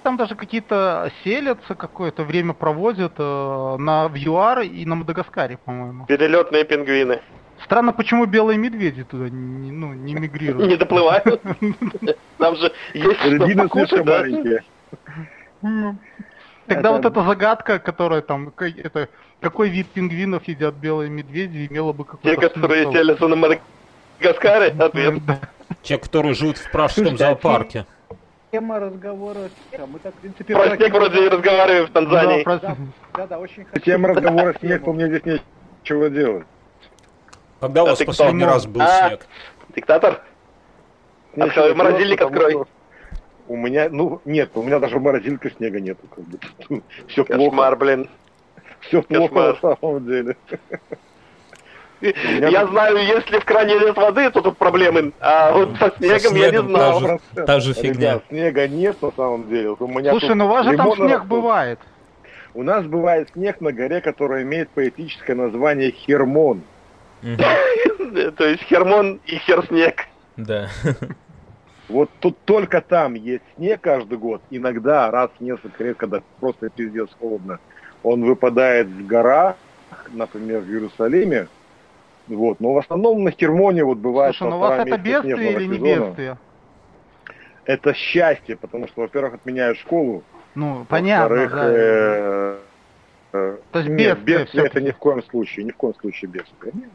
там даже какие-то селятся, какое-то время проводят в ЮАР и на Мадагаскаре, по-моему. Перелетные пингвины. Странно, почему белые медведи туда не мигрируют. Не доплывают. Там же есть что покушать, да? Тогда вот эта загадка, которая там, какой вид пингвинов едят белые медведи, имела бы какой-то те, которые селятся на Мадагаскаре, ответ. Те, которые живут в пражском зоопарке. Тема разговора. Мы так, в принципе, про снег вроде разговариваем в Танзании. Да, очень хочу. Тема разговора снег, у меня здесь нечего делать. Когда у вас последний раз был снег? Диктатор? Открой морозильник, открой. У меня, нет, у меня даже в морозильнике снега нету. Как бы. Все плохо. Кошмар, блин. Все плохо на самом деле. Я знаю, если в кране нет воды, то тут проблемы, а вот со снегом я не знал. Та же фигня. Ребят, снега нет на самом деле. Слушай, ну у вас же там снег бывает. У нас бывает снег на горе, которая имеет поэтическое название Хермон. То есть Хермон и Херснег. Да. Вот тут только там есть снег каждый год. Иногда, раз в несколько лет, когда просто пиздец холодно, он выпадает в горах, например, в Иерусалиме. Вот. Но в основном на Хермоне вот бывает... Слушай, ну у вас это бедствие или не бедствие? Это счастье, потому что, во-первых, отменяют школу. Ну, понятно, во-вторых, то есть бедствие это ни в коем случае бедствие. Нет.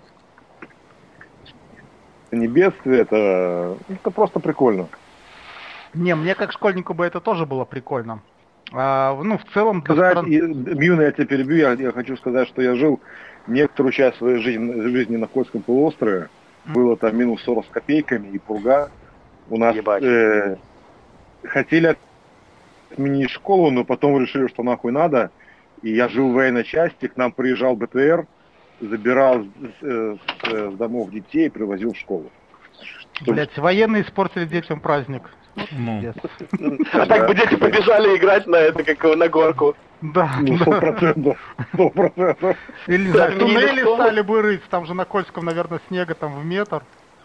Это не бедствие, это просто прикольно. Не, мне как школьнику бы это тоже было прикольно. В целом... Мьюна, я тебя перебью, я хочу сказать, что я жил некоторую часть своей жизни на Кольском полуострове. Было там минус 40 с копейками и пурга. У нас хотели отменить школу, но потом решили, что нахуй надо. И я жил в военной части, к нам приезжал БТР, забирал с домов детей и привозил в школу. Блять, военные испортили детям праздник. А так бы дети побежали играть на это, как на горку. Да. 100%. Или туннели стали бы рыть, там же на Кольском, наверное, снега там в метр.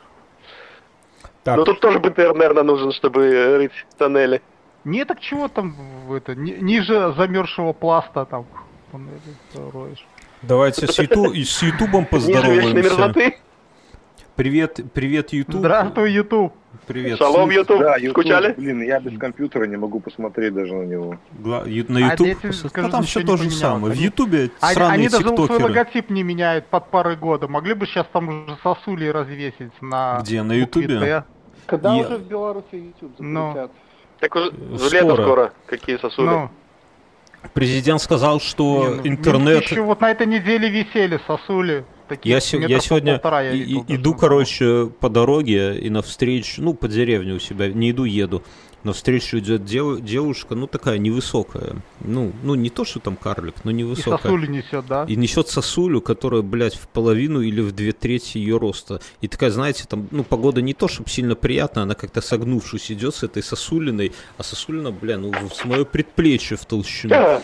Ну тут тоже БТР, наверное, нужен, чтобы рыть тоннели. Не, так чего там, ниже замерзшего пласта там роешь. Давайте с Ютубом поздороваемся. Привет, Ютуб. Здравствуй, Ютуб. Привет. Шалом, Ютуб. Да, скучали? Блин, я без компьютера не могу посмотреть даже на него. На Ютуб? Там все то же самое. В Ютубе Они сраные даже свой тиктокеры. логотип не меняют под пары года. Могли бы сейчас там уже сосули развесить на... Где, на Ютубе? Когда уже в Беларуси Ютуб запретят? Так уже лето скоро. Какие сосули? Президент сказал, что интернет... Еще вот на этой неделе висели сосули. Я сегодня иду, по дороге и навстречу, по деревне у себя, не иду, еду. Навстречу идет девушка, такая невысокая. Не то, что там карлик, но невысокая. И сосулю несет, да? И несет сосулю, которая, блядь, в половину или в 2/3 ее роста. И такая, знаете, там, погода не то, чтобы сильно приятная, она как-то согнувшись идет с этой сосулиной, а сосулина, с мое предплечье в толщину.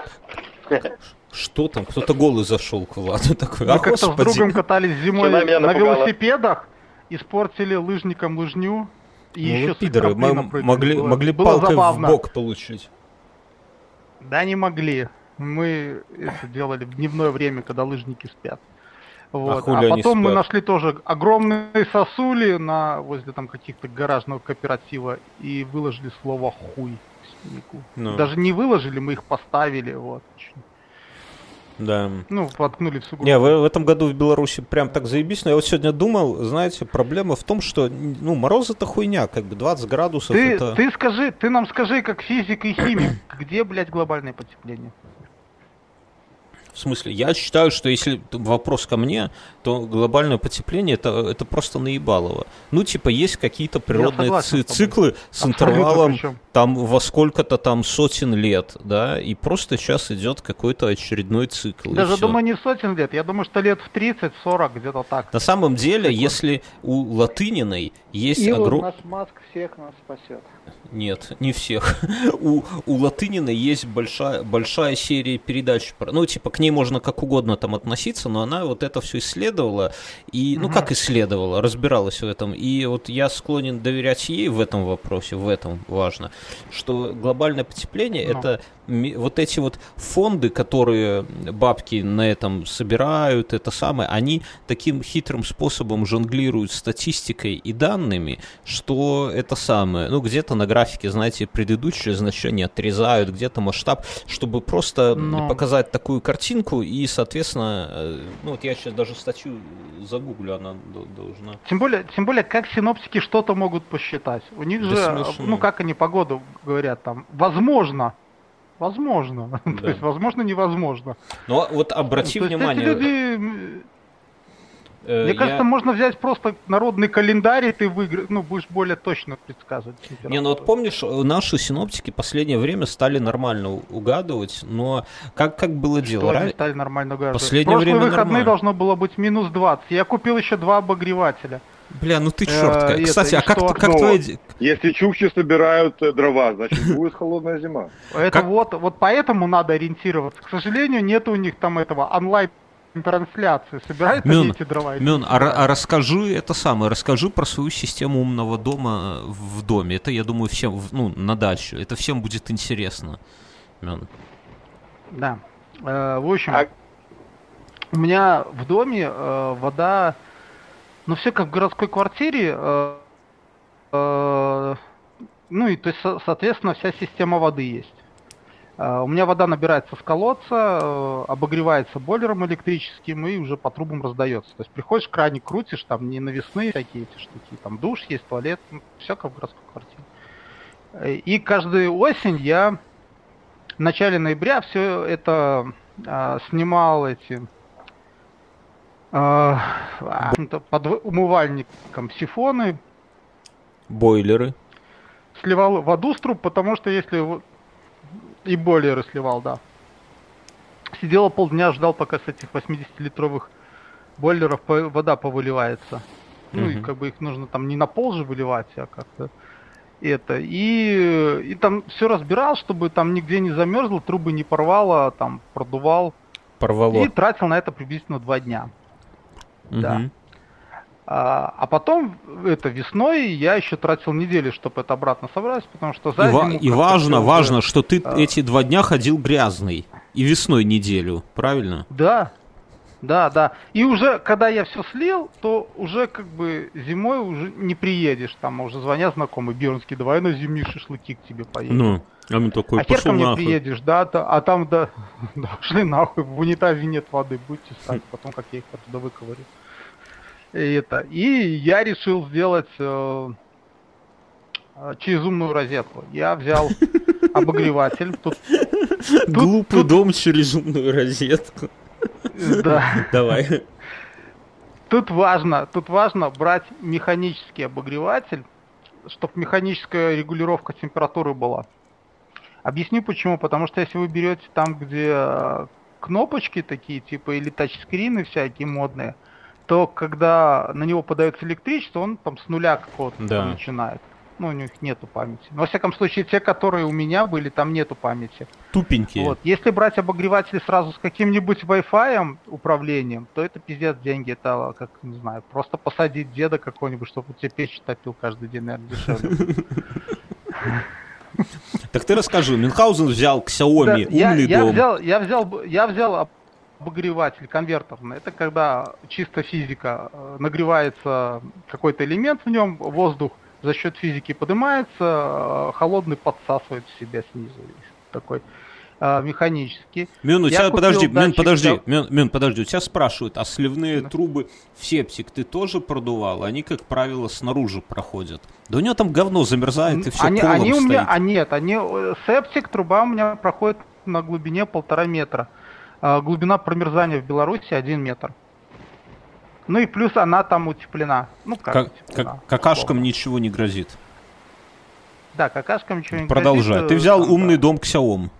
Что там? Кто-то голый зашел к Владу такой. Мы как-то с другом катались зимой на велосипедах, испортили лыжникам лыжню. И еще пидоры, могли палкой в бок получить. Да не могли. Мы это делали в дневное время, когда лыжники спят. Вот. А потом мы нашли тоже огромные сосули возле там каких-то гаражного кооператива и выложили слово «хуй». Даже не выложили, мы их поставили. Вот. Да. Воткнули в сугроб. Не, в этом году в Беларуси прям так заебись. Но я вот сегодня думал, знаете, проблема в том, что, мороз это хуйня, 20 градусов это... Ты нам скажи, как физик и химик, где, блядь, глобальное потепление? В смысле, я считаю, что если вопрос ко мне, то глобальное потепление это просто наебалово. Есть какие-то природные циклы с интервалом там во сколько-то там сотен лет, да, и просто сейчас идет какой-то очередной цикл. Даже думаю, не сотен лет, я думаю, что лет в 30-40, где-то так. На самом деле, если у Латыниной есть Илон Маск всех нас спасет. Нет, не всех. У Латынина есть большая серия передач. К ней можно как угодно там относиться, но она вот это все исследовала. И, как исследовала, разбиралась в этом. И вот я склонен доверять ей в этом вопросе, в этом важно. что глобальное потепление это вот эти вот фонды, которые бабки на этом собирают, это самое, они таким хитрым способом жонглируют статистикой и данными, что это самое, ну где-то на графике, знаете, предыдущее значение отрезают, где-то масштаб, чтобы просто показать такую картинку и, соответственно, ну вот я сейчас даже статью загуглю, она должна. Тем более, как синоптики что-то могут посчитать. У них же, ну как они погоду говорят там, возможно. То есть, возможно, невозможно. Но вот обрати внимание. Люди... Мне кажется, можно взять просто народный календарь, и ты будешь более точно предсказывать. Не, ну вот помнишь, наши синоптики в последнее время стали нормально угадывать, но как было дело? Они стали нормально угадывать? Последнее время выходные нормально. Должно было быть минус 20. Я купил еще 2 обогревателя. Бля, ну ты черт. Кстати, а как твои... Если чукчи собирают дрова, значит будет холодная зима. Это вот поэтому надо ориентироваться. К сожалению, нет у них там этого онлайн-трансляции. Собираются эти дрова. Мён, расскажи про свою систему умного дома в доме. Это, я думаю, всем, на дачу. Это всем будет интересно. Мён. Да. В общем, у меня в доме вода... Ну, все как в городской квартире, ну и то есть, соответственно, вся система воды есть. У меня вода набирается с колодца, обогревается бойлером электрическим и уже по трубам раздается. То есть приходишь, краник крутишь, там не навесные такие эти штуки, там душ есть, туалет, все как в городской квартире. И каждую осень я в начале ноября все это снимал под умывальником сифоны. Бойлеры. Сливал воду с труб, потому что если... И бойлеры сливал, да. Сидел полдня, ждал, пока с этих 80-литровых бойлеров вода повыливается. Ну и как бы их нужно там не на пол же выливать, а как-то это. И там все разбирал, чтобы там нигде не замерзло, трубы не порвало, там продувал. Порвало. И тратил на это приблизительно 2 дня. Да. А потом весной я еще тратил неделю, чтобы это обратно собрать, потому что за зиму... И важно, что ты эти 2 дня ходил грязный. И весной неделю, правильно? Да. И уже, когда я все слил, то уже как бы зимой уже не приедешь. Там уже звонят знакомые, Бирнский, давай на зимние шашлыки к тебе поедем. Ну, а мы такой, хер ко мне приедешь, да, а там, шли нахуй, в унитазе нет воды, будете ставить, потом как я их оттуда выковырю. И я решил сделать через умную розетку. Я взял обогреватель. Глупый дом через умную розетку. Да. Давай. Тут важно брать механический обогреватель, чтобы механическая регулировка температуры была. Объясню почему. Потому что если вы берете там, где кнопочки такие, типа или тачскрины всякие модные, то когда на него подается электричество, он там с нуля какого-то начинает. Ну, у них нету памяти. Но, во всяком случае, те, которые у меня были, там нету памяти. Тупенькие. Вот. Если брать обогреватели сразу с каким-нибудь Wi-Fi управлением, то это пиздец деньги. Это, как, не знаю, просто посадить деда какого-нибудь, чтобы он тебе печь топил каждый день, наверное, дешевле. Так ты расскажи, Мюнхгаузен взял Xiaomi умный дом. Я взял обогреватель конвертерный. Это когда чисто физика. Нагревается какой-то элемент в нем, воздух за счет физики поднимается, холодный подсасывает в себя снизу. Такой механический. Мюн, подожди, у тебя спрашивают, а сливные трубы в септик ты тоже продувал? Они, как правило, снаружи проходят. Да у него там говно замерзает и все колом они у меня, стоит. септик, труба у меня проходит на глубине 1,5 метра. Глубина промерзания в Беларуси 1 метр. Ну и плюс она там утеплена. Ну как утеплена? Какашкам ничего не грозит. Да, какашкам ничего не грозит. Продолжай. Ты взял умный дом Xiaomi.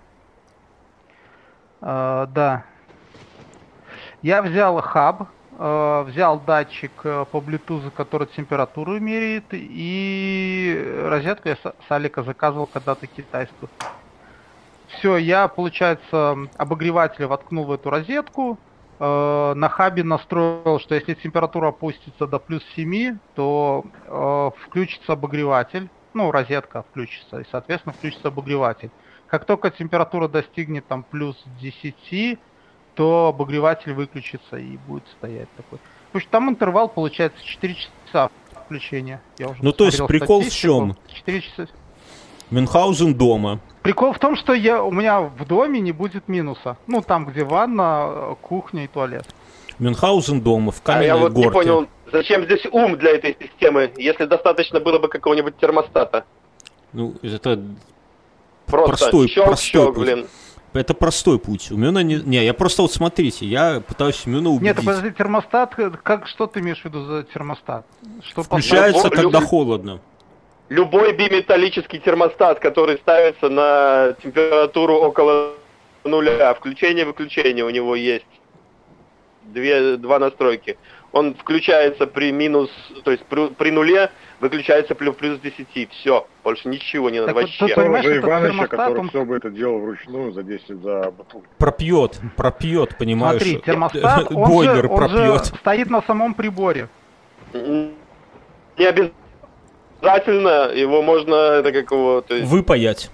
Да. Я взял хаб, взял датчик по Bluetooth, который температуру меряет, и розетку я с Алика заказывал когда-то китайскую. Все, я, получается, обогреватель воткнул в эту розетку, на хабе настроил, что если температура опустится до плюс 7, то включится обогреватель, ну, розетка включится, и, соответственно, включится обогреватель. Как только температура достигнет там плюс 10, то обогреватель выключится и будет стоять такой. Потому что там интервал получается 4 часа включения. Ну, то есть прикол в чем? 4 часа. Мюнхгаузен дома. Прикол в том, что у меня в доме не будет минуса. Ну, там, где ванна, кухня и туалет. Мюнхгаузен дома, в каменной горке. горке. Не понял, зачем здесь ум для этой системы, если достаточно было бы какого-нибудь термостата? Ну, это просто простой щелк, путь. Блин. Это простой путь. У Мюна не, я просто вот смотрите, я пытаюсь Мюна убедить. Нет, подожди, термостат, что ты имеешь в виду за термостат? Что включается, когда холодно. Любой биметаллический термостат, который ставится на температуру около нуля, включение-выключение у него есть. Два настройки. Он включается при минус, то есть при нуле, выключается плюс 10. Все, больше ничего не надо вообще. Ты понимаешь, что Иваныча, который все бы это делал вручную за 10 за бутылку. Пропьет, понимаешь? Смотри, термостат, он же стоит на самом приборе. Не обязательно, его можно, это как его... То есть, выпаять.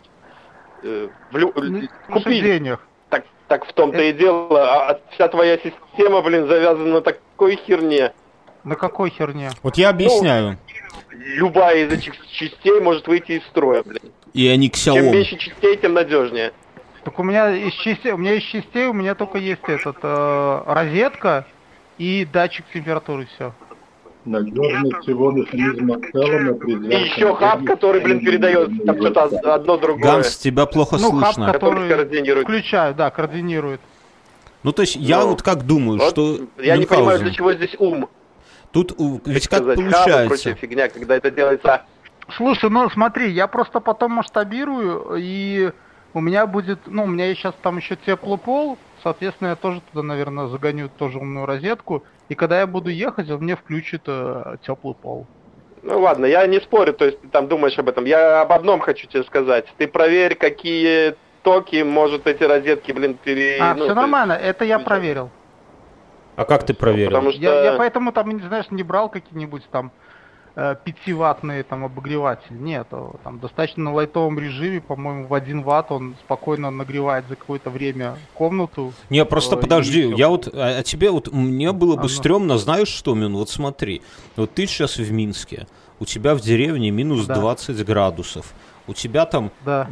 Купить. Денег. Так в том-то и дело, а вся твоя система, блин, завязана на такой херне. На какой херне? Вот я объясняю. Любая из этих частей может выйти из строя, блин. И они к Xiaomi. Чем меньше частей, тем надежнее. Так у меня из частей у меня только есть розетка и датчик температуры, все. Надежность всего механизма в целом определяется. И еще хаб, который, блин, передает там что-то одно другое. Гамс, тебя плохо слышно. Хаб, который координирует. Включаю, да, координирует. Ну, то есть, я вот как думаю, вот что... Я не понимаю, для чего здесь ум. Тут ведь как получается... Хаб, фигня, когда это делается... Слушай, ну смотри, я просто потом масштабирую, и у меня будет... Ну, у меня есть сейчас там еще теплый пол, соответственно, я тоже туда, наверное, загоню тоже умную розетку. И когда я буду ехать, он мне включит теплый пол. Ну ладно, я не спорю, то есть ты там думаешь об этом. Я об одном хочу тебе сказать. Ты проверь, какие токи может эти розетки, блин, все нормально, это я проверил. А как ты проверил? Потому что... я поэтому там, знаешь, не брал какие-нибудь там 5-ваттные там обогреватель. Нет, там достаточно на лайтовом режиме, по-моему, в 1 ватт он спокойно нагревает за какое-то время комнату. Не, просто подожди, я вот, а тебе вот, мне было бы стрёмно, знаешь что, Мин, вот смотри, вот ты сейчас в Минске, у тебя в деревне минус 20 градусов, у тебя там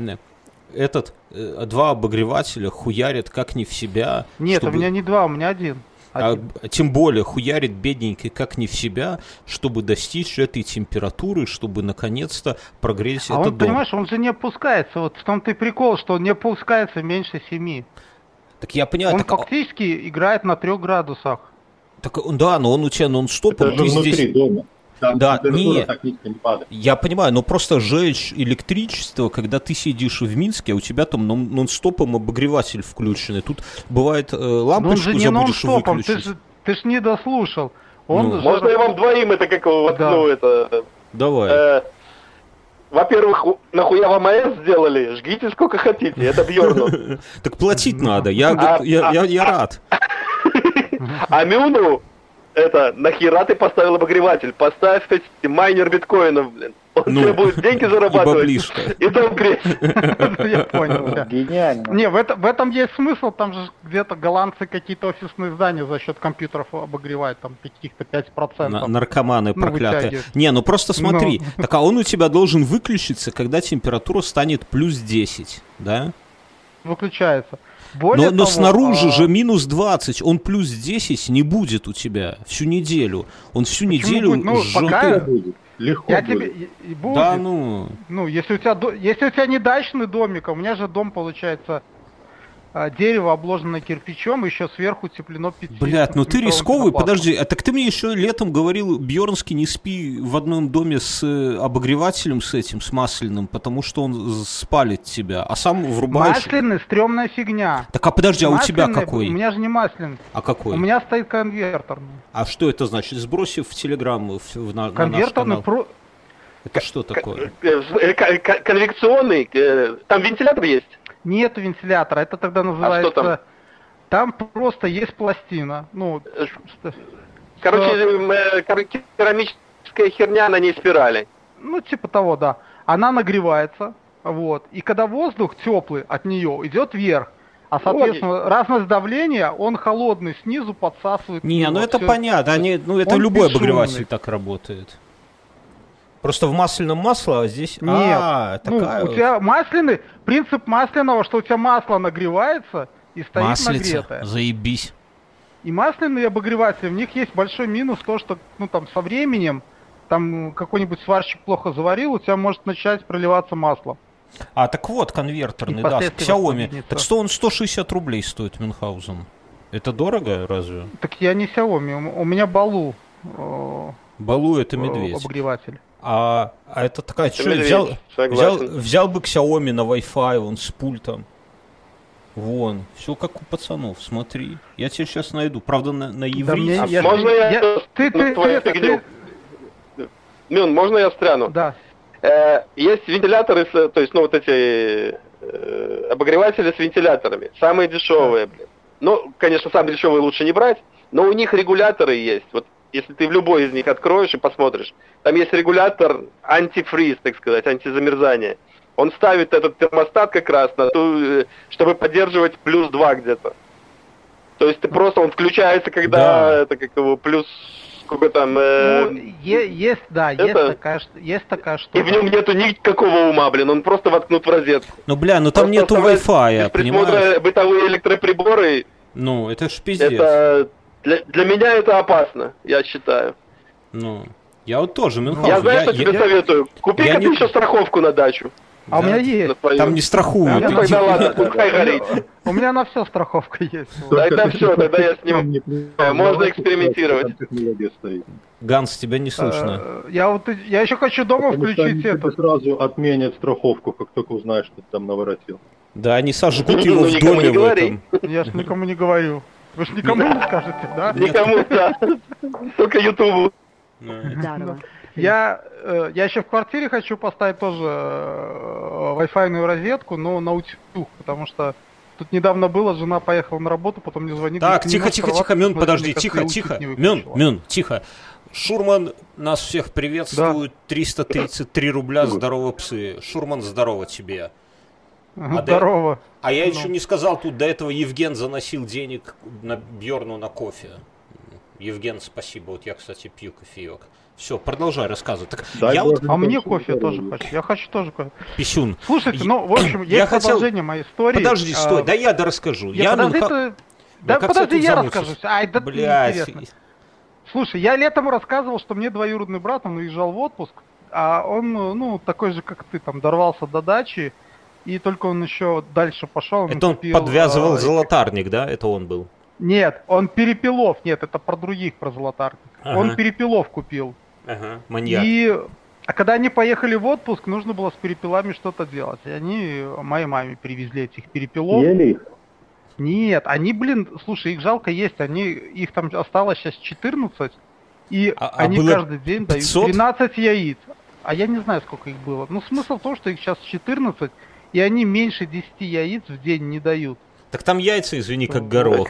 два обогревателя хуярят как не в себя. Нет, у меня не два, у меня один. Тем более хуярит бедненький как не в себя, чтобы достичь этой температуры, чтобы наконец-то прогреть этот дом. Понимаешь, он же не опускается. Вот в том-то и прикол, что он не опускается меньше 7. Так я понимаю. Он фактически играет на 3 градусах. Так, да, но он у тебя нон-стопом. Это же внутри здесь... дома. Там да, не падает. Я понимаю, но просто жечь электричество, когда ты сидишь в Минске, а у тебя там нон-стопом обогреватель включенный. Тут бывает лампочку забудешь выключить. Ты ж не дослушал. Можно я вам двоим это как воткну это? Давай. Во-первых, нахуя вам АЭС сделали? Жгите сколько хотите, это Бьорну. Так платить надо, я рад. А Мюну... нахера ты поставил обогреватель? Поставь, кстати, майнер биткоинов, блин. Он тебе будет деньги зарабатывать. И дом греть. Я понял. Гениально. Не, в этом есть смысл. Там же где-то голландцы какие-то офисные здания за счет компьютеров обогревают. Там каких-то 5%. Наркоманы проклятые. Не, ну просто смотри. Так, а он у тебя должен выключиться, когда температура станет плюс 10, да? Выключается. Но снаружи же минус 20, он плюс 10 не будет у тебя всю неделю. Он всю неделю пока будет. Легко будет. Будет. Да, ну, если у тебя не дачный домик, а у меня же дом получается дерево обложено кирпичом, еще сверху утеплено 5. Блядь, ну ты рисковый, подожди, а так ты мне еще летом говорил, Бьернский, не спи в одном доме с обогревателем с этим, с масляным, потому что он спалит тебя, а сам врубаешь... Масляный, стрёмная фигня. Так, а подожди, а у тебя какой? У меня же не масляный. А какой? У меня стоит конверторный. А что это значит? Сбросив в Телеграм на конверторный наш канал. Это что такое? Конвекционный, там вентилятор есть? Нет вентилятора, это тогда называется... А что там? Там просто есть пластина. Короче, керамическая херня на ней спирали. ну, типа того, да. Она нагревается, вот. И когда воздух теплый от нее идет вверх, а, соответственно, разность давления, он холодный снизу подсасывает. Не, ну это понятно. Это любой обогреватель так работает. Просто в масляном масло, а здесь... Нет, такая у тебя масляный, принцип масляного, что у тебя масло нагревается и стоит нагретое. Заебись. И масляные обогреватели, в них есть большой минус, то, что, ну, там, со временем, там, какой-нибудь сварщик плохо заварил, у тебя может начать проливаться масло. Так вот, конвертерный, да, Xiaomi. Так что он 160 рублей стоит, Мюнхгаузен. Это дорого, разве? Так я не Xiaomi, у меня Балу. Балу это медведь. Обогреватель. А это такая, что, взял бы Xiaomi на Wi-Fi, он с пультом. Вон, все как у пацанов, смотри. Я тебе сейчас найду. Правда, на иврите. Можно я... Мюн, можно я встряну? Да. Есть вентиляторы, то есть, ну, вот эти обогреватели с вентиляторами. Самые дешевые, блин. Ну, конечно, самые дешевые лучше не брать, но у них регуляторы есть. Вот если ты в любой из них откроешь и посмотришь, там есть регулятор антифриз, так сказать, антизамерзание. Он ставит этот термостат как раз на ту, чтобы поддерживать плюс 2 где-то. То есть ты просто, он включается, когда это как его плюс сколько там... есть такая штука. И в нем нету никакого ума, блин, он просто воткнут в розетку. Ну, бля, ну там нету Wi-Fi, понимаешь? Бытовые электроприборы... Ну, это ж пиздец. Это... Для меня это опасно, я считаю. Ну, я вот тоже, Мюнхгаузен. Я знаю, что тебе советую. Купи-ка ты еще страховку на дачу. А у меня есть. Там не страхуют. Ну тогда ладно, пускай горит. У меня на все страховка есть. Тогда все, тогда я с ним... Можно экспериментировать. Ганс, тебя не слышно. Я еще хочу дома включить это. Ты сразу отменят страховку, как только узнаешь, что ты там наворотил. Да, они сожгут его в доме в этом. Я ж никому не говорю. Вы же никому не скажете, да? Никому, да. Только Ютубу. Я еще в квартире хочу поставить тоже Wi-Fi-ную розетку, но на утюг, потому что тут недавно было, жена поехала на работу, потом мне звонит. Так, тихо, Мюн, подожди, тихо. Мюн, тихо. Шурман нас всех приветствует, 333 рубля, здорово, псы. Шурман, здорово тебе. Здорово. А я еще не сказал, тут до этого Евген заносил денег на Бьорну на кофе. Евген, спасибо. Вот я, кстати, пью кофеек. Все, продолжай рассказывать. Так, мне кофе тоже хочу. Я хочу тоже кофе. Писюн. Слушайте, в общем, есть продолжение моей истории. Подожди, стой, да я расскажу. Подожди, я расскажу. Ай, да блядь. Слушай, я летом рассказывал, что мне двоюродный брат, он уезжал в отпуск, а он, такой же, как ты, там, дорвался до дачи, и только он еще дальше пошел. Это он подвязывал золотарник, да? Это он был? Нет, он перепелов, это про других, про золотарник. Ага. Он перепелов купил. Ага, маньяк. А когда они поехали в отпуск, нужно было с перепелами что-то делать. И они моей маме привезли этих перепелов. Ели их? Нет, они, слушай, их жалко есть, их там осталось сейчас 14, и они каждый день 500? Дают 12 яиц. А я не знаю, сколько их было. Но смысл в том, что их сейчас 14, и они меньше 10 яиц в день не дают. Так там яйца, извини, как горох.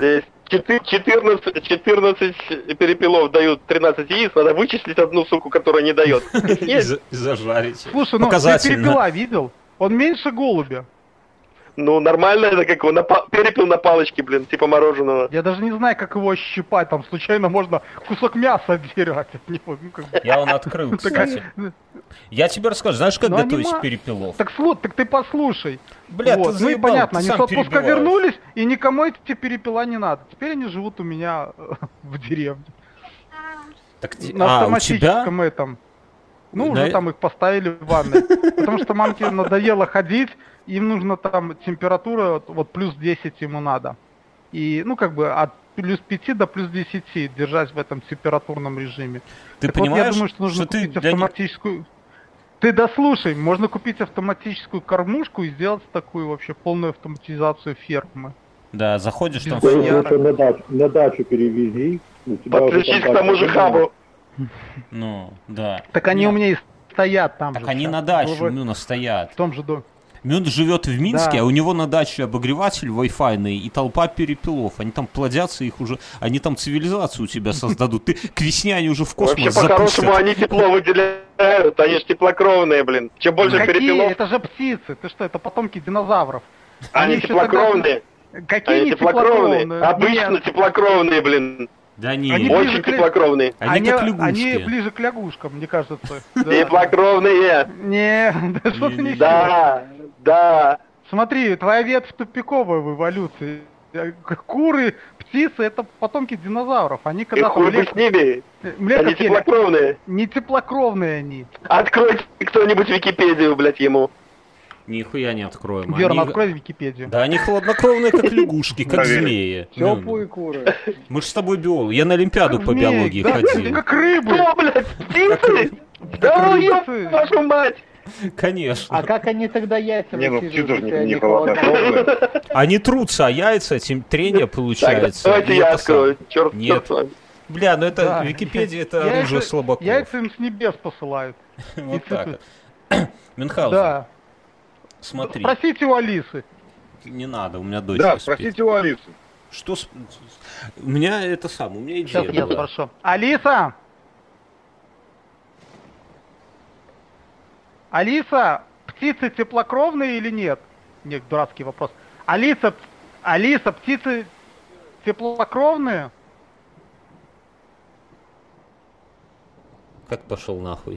14 перепелов дают 13 яиц, надо вычислить одну суку, которая не дает. И зажарить. Слушай, ты перепела видел? Он меньше голубя. Ну, нормально это, как его, перепел на палочке, блин, типа мороженого. Я даже не знаю, как его щипать, там случайно можно кусок мяса отдирать от него. Я он открыл, кстати. Я тебе расскажу, знаешь, как готовить перепелов? Так ты послушай. Бля, ты заебал, и понятно, ты они с отпуска вернулись, и никому эти перепела не надо. Теперь они живут у меня в деревне. На автоматическом этом. Уже там их поставили в ванной. Потому что мамке надоело ходить, им нужно там температура, вот плюс 10 ему надо. И, от плюс 5 до плюс 10 держать в этом температурном режиме. Ты понимаешь, я думаю, что нужно купить автоматическую... Ты дослушай, можно купить автоматическую кормушку и сделать такую вообще полную автоматизацию фермы. Да, заходишь там... На дачу перевези. Подключись к тому же хабу. Ну, да. Так они у меня и стоят там же. Так они на даче, стоят. В том же доме. Мюн живет в Минске, а у него на даче обогреватель Wi-Fi и толпа перепелов. Они там плодятся, их уже... Они там цивилизацию у тебя создадут. Ты к весне они уже в космос запустят. Вообще, по-хорошему, они тепло выделяют. Они же теплокровные, блин. Чем больше перепелов... Это же птицы. Ты что, это потомки динозавров. Они теплокровные. Какие они теплокровные? Обычно теплокровные, блин. Да не, очень теплокровные. Они как лягушки. Они ближе к лягушкам, мне кажется. Теплокровные. Не, да что ты несешь? Да. Смотри, твоя ветвь тупиковая в эволюции. Куры, птицы — это потомки динозавров. Они когда-то... Хуй бы с ними. Они теплокровные. Не теплокровные они. Откройте кто-нибудь Википедию, блядь, ему. Нихуя не откроем. Верно, открой Википедию. Да, они хладнокровные, как лягушки, как змеи. Теплые куры. Мы же с тобой биологи. Я на Олимпиаду по биологии ходил. Как рыбы. Что, блядь, птицы? Да, ёб вашу мать! Конечно. А как они тогда яйца птицы тоже не холоднокровные. Они трутся, а яйца, трение получается. Давайте я открою. Черт с вами. Бля, ну это Википедия, это оружие слабаков. Яйца им с небес посылают. Вот так. Мюнхгаузен. Да. Смотри. Спросите у Алисы. Не надо, у меня дочь Да, спит. спросите у Алисы. Что у меня это самое, у меня идея. Сейчас я спрошу. Алиса! Алиса, птицы теплокровные или нет? Нет, дурацкий вопрос. Алиса, птицы теплокровные? Как пошел нахуй?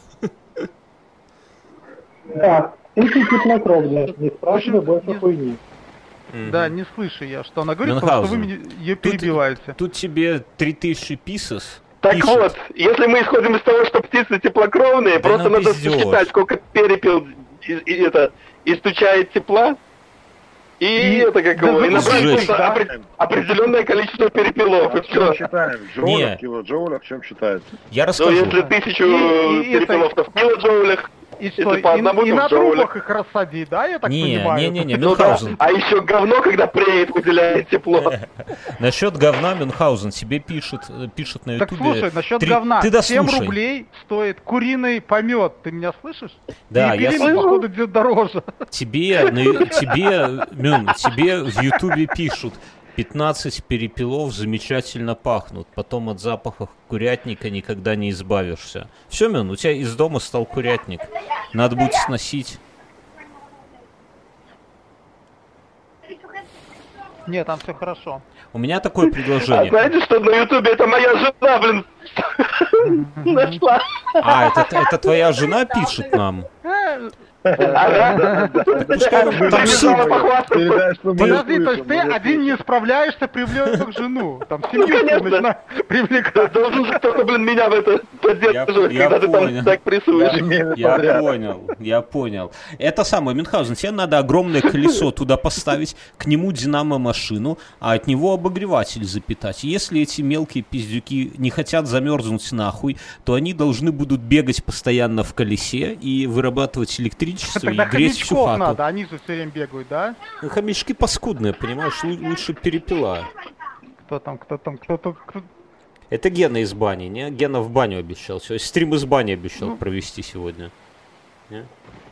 Да, птицы теплокровные, не спрашивай больше хуйни. Да, не слышу я, что она говорит, потому что вы ее перебиваете. Тут тебе 3000 писос. Так вот, если мы исходим из того, что птицы теплокровные, просто надо посчитать, сколько перепел источает тепла, и это как его, и набрать определенное количество перепелов, и все. Считаем, в джоулях, килоджоулях, в чем считается? Я расскажу. Ну, если 1000 перепелов, то в килоджоулях. И что, и на трубах их рассади, да, я так понимаю? Не, Мюнхгаузен. А еще говно, когда преет, выделяет тепло. Насчет говна, Мюнхгаузен, тебе пишет на ютубе. Так слушай, насчет говна, 7 рублей стоит куриный помет, ты меня слышишь? Да, я слышу. Походу, идет дороже. Тебе, Мюн, тебе в ютубе пишут: 15 перепелов замечательно пахнут, потом от запаха курятника никогда не избавишься. Все, Мюн, у тебя из дома стал курятник. Надо будет сносить. Нет, там все хорошо. У меня такое предложение. А знаете, что на ютубе это моя жена, блин, нашла? А, это твоя жена пишет нам? Подожди, то есть ты один не справляешься, привлек жену. Там семью начинаешь привлекать. Должен же кто-то, блин, меня в это поддерживать, когда ты там так прессуешь. Я понял. Это самое, Мюнхгаузен, тебе надо огромное колесо туда поставить, к нему динамо-машину, а от него обогреватель запитать. Если эти мелкие пиздюки не хотят замерзнуть нахуй, то они должны будут бегать постоянно в колесе и вырабатывать электричество и греть всю хату. Надо, они же все время бегают, да? Ну, хомячки паскудные, понимаешь, лучше перепела. Кто там? Это Гена из бани, не? Гена в баню обещал. Стрим из бани обещал провести сегодня. Не?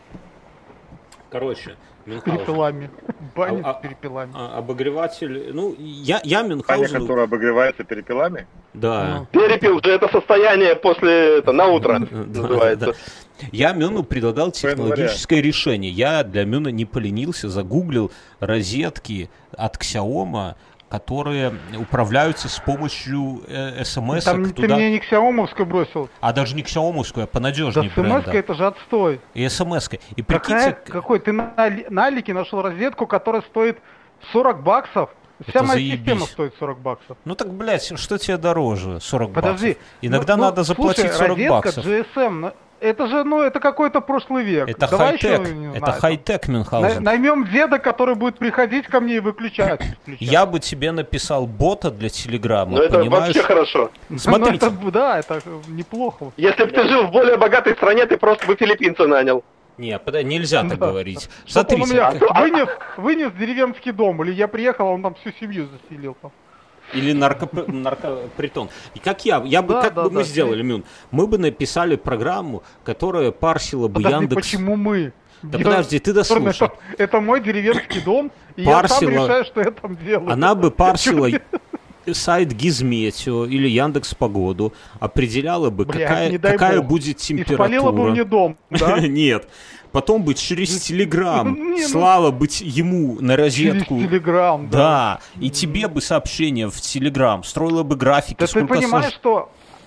Короче, Мюнхгаузен. Перепелами. Баня с перепелами. Обогреватель. Ну, я Мюнхгаузен. Баня, которая обогревается перепелами? Да. Перепел же это состояние после, на утро называется. Я Мюну предлагал технологическое решение. Я для Мюна не поленился, загуглил розетки от Xiaomi, которые управляются с помощью смс-ок. Там ты мне не Xiaomi-овскую бросил. А даже не Xiaomi-овскую, а понадежнее бренда. Да, смс-ка это же отстой. И смс-ка. И прикиньте... Какой? Ты на Алике нашел розетку, которая стоит $40? Вся моя система стоит $40. Ну так, блядь, что тебе дороже? $40. Подожди. Иногда надо заплатить $40. GSM, это же, это какой-то прошлый век. Это хай-тек. Это хай-тек, Мюнхгаузен. Наймем деда, который будет приходить ко мне и выключать. Я бы тебе написал бота для Телеграма, это понимаешь? Вообще хорошо. Смотрите. Да, это неплохо. Если бы ты жил в более богатой стране, ты просто бы филиппинца нанял. Не, нельзя так говорить. Смотрите. Вынес деревенский дом, или я приехал, он там всю семью заселил там. Или наркопритон. И как бы мы сделали, Мюн? Мы бы написали программу, которая парсила бы Яндекс. Почему мы? Да подожди, ты дослушай. Это мой деревенский дом, и я сам решаю, что я там делаю. Она бы парсила сайт Гизметео или Яндекс.Погоду, определяла бы, какая будет температура. Испалила бы мне дом, да? Нет. Потом бы через Телеграм слала бы ему на розетку. Через Телеграм, да. Да, и тебе бы сообщение в Телеграм, строила бы графики. Да ты понимаешь, что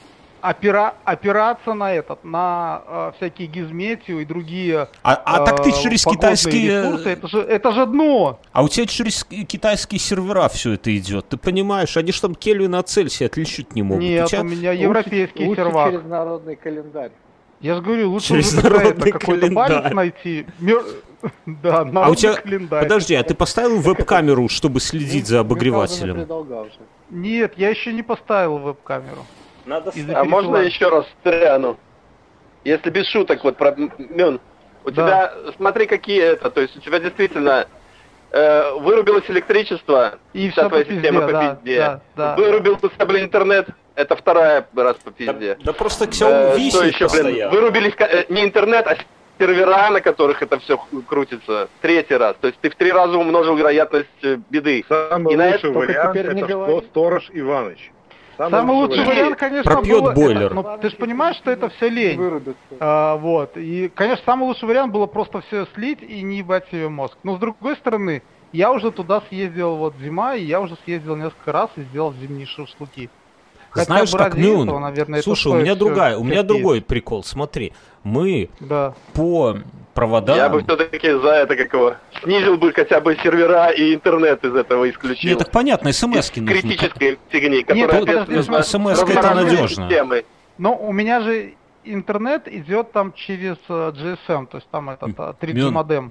опираться на всякие Гизметео и другие так ты через китайские ресурсы, это же дно. А у тебя через китайские сервера все это идет, ты понимаешь? Они же там Кельвина от Цельсия отличить не могут. Нет, у меня европейский сервак. Через народный календарь. Я же говорю, лучше уже тогда какой-то палец найти. Да, а у тебя... Календарь. Подожди, а ты поставил веб-камеру, чтобы следить за обогревателем? Нет, я еще не поставил веб-камеру. Можно еще раз встряну? Если без шуток, вот про Мюн. У тебя, смотри, какие это, то есть у тебя действительно вырубилось электричество, и вся твоя система по пизде. Вырубился, интернет, это вторая раз по пизде. Да просто Xiaomi висит постоянно. Вырубились не интернет, а сервера, на которых это все крутится, третий раз. То есть ты в 3 раза умножил вероятность беды. Самый лучший вариант это что Сторож Иваныч. Самый лучший вариант, конечно, пропьет бойлер. Но ты же понимаешь, что это все лень. Вот. И, конечно, самый лучший вариант было просто все слить и не ебать себе мозг. Но с другой стороны, я уже туда съездил, вот зима, и я уже съездил несколько раз и сделал зимние шашлыки. Знаешь, как Мюн? Слушай, у меня другой прикол. Смотри, мы по проводам... Я бы все-таки за это снизил бы хотя бы сервера и интернет из этого исключил. Нет, так понятно, смс-ки нужны. Критической фигни, которая... смс-ка это надежно. Но у меня же интернет идет там через GSM, то есть там этот 3G модем.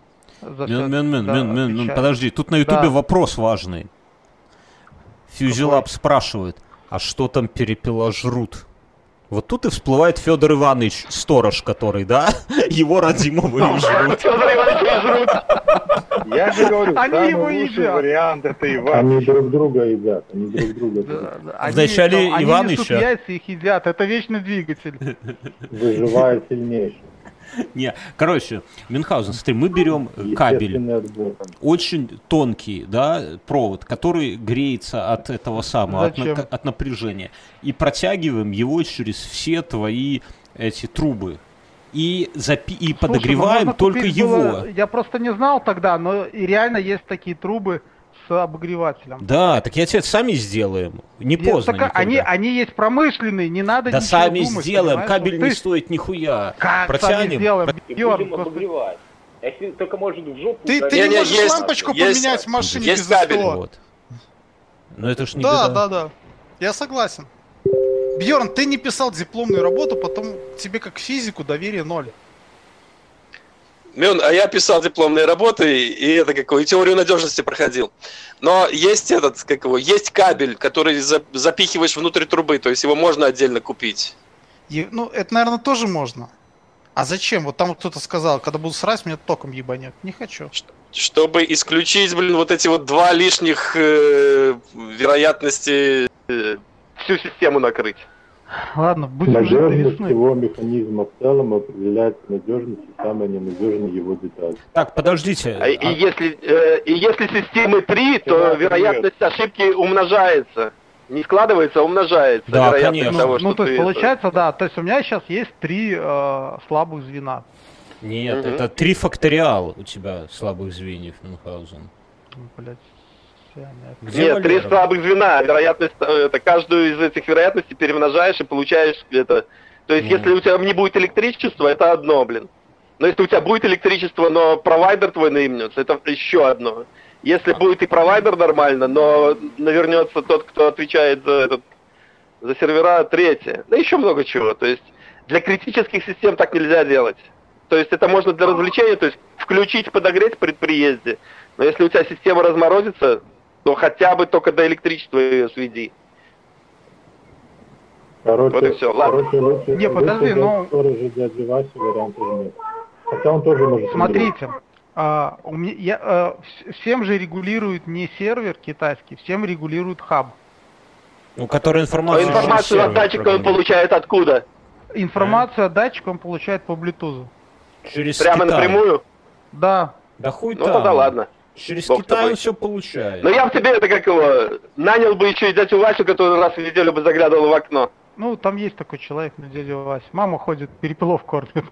Мюн, подожди, тут на Ютубе вопрос важный. Фьюзилаб спрашивает, а что там перепела жрут? Вот тут и всплывает Федор Иванович, сторож который, да? Его Радимовы жрут. Федор Иванович жрут. Я же говорю, самый лучший вариант это Иван. Они друг друга едят, Вначале Иваныча. Они яйца их едят, это вечный двигатель. Выживает сильнейший. Не, короче, Мюнхгаузен, смотри, мы берем кабель, очень тонкий, да, провод, который греется от этого самого, от напряжения, и протягиваем его через все твои эти трубы. И подогреваем только его. Я просто не знал тогда, но и реально есть такие трубы с обогревателем. Да, так я тебе сами сделаем. Не поздно. Они есть промышленные, не надо ничего думать. Да сами сделаем, кабель не стоит нихуя. Как протянем. Будем обогревать. Если только может в жопу... Ты не можешь лампочку поменять в машине без кабель. Вот. Но это ж не Да. Я согласен. Бьерн, ты не писал дипломную работу, потом тебе как физику доверие 0. Мюн, а я писал дипломные работы и теорию надежности проходил. Но есть есть кабель, который запихиваешь внутрь трубы, то есть его можно отдельно купить. Это, наверное, тоже можно. А зачем? Вот там кто-то сказал, когда буду срать, меня током ебанет. Не хочу. Чтобы исключить, вот эти 2 лишних вероятности всю систему накрыть. Ладно, будем надежность всего механизма в целом определяет надежность и самая ненадежная его деталь. Так, подождите. И если системы 3, то вероятность ошибки умножается. Не складывается, а умножается. Да, конечно. То есть получается, да, то есть у меня сейчас есть 3 слабых звена. Нет, это 3 факториал у тебя слабых звеньев, Мюнхгаузен. Блять. Нет, 3 слабых звена. Вероятность, это каждую из этих вероятностей перемножаешь и получаешь это. То есть, если у тебя не будет электричества, это одно, Но если у тебя будет электричество, но провайдер твой наимнется, это еще одно. Если будет и провайдер нормально, но навернется тот, кто отвечает за сервера, 3. Да еще много чего. То есть, для критических систем так нельзя делать. То есть, это можно для развлечения, то есть, включить, подогреть при приезде. Но если у тебя система разморозится, то хотя бы только до электричества ее сведи. Вот и все. Ладно. Не, подожди, но... Хотя он тоже может... Смотрите, всем же регулирует не сервер китайский, всем регулирует хаб. Который информацию... Информацию от датчика он получает откуда? Информацию от датчика он получает по Bluetooth. Через Прямо Китай. Напрямую? Да. Да хуй Ну там. тогда ладно. Через Бог Китай тобой. он все получает. Но я в тебе, это как его, нанял бы еще и дядю Васю, который раз в неделю бы заглядывал в окно. Ну, там есть такой человек на дядя Вась. Мама ходит, перепелов кормит.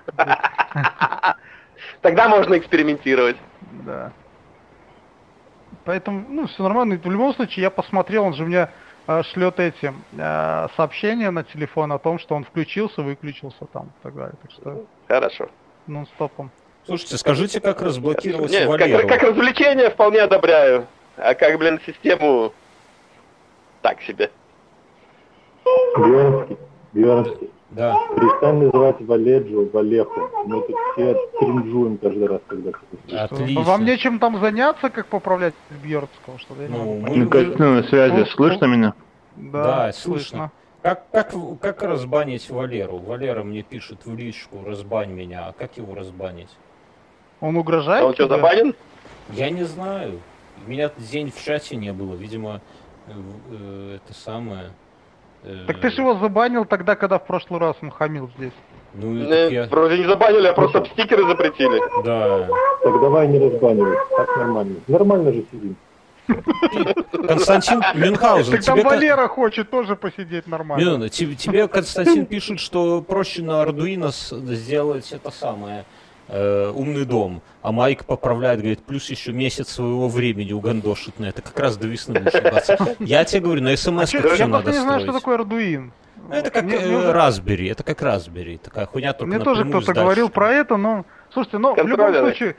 Тогда можно экспериментировать. Да. Поэтому, ну, все нормально. В любом случае, я посмотрел, он же мне шлет эти сообщения на телефон о том, что он включился, выключился там и так далее. Так что Хорошо. нон-стопом. Слушайте, скажите, как разблокировать Нет, Валеру? как развлечение вполне одобряю. А как, блин, систему... Так себе. Бьернский. Да. Перестань называть Валеджу Валеху. Мы тут все кринжуем каждый раз, когда это слышим. Отлично. Вам нечем там заняться, как поправлять Бьернского, что ли? Ну, мы На костной связи, слышно меня? Да, слышно. Как разбанить Валеру? Валера мне пишет в личку: разбань меня. А как его разбанить? Он угрожает? А он что, тебе? забанен? Я не знаю. Меня день в чате не было. Видимо, это самое... Так ты же его забанил тогда, когда в прошлый раз он хамил здесь. Ну, так я... Вроде не забанили, а просто стикеры запретили. Да. Так давай не разбанивай. Так нормально. Нормально же сидим. Константин Мюнхгаузен, Так там тебе... Валера хочет тоже посидеть нормально. Милана, тебе Константин пишет, что проще на Arduino сделать это самое умный дом, а Майк поправляет, говорит, плюс еще месяц своего времени угандошит на это, как раз до весны начинается. Я тебе говорю, на смс Я все надо просто не знаю, что строить. такое Arduino. Это как Raspberry, такая хуйня, только Мне тоже напрямую кто-то с говорил датчиком. про это, но... Слушайте, ну, в любом Контроллеры. случае,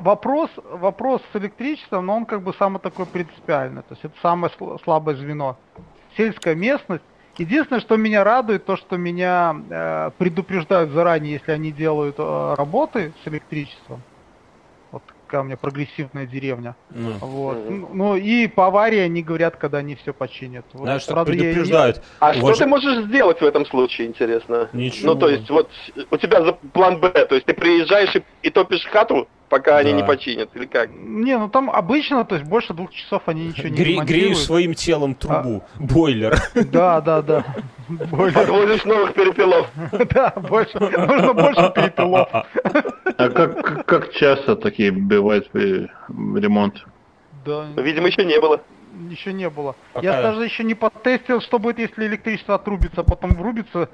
вопрос с электричеством, но он как бы самый такой принципиальный. То есть это самое слабое звено. Сельская местность. Единственное, что меня радует, то, что меня предупреждают заранее, если они делают работы с электричеством. Вот какая у меня прогрессивная деревня. Ну. Вот. Ну и по аварии они говорят, когда они все починят. Вот, Знаешь, так правда, я не- предупреждают. А что ты можешь сделать в этом случае, интересно? Ничего. Ну, то есть, вот у тебя план Б, то есть ты приезжаешь и топишь хату, пока они не починят, или как? Не, ну там обычно, то есть больше 2 часов они ничего не Грею ремонтируют. своим телом трубу, бойлер. Да. Бойлер. Подвозишь новых перепелов. Да, нужно больше перепелов. А как часто такие бывают ремонт? Да, Видимо, еще не было. еще не было. Пока- Я даже еще не потестил, что будет, если электричество отрубится, потом врубится,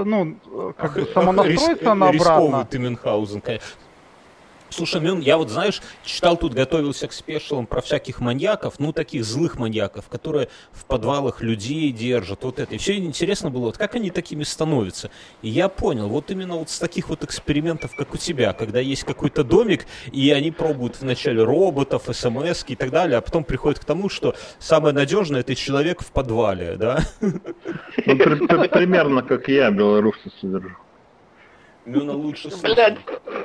как бы самонастроится оно Рисковый обратно. ты, Мюнхгаузен, конечно. Слушай, Мюн, я вот, знаешь, читал тут, готовился к спешалам про всяких маньяков, ну, таких злых маньяков, которые в подвалах людей держат, вот это. И все интересно было, вот как они такими становятся. И я понял, вот именно вот с таких вот экспериментов, как у тебя, когда есть какой-то домик, и они пробуют вначале роботов, смс-ки и так далее, а потом приходят к тому, что самое надежное — это человек в подвале, да? Ну, примерно как я, белорусов содержу. Мюна лучше Блядь,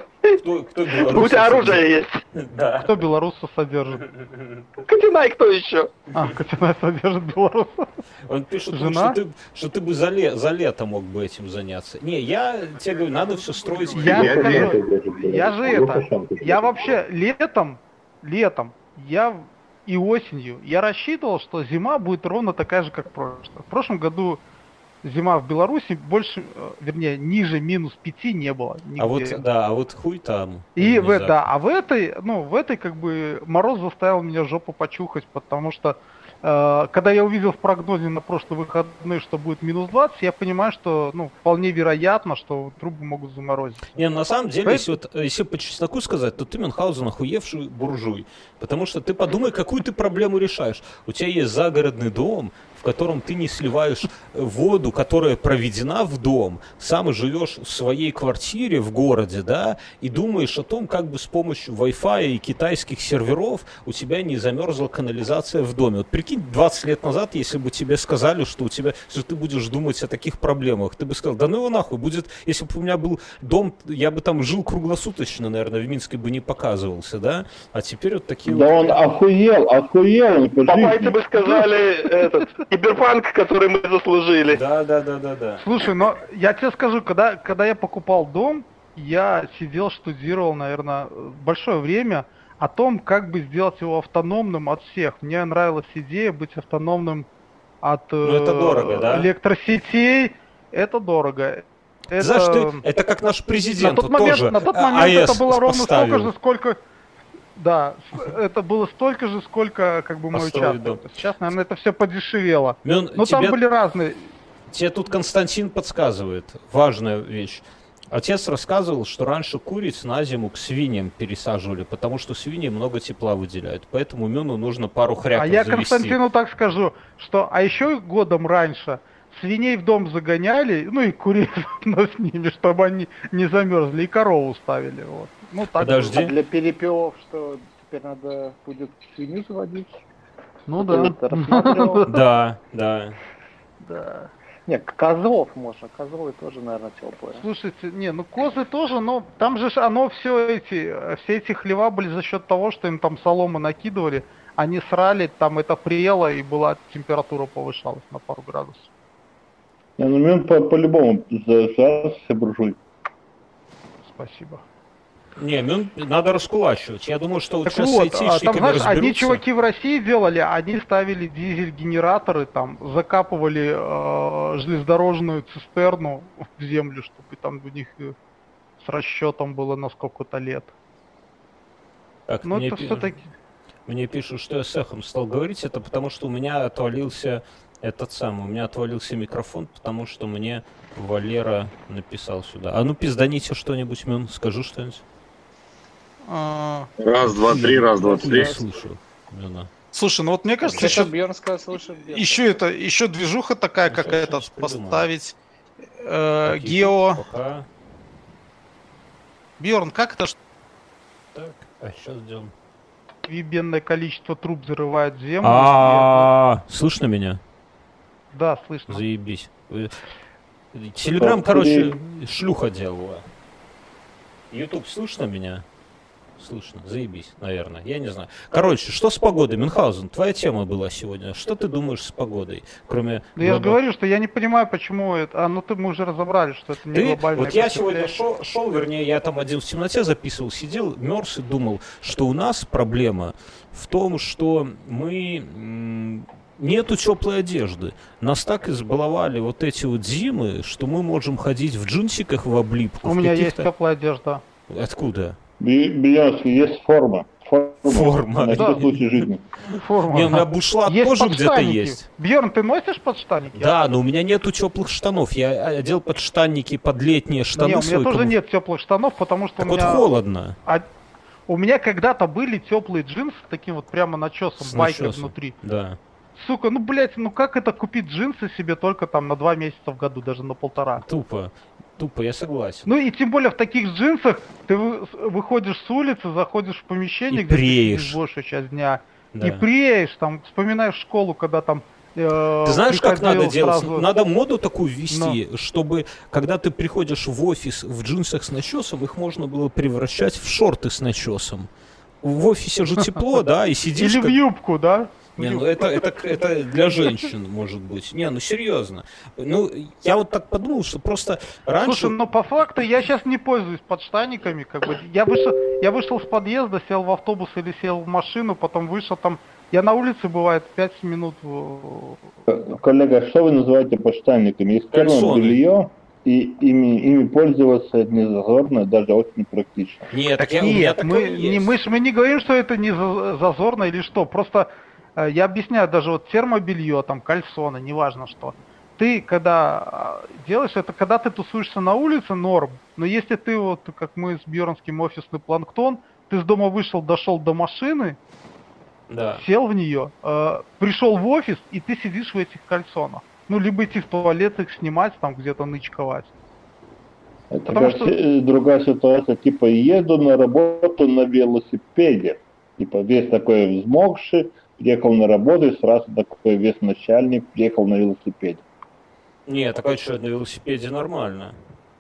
Кто у тебя оружие есть. Да. Кто белорусов содержит? Катинай кто еще? Катина содержит белорусов. Он пишет, Жена? что ты бы за лето мог бы этим заняться. Не, я тебе говорю, надо все строить. Я Я же это, я вообще летом, и осенью, я рассчитывал, что зима будет ровно такая же, как в прошлом. В прошлом году зима в Беларуси больше, вернее, ниже минус 5 не было нигде. А вот хуй там. И внезапно. в этой как бы мороз заставил меня жопу почухать, потому что когда я увидел в прогнозе на прошлые выходные, что будет минус 20, я понимаю, что вполне вероятно, что трубы могут заморозить. Не, на самом деле, если по чесноку сказать, то ты, Мюнхгаузен, охуевший буржуй. Потому что ты подумай, какую ты проблему решаешь. У тебя есть загородный дом, в котором ты не сливаешь воду, которая проведена в дом, сам живешь в своей квартире в городе, да, и думаешь о том, как бы с помощью Wi-Fi и китайских серверов у тебя не замерзла канализация в доме. Вот прикинь, 20 лет назад, если бы тебе сказали, что ты будешь думать о таких проблемах, ты бы сказал, да ну его нахуй, будет, если бы у меня был дом, я бы там жил круглосуточно, наверное, в Минске бы не показывался, да, а теперь вот такие Да он охуел, он по Папайцы жизни. бы сказали киберпанк, который мы заслужили. Да. Слушай, но я тебе скажу, когда я покупал дом, я сидел, штудировал, наверное, большое время о том, как бы сделать его автономным от всех. Мне нравилась идея быть автономным от это дорого, да? электросетей. Это дорого. это как наш президент. На тот момент это было ровно поставил. столько же, сколько... Да, это было столько же, сколько как бы мы участвовали. Сейчас, наверное, это все подешевело. Но там были разные... Тебе тут Константин подсказывает важная вещь. Отец рассказывал, что раньше куриц на зиму к свиньям пересаживали, потому что свиньи много тепла выделяют. Поэтому Мюну нужно пару хряков завести. А я Константину так скажу, что а еще годом раньше свиней в дом загоняли, ну и куриц с ними, чтобы они не замерзли, и корову ставили. Вот. Ну, так. Подожди. А для перепелов что, теперь надо будет свинью заводить? Ну да. Да. Нет, козлов можно, козлы тоже, наверное, теплые. Слушайте, козы тоже, но там же оно все эти хлева были за счет того, что им там соломы накидывали, они срали, там это прело, и была температура повышалась на пару градусов. По-любому за буржуй. Спасибо. Надо раскулачивать. Я думаю, что так сейчас вот, с айтишниками там, знаешь, разберутся. одни чуваки в России делали, они ставили дизель-генераторы, там, закапывали железнодорожную цистерну в землю, чтобы там у них с расчетом было на сколько-то лет. Так, но это все-таки... Мне пишут, что я с эхом стал говорить, это потому что у меня отвалился микрофон, потому что мне Валера написал сюда. А ну пизданите что-нибудь, Мюн, скажу что-нибудь. Раз, два, три, раз, два, три. Я слышу. Слушай, ну вот мне кажется, еще движуха такая, как этот, поставить гео. Бьорн, как это? Так, сейчас сделаем. Вибенное количество труб зарывает землю. Слышно меня? Да, слышно. Заебись. Телеграм, короче, шлюха делала. Ютуб, слышно меня? Слышно, заебись, наверное, я не знаю. Короче, что с погодой? Мюнхгаузен, твоя тема была сегодня. Что ты думаешь с погодой? Кроме... Да я же говорю, что я не понимаю, почему это... мы уже разобрали, что это не глобальное. Вот я сегодня шел, вернее, я там один в темноте записывал, сидел, мерз и думал, что у нас проблема в том, что мы... Нету теплой одежды. Нас так избаловали вот эти вот зимы, что мы можем ходить в джинсиках в облипку. У меня есть теплая одежда. Откуда? Бьянский, есть форма. Форма. На всякий случай жизни. Форма. Не, у меня бушлат тоже где-то есть. Бьерн, ты носишь подштанники? Да, но у меня нету теплых штанов. Я одел подштанники под летние штаны. Не, у меня тоже нет теплых штанов, потому что у меня... вот холодно. У меня когда-то были теплые джинсы с таким вот прямо начесом, байкой внутри. Да. Сука, как это купить джинсы себе только там на 2 месяца в году, даже на 1,5? Тупо, я согласен. Ну и тем более в таких джинсах ты выходишь с улицы, заходишь в помещение, где ты сидишь большую часть дня, и преешь, там, вспоминаешь школу, когда там... Ты знаешь, как надо делать? Надо моду такую ввести, чтобы, когда ты приходишь в офис в джинсах с начесом, их можно было превращать в шорты с начесом. В офисе же тепло, да, и сидишь... Или в юбку, да? Не, это для женщин, может быть. Не, серьезно. Я вот так подумал, что просто раньше... Слушай, по факту я сейчас не пользуюсь подштанниками, как бы. Я вышел с подъезда, сел в автобус или сел в машину, потом вышел там... Я на улице, бывает, 5 минут... Коллега, что вы называете подштанниками? Есть термобелье, и ими пользоваться не зазорно, даже очень практично. Нет, мы не говорим, что это не зазорно или что, просто... Я объясняю, даже вот термобелье, там, кальсоны, неважно что. Ты, когда делаешь это, когда ты тусуешься на улице, норм. Но если ты, вот, как мы с Бьернским, офисный планктон, ты с дома вышел, дошел до машины, сел в нее, пришел в офис, и ты сидишь в этих кальсонах. Либо идти в туалет, их снимать, там, где-то нычковать. Это другая ситуация, типа, еду на работу на велосипеде. Типа, весь такой взмокший, приехал на работу, и сразу такой весь начальник приехал на велосипеде. Нет, такое что, на велосипеде нормально.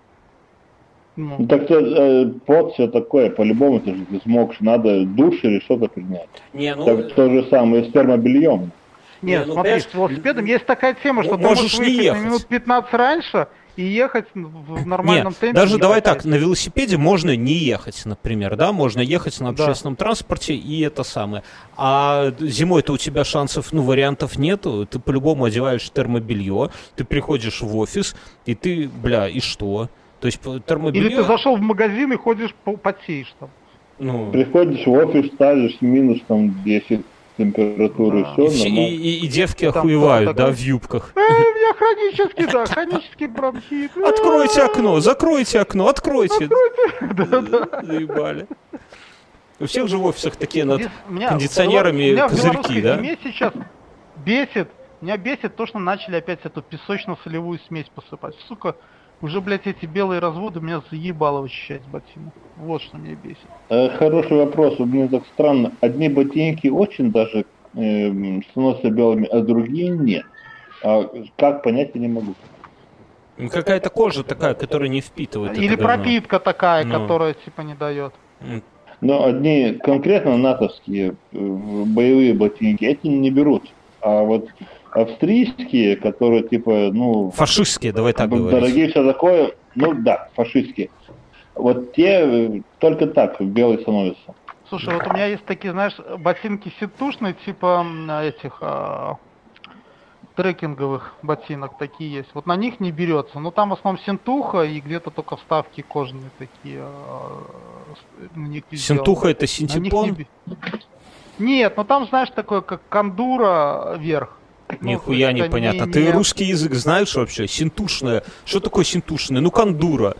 Так пот все такое, по-любому ты же взмокший, надо душ или что-то принять. То же самое с термобельем. Нет, смотри, с велосипедом есть такая тема, что ты можешь выехать на минут 15 раньше и ехать в нормальном темпе. Даже давай так, на велосипеде можно не ехать, например, да, можно ехать на общественном транспорте, и это самое. А зимой-то у тебя шансов, вариантов нету, ты по-любому одеваешь термобелье, ты приходишь в офис, и ты, и что? То есть термобелье... Или ты зашел в магазин и ходишь, потеешь там. Приходишь в офис, ставишь минус 10 температуры, все нормально. И девки охуевают, да, в юбках. У меня хронический бронхит. Откройте окно, закройте окно, откройте. Заебали. У всех же в офисах такие над кондиционерами козырьки, да? Меня сейчас бесит то, что начали опять эту песочно-солевую смесь посыпать. Сука, уже, блядь, эти белые разводы меня заебало вычищать ботинок. Вот что меня бесит. Хороший вопрос. У меня так странно. Одни ботинки очень даже становятся белыми, а другие нет. А как понять, я не могу. Какая-то кожа такая, которая не впитывает. Или пропитка такая, которая типа не дает. Но одни конкретно натовские боевые ботинки, эти не берут. А вот австрийские, которые типа, фашистские, давай так говорить. Дорогие, все такое, фашистские. Вот те только так белые становятся. Слушай, вот у меня есть такие, знаешь, ботинки сетушные, типа этих трекинговых ботинок такие есть. Вот на них не берется. Но там в основном синтуха и где-то только вставки кожаные такие. Синтуха это синтепон? Нет, там, знаешь, такое, как кондура вверх. Нихуя непонятно. Ты русский язык знаешь вообще? Синтушная. Что такое синтушная? кондура.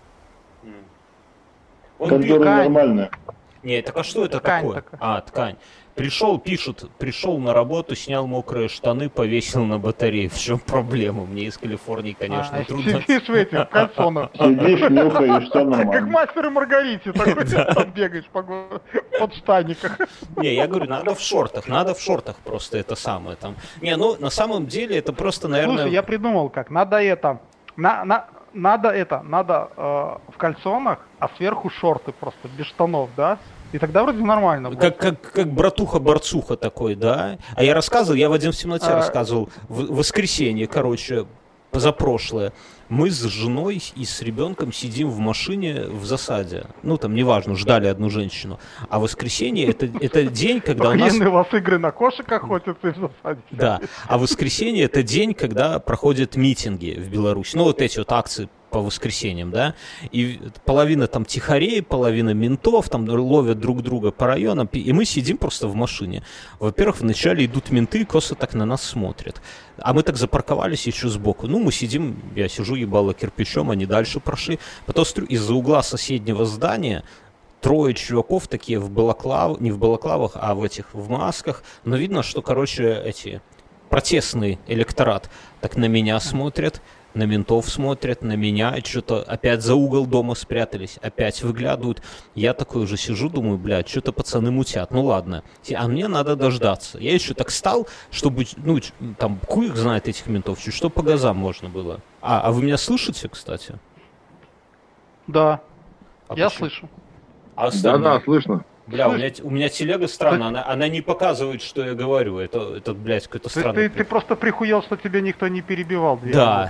Кондура нормальная. Нет, так а что это такое? Ткань. Пришел на работу, снял мокрые штаны, повесил на батарею. В чем проблема? Мне из Калифорнии, конечно, трудно. Сидишь в этих кальсонах. Сидишь, нюхаешь, что нормально. Как Мастер и Маргарите, такой там бегаешь под штаниках. Не, я говорю, надо в шортах просто это самое там. На самом деле это просто, наверное... Слушай, я придумал как, надо в кальсонах, а сверху шорты просто, без штанов, да? И тогда вроде нормально будет. Как братуха-борцуха такой, да? А я Вадим в темноте рассказывал, в воскресенье, позапрошлое, мы с женой и с ребенком сидим в машине в засаде. Неважно, ждали одну женщину. А воскресенье это день, когда у нас... у вас игры на кошек охотятся и в засаде. Да, а воскресенье это день, когда проходят митинги в Беларуси. Эти акции по воскресеньям, да, и половина там тихарей, половина ментов, там ловят друг друга по районам, и мы сидим просто в машине. Во-первых, вначале идут менты и косо так на нас смотрят. А мы так запарковались еще сбоку. Мы сидим, я сижу, ебало кирпичом, они дальше прошли. Потом из-за угла соседнего здания 3 чуваков такие не в балаклавах, а в масках, но видно, что, протестный электорат так на меня смотрят, на ментов смотрят, на меня, что-то опять за угол дома спрятались, опять выглядывают. Я такой уже сижу, думаю, что-то пацаны мутят. Ладно. А мне надо дождаться. Я еще так стал, чтобы, хуй их знает этих ментов, чуть что по газам можно было. А вы меня слышите, кстати? Да, я слышу. Да, слышно. У меня телега странная, она не показывает, что я говорю. Это какой-то странный... Ты просто прихуел, что тебя никто не перебивал. Да.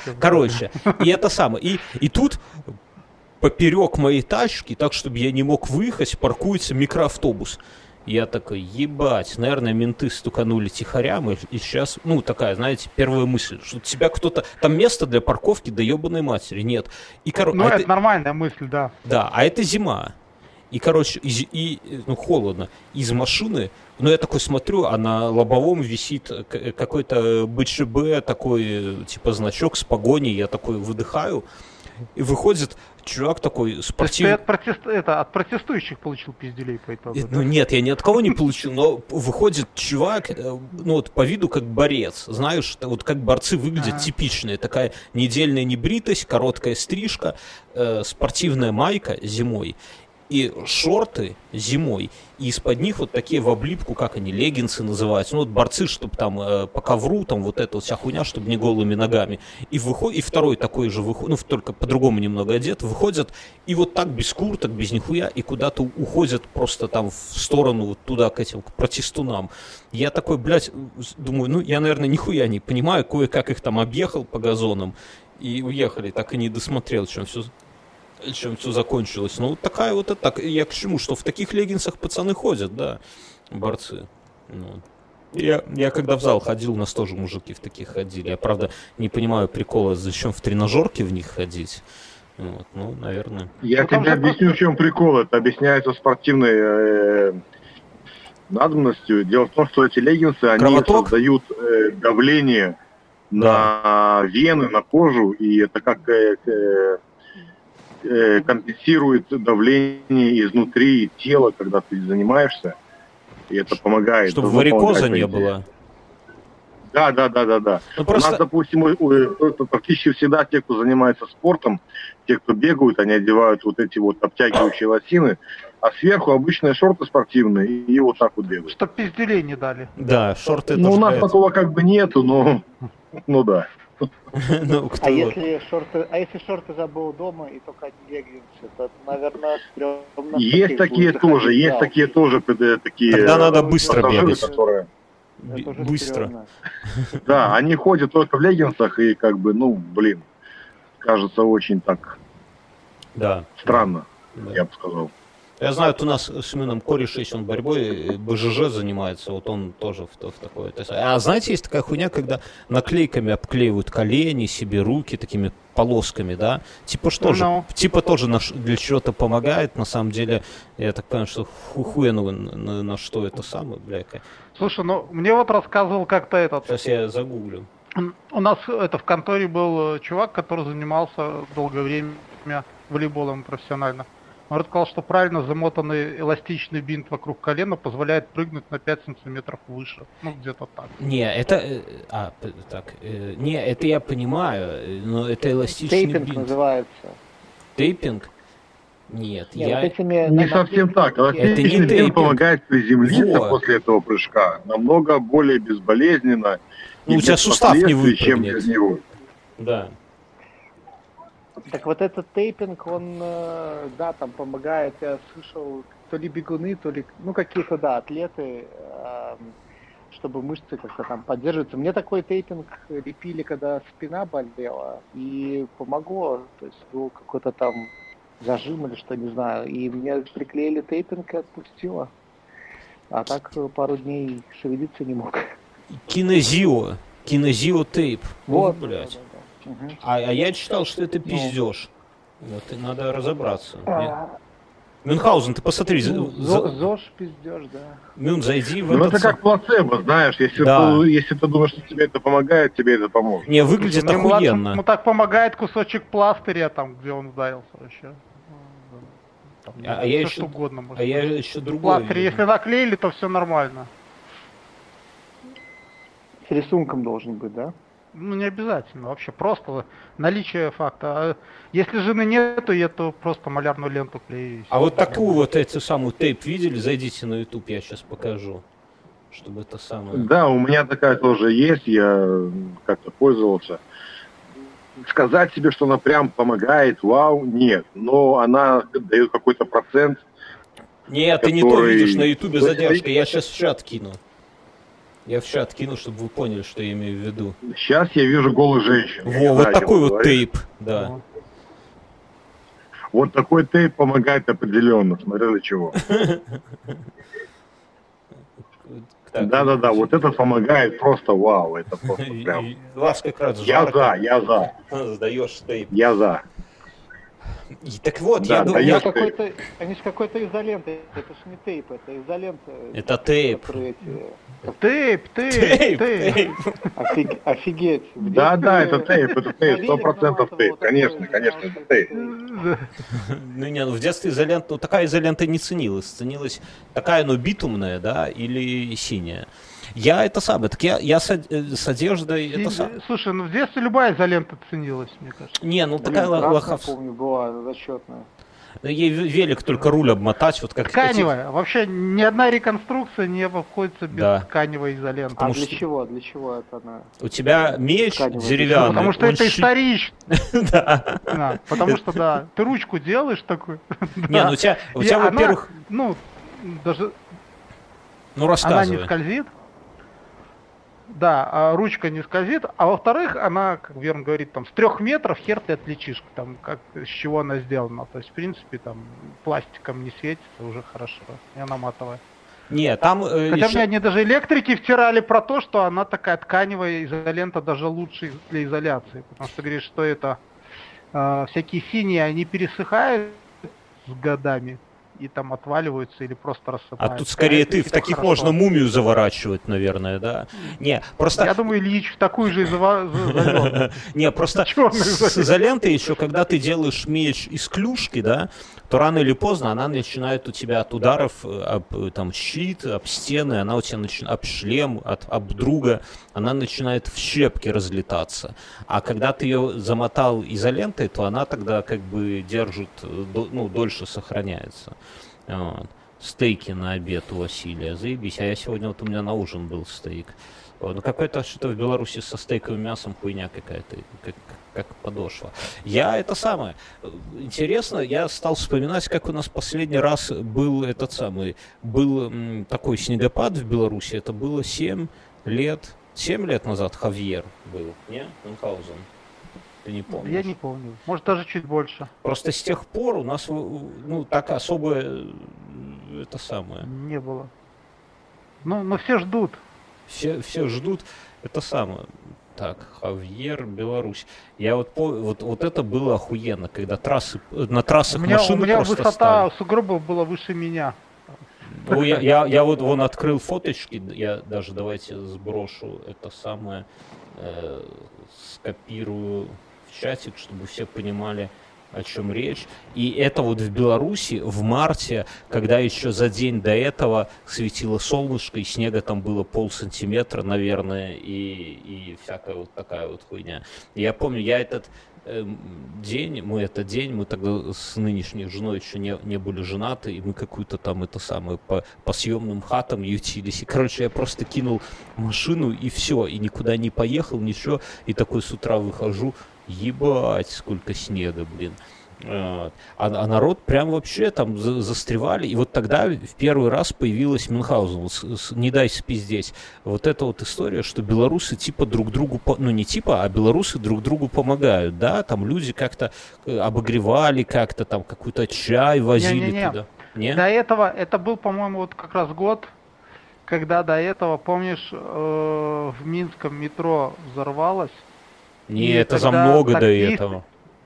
И это самое. И тут поперек моей тачки, так, чтобы я не мог выехать, паркуется микроавтобус. Я такой, ебать, наверное, менты стуканули тихорям, и сейчас, такая, знаете, первая мысль, что тебя кто-то... Там место для парковки, да ебаной матери, нет. Это нормальная мысль, да. Да, а это зима. И, холодно. Из машины, я такой смотрю, а на лобовом висит какой-то БЧБ, такой, значок с погоней, я такой выдыхаю, и выходит чувак такой спортивный. Ты от протестующих получил пизделей по итогу? Нет, я ни от кого не получил, но выходит чувак, по виду как борец, знаешь, как борцы выглядят типичные, такая недельная небритость, короткая стрижка, спортивная майка зимой. и шорты зимой, и из-под них вот такие в облипку, как они, леггинсы называются, ну вот борцы, чтобы там по ковру, там вот эта вот вся хуйня, чтобы не голыми ногами, и второй такой же выходит, ну только по-другому немного одет, выходят, и вот так без курток, без нихуя, и куда-то уходят просто там в сторону, вот туда, к этим, к протестунам. Я такой, блядь, думаю, ну я, наверное, нихуя не понимаю, кое-как их там объехал по газонам, и уехали, так и не досмотрел, чем все закончилось. Ну, такая вот это так. Я к чему? Что в таких леггинсах пацаны ходят, да, борцы. Ну. Я когда в зал ходил, у нас тоже мужики в таких ходили. Я, правда, не понимаю прикола, зачем в тренажерки в них ходить. Вот, ну, наверное. Я тебе объясню, в чем прикол. Это объясняется спортивной надобностью. Дело в том, что эти леггинсы, они создают давление на вены, на кожу, и это как компенсирует давление изнутри тела, когда ты занимаешься, и это помогает. Чтобы варикоза не было. Да. Ну, просто... У нас, допустим, практически всегда те, кто занимается спортом, те, кто бегают, они одевают вот эти вот обтягивающие лосины, а сверху обычные шорты спортивные, и вот так вот бегают. Чтоб пизделей не дали. Да, шорты. Ну, у нас такого как бы нету, но... Ну да. А если шорты забыл дома и только одни леггинсы, то, наверное, стрёмно. Есть такие тоже, такие... Тогда надо быстро бегать. Которые... Быстро. Да, они ходят только в леггинсах и как бы, ну, блин, кажется очень так странно, я бы сказал. Я знаю, вот у нас с Мином кореш есть, он борьбой, БЖЖ занимается, вот он тоже в такое. А знаете, есть такая хуйня, когда наклейками обклеивают колени, себе руки такими полосками, да? Типа что же, типа тоже для чего-то помогает, на самом деле, я так понимаю, что хуену на что это самое, бляка. Слушай, ну мне вот рассказывал как-то этот... Сейчас я загуглю. У нас в конторе был чувак, который занимался долгое время волейболом профессионально. Он рассказал, что правильно замотанный эластичный бинт вокруг колена позволяет прыгнуть на 5 сантиметров выше. Ну, где-то так. Не, это... Не, это я понимаю, но это эластичный бинт. Тейпинг называется. Тейпинг? Нет, не совсем так. Эластичный бинт помогает приземлиться после этого прыжка. Намного более безболезненно. Ну, у тебя сустав не выпрыгнет. Да. Так вот этот тейпинг, он, да, там помогает, я слышал, то ли бегуны, то ли, ну, какие-то, да, атлеты, чтобы мышцы как-то там поддерживаются. Мне такой тейпинг лепили, когда спина болела, и помогло, то есть был какой-то там зажим или что, не знаю, и мне приклеили тейпинг и отпустило. А так пару дней шевелиться не мог. Кинезио тейп. Вот, блядь. Да. Угу. А я читал, что это пиздеж. Вот, и надо разобраться. Мюнхгаузен, ты посмотри. ЗОЖ пиздеж, да. Мюн, зайди в это как плацебо, знаешь. Если ты думаешь, что тебе это помогает, тебе это поможет. Не, выглядит охуенно. Ему так помогает кусочек пластыря, там, где он ударился вообще. Там, я еще угодно может я еще другое. Пластырь, если наклеили, то все нормально. С рисунком должен быть, да? Ну, не обязательно, вообще просто наличие факта. А если жены нету, я то просто малярную ленту клею. А вот такую вот эту самую тейп видели? Зайдите на YouTube, я сейчас покажу. Чтобы это самое... Да, у меня такая тоже есть, я как-то пользовался. Сказать себе, что она прям помогает, вау, нет. Но она дает какой-то процент. Нет, ты не то видишь на YouTube задержка, я сейчас в чат кину. Я в чат кину, чтобы вы поняли, что я имею в виду. Сейчас я вижу голых женщин. Во, вот такой вот тейп, да. Вот такой тейп помогает определенно, смотря для чего. Да, вот это помогает просто вау, это просто прям. Вас как раз жарко. Я за. Сдаешь тейп. Я за. И так вот, да, я думаю, они же какой-то изоленты, это ж не тейп, это изолента. Это тейп. Тейп. Офигеть. Да, это тейп, 100% тейп, конечно, это тейп. Ну не, в детстве изолента, такая изолента не ценилась, ценилась такая, битумная, да, или синяя. Я это самое, так я с одеждой это самое. Слушай, в детстве любая изолента ценилась, мне кажется. Не, такая лоховская. Помню, была зачетная. Ей велик только руль обмотать, вот как... Тканевая. Вообще ни одна реконструкция не обходится без тканевой изоленты. А для чего? Для чего это она? У тебя меч деревянный. Потому что это исторично. Да. Потому что, да, ты ручку делаешь такую. Не, ну у тебя, во-первых... Ну, даже... Ну, рассказывай. Она не скользит. Да, ручка не скользит, а во-вторых, она, как Верн говорит, там с 3 метров хер ты отличишь, там, как, с чего она сделана. То есть, в принципе, там пластиком не светится, уже хорошо, и она матовая. Нет, там... Хотя мне они даже электрики втирали про то, что она такая тканевая изолента даже лучше для изоляции. Потому что говоришь, что это всякие синие, они пересыхают с годами. И там отваливаются или просто рассыпаются. А тут скорее ты в таких хорошо. Можно мумию заворачивать, наверное, да? Не, просто... Я думаю, Ильич в такую же изоленту. Не, просто с изолентой еще, когда ты делаешь меч из клюшки, да, то рано или поздно она начинает у тебя от ударов об там, щит, об стены, она у тебя начинает об шлем, об друга, она начинает в щепки разлетаться. А когда ты ее замотал изолентой, то она тогда как бы держит, ну, дольше сохраняется. Вот. Стейки на обед у Василия, заебись. А я сегодня, вот у меня на ужин был стейк. Вот. Ну какое-то что-то в Беларуси со стейковым мясом хуйня какая-то, как подошва. Я это самое. Интересно, я стал вспоминать, как у нас последний раз был был такой снегопад в Беларуси. Это было 7 лет назад Хавьер был, не? Мюнхгаузен. Ты не помнишь? Я не помню. Может, даже чуть больше. Просто с тех пор у нас, ну, так особое это самое. Не было. Но все ждут. Все ждут это самое. Так, Хавьер, Беларусь. Я вот это было охуенно, когда на трассах машины у меня просто высота стали. сугробов была выше меня. Ну, я вот вон открыл фоточки, я даже давайте сброшу это самое, скопирую в чатик, чтобы все понимали, о чем речь. И это вот в Беларуси в марте, когда еще за день до этого светило солнышко, и снега там было 0,5 сантиметра, наверное, и всякая вот такая вот хуйня. И я помню, я этот день, мы тогда с нынешней женой еще не были женаты, и мы какую-то там это самое по съемным хатам ютились. И, короче, я просто кинул машину, и все, и никуда не поехал, ничего. И такой с утра выхожу, ебать, сколько снега, блин. А народ прям вообще там застревали. И вот тогда в первый раз появилась Мюнхгаузен. Не дай спиздеть. Вот эта вот история, что белорусы типа друг другу, ну не типа, а белорусы друг другу помогают, да? Там люди как-то обогревали, как-то там какой-то чай возили туда. Не? До этого, это был, по-моему, вот как раз год, когда до этого, помнишь, в Минском метро взорвалось. Не, это за много до этого.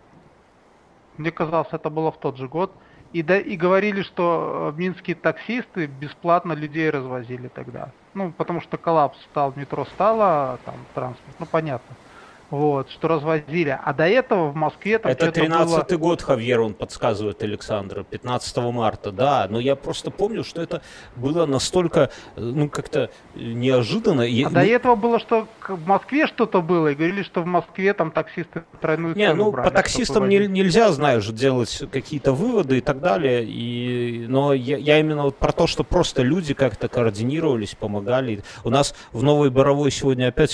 Мне казалось, это было в тот же год. И говорили, что минские таксисты бесплатно людей развозили тогда. Ну, потому что коллапс стал, метро стало, там, транспорт, ну, понятно. Вот, что развозили. А до этого в Москве там это 13-й год, Хавьер, он подсказывает Александру, 15 марта, да. Но я просто помню, что это было настолько, ну, как-то неожиданно. До этого было, что в Москве что-то было, и говорили, что в Москве там таксисты тройную цену брали. По таксистам нельзя, знаешь, делать какие-то выводы и так далее. Но я именно вот про то, что просто люди как-то координировались, помогали. У нас в Новой Боровой сегодня опять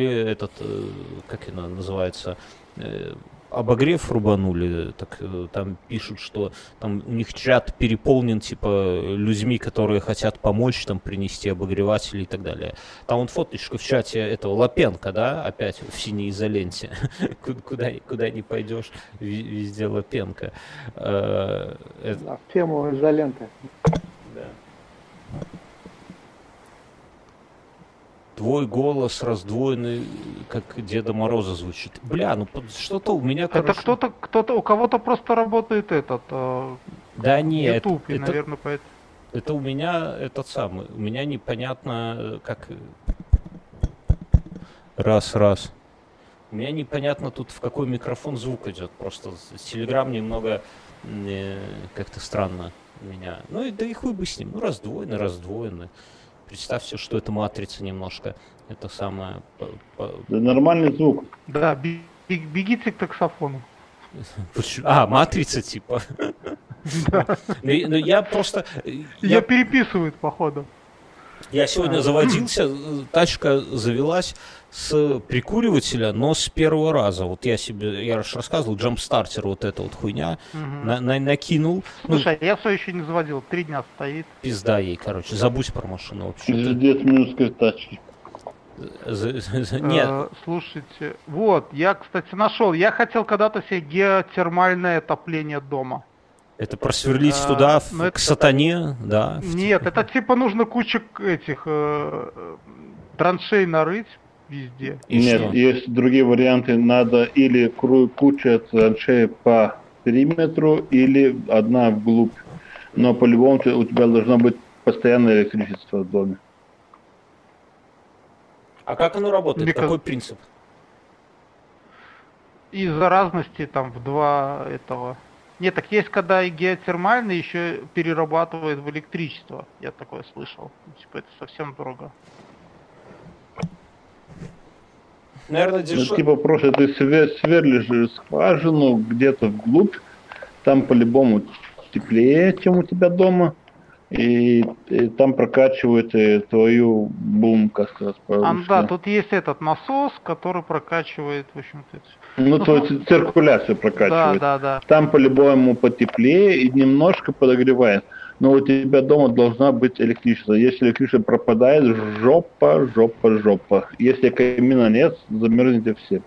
как это называется, обогрев рубанули, так там пишут, что там у них чат переполнен типа людьми, которые хотят помочь, там принести обогреватели и так далее. Там вот фоточка в чате этого Лапенко, да, опять в синей изоленте. Куда не пойдешь, везде Лапенко. В тему изоленты. Да. Твой голос раздвоенный, как Деда Мороза звучит. Бля, ну что-то у меня, короче... Это кто-то, у кого-то просто работает этот... Да нет, YouTube, и, наверное, поэтому... Это у меня этот самый, у меня непонятно, как... Раз. У меня непонятно тут, в какой микрофон звук идет. Просто Telegram немного как-то странно меня. Ну и да и хуй бы с ним. Ну раздвоенный. Представьте, что это матрица немножко. Это самое... Да нормальный звук. Да, бегите к таксофону. А, матрица типа. Я просто... Ее переписывают, походу. Я сегодня заводился, тачка завелась с прикуривателя, но с первого раза. Вот я же рассказывал, джампстартер, вот эта вот хуйня, накинул. Слушай, я все еще не заводил, 3 дня стоит. Пизда ей, короче, забудь про машину вообще. Пиздец минусской тачки. Нет. Слушайте, вот, я, кстати, нашел. Я хотел когда-то себе геотермальное отопление дома. Это просверлить туда, к сатане, да? Нет, это типа нужно кучу этих траншей нарыть везде. Нет, есть другие варианты. Надо или куча траншей по периметру, или одна вглубь. Но по-любому у тебя должно быть постоянное электричество в доме. А как оно работает? Какой принцип? Из-за разности там в 2 этого... Нет, так есть, когда и геотермальный еще перерабатывает в электричество. Я такое слышал. Типа это совсем дорого. Наверное, дешево. Типа просто ты сверлишь скважину где-то вглубь, там по-любому теплее, чем у тебя дома. И там прокачивает твою бум, как сказать, да, тут есть этот насос, который прокачивает, в общем-то, то циркуляцию прокачивает. Да. Там по-любому потеплее и немножко подогревает. Но у тебя дома должна быть электричество. Если электричество пропадает, жопа. Если камина нет, замерзнете все.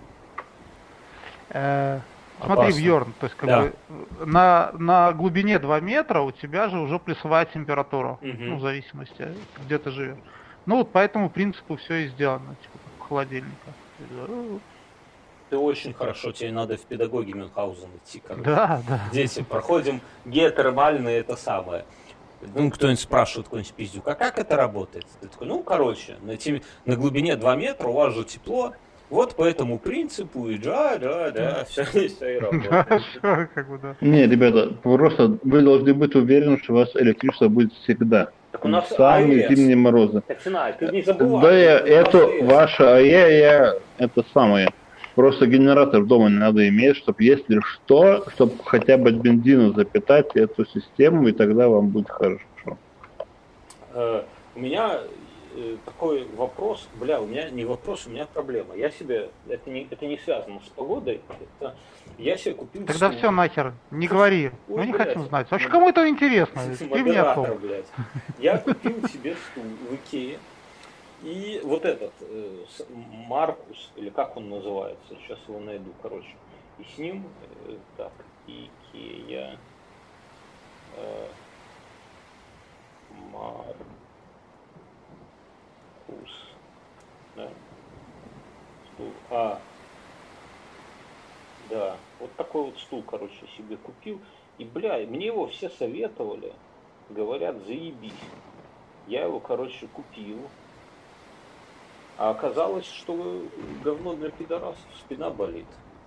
Смотри, Бьерн, то есть как бы на глубине 2 метра у тебя же уже плюсовая температура, в зависимости, где ты живешь. Ну вот по этому принципу все и сделано, типа как холодильника. Ты очень хорошо, тебе надо в педагоги Мюнхгаузен идти, короче. Да. Дети, проходим геотермальное это самое. Кто-нибудь спрашивает, какой-нибудь пиздюк, а как это работает? Ты такой, на глубине 2 метра у вас же тепло. Вот по этому принципу и все и работает. Не, ребята, просто вы должны быть уверены, что у вас электричество будет всегда. Так у нас самые зимние морозы. Так, ты не забывай. Да, это ваше АЭ, это самое. Просто генератор дома не надо иметь, чтобы если что, чтобы хотя бы от бензина запитать эту систему, и тогда вам будет хорошо. У меня такой вопрос, у меня не вопрос, у меня проблема. Это не связано с погодой, я себе купил Тогда стул. Все нахер, не говори, мы не хотим знать. Вообще кому это интересно? Модератор, блядь. Я купил себе стул в Икее, и вот этот, Маркус, или как он называется, сейчас его найду, короче, и с ним, так, Икея, Маркус, да, стул, да, вот такой вот стул, короче, себе купил, и, мне его все советовали, говорят, заебись, я его, короче, купил, а оказалось, что говно для пидорасов, спина болит.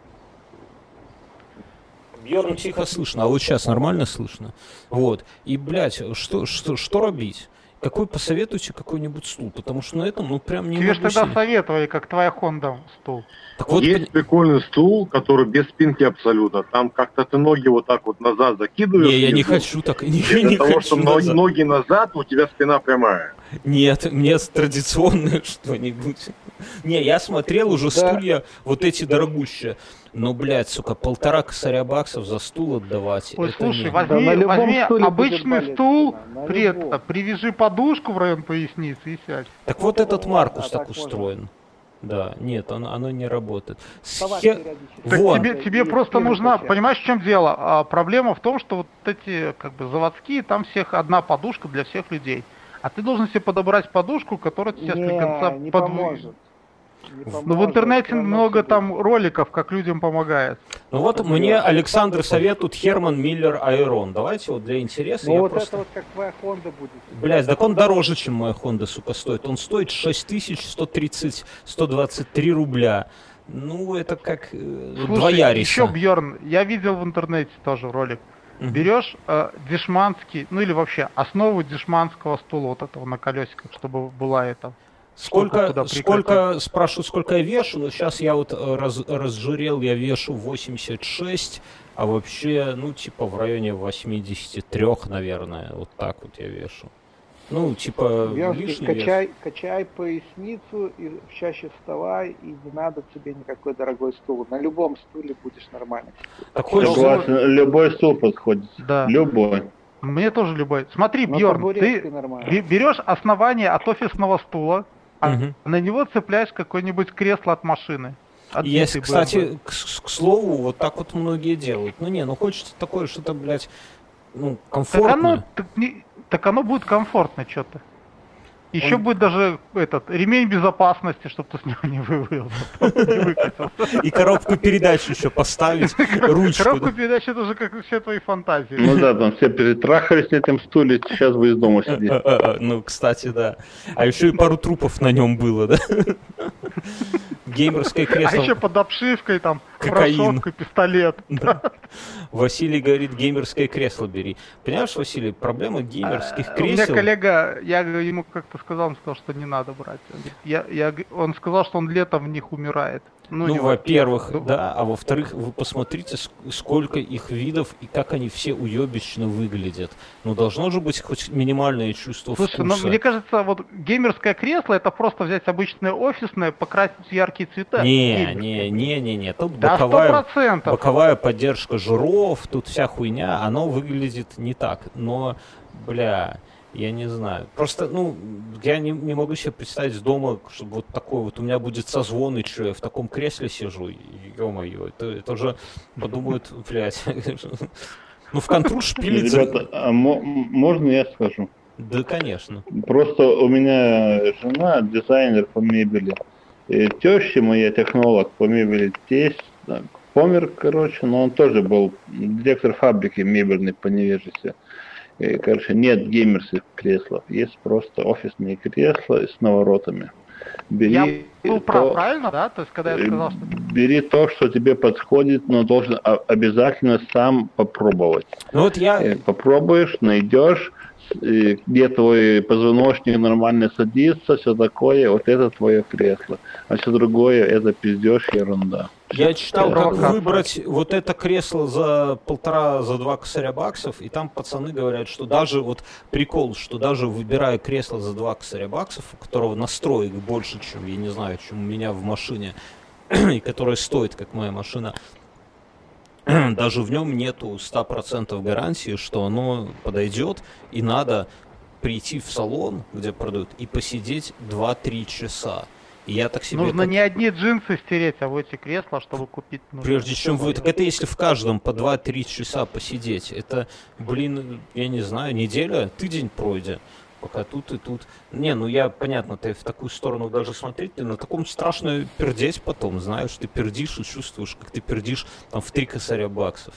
Бьерн тихо слышно, а вот сейчас нормально слышно. Вот. И, что робить? Какой посоветуйте какой-нибудь стул? Потому что на этом, прям не тебе же тогда советовали, как твоя Honda стул. Так вот, есть прикольный стул, который без спинки абсолютно. Там как-то ты ноги вот так вот назад закидываешь. Не, я не хочу так. Из-за того, что ноги назад, у тебя спина прямая. Нет, мне традиционное что-нибудь. Не, я смотрел уже стулья, вот эти дорогущие. Но, сука, 1,5 косаря баксов за стул отдавать. Ой, слушай, возьми обычный стул, привяжи подушку в район поясницы и сядь. Так вот этот Маркус так устроен. Да, нет, оно не работает. Тебе просто нужна, понимаешь, в чем дело? Проблема в том, что вот эти заводские, там всех одна подушка для всех людей. А ты должен себе подобрать подушку, которая тебе слегка поможет. В интернете много там роликов, как людям помогает. Мне Александр советует Херман Миллер Айрон. Давайте вот для интереса. Это вот как твоя Honda будет. Так он дороже, чем моя Honda, сука, стоит. Он стоит 6123 рубля. Это как два Яриса. Еще, Бьерн, я видел в интернете тоже ролик. Берешь дешманский, или вообще основу дешманского стула, вот этого на колесиках, чтобы была эта Сколько, спрашивают, сколько я вешу, но сейчас я вот разжирел, я вешу 86, а вообще, ну, типа, в районе 83, наверное, вот так вот я вешу. Ну, типа, лишний вес. Качай поясницу, и чаще вставай, и не надо тебе никакой дорогой стул. На любом стуле будешь нормально сидеть. Согласен, любой стул подходит. Да. Любой. Мне тоже любой. Смотри, Бьорн, ты берешь основание от офисного стула, а на него цепляешь какое-нибудь кресло от машины. Есть, кстати, к слову, вот так вот многие делают. Ну хочется такое что-то, блядь, ну, комфортное. Так оно будет комфортно что-то. Еще будет даже ремень безопасности, чтобы ты с него не вывалился. И коробку передач еще поставить, ручку. Коробку передач это уже как все твои фантазии. Ну да, там все перетрахались на этом стуле, сейчас вы из дома сидите. Ну, кстати, да. А еще и пару трупов на нем было, да? Геймерское кресло. А еще под обшивкой там прошивка, пистолет. Да. Василий говорит, геймерское кресло бери. Понимаешь, Василий, проблема геймерских кресел... У меня коллега, я ему как-то сказал, он сказал, что не надо брать. Он сказал, что он летом в них умирает. Ну, во-первых, да, а во-вторых, вы посмотрите, сколько их видов и как они все уебищно выглядят. Ну, должно же быть хоть минимальное чувство вкуса. Слушай, мне кажется, вот геймерское кресло это просто взять обычное офисное, покрасить в яркие цвета. Не. Тут да, боковая поддержка жиров, тут вся хуйня, оно выглядит не так. Но, бля... Я не знаю. Просто, я не могу себе представить дома, чтобы вот такой вот у меня будет созвон, и что я в таком кресле сижу. Ё-моё, это уже подумают, блядь. Ну, в контру шпилится. Ребята, а можно я скажу? Да, конечно. Просто у меня жена дизайнер по мебели. И теща моя технолог по мебели. Тесть помер, но он тоже был директор фабрики мебельной по Невежестве. И, нет геймерских кресел, есть просто офисные кресла с наворотами. Я был прав, правильно, да? То есть, когда я сказал, что... Бери то, что тебе подходит, но должен обязательно сам попробовать. Ну вот попробуешь, найдешь, где твой позвоночник нормально садится, все такое, вот это твое кресло. А все другое, это пиздеж, ерунда. Я читал, как выбрать вот это кресло за 2 косаря баксов, и там пацаны говорят, что даже вот прикол, что даже выбирая кресло за 2 косаря баксов, у которого настроек больше, чем, я не знаю, чем у меня в машине, и которое стоит, как моя машина, даже в нем нету 100% гарантии, что оно подойдет, и надо прийти в салон, где продают, и посидеть 2-3 часа. И я так себе... Нужно не одни джинсы стереть, а в эти кресла, чтобы купить... Прежде чем вы... Так это если в каждом по 2-3 часа посидеть. Это, я не знаю, неделя, тыдень пройдет. Пока тут и тут. Понятно, ты в такую сторону даже смотреть, ты на таком страшно пердеть потом, знаешь, ты пердишь и чувствуешь, как ты пердишь там в 3 косаря баксов.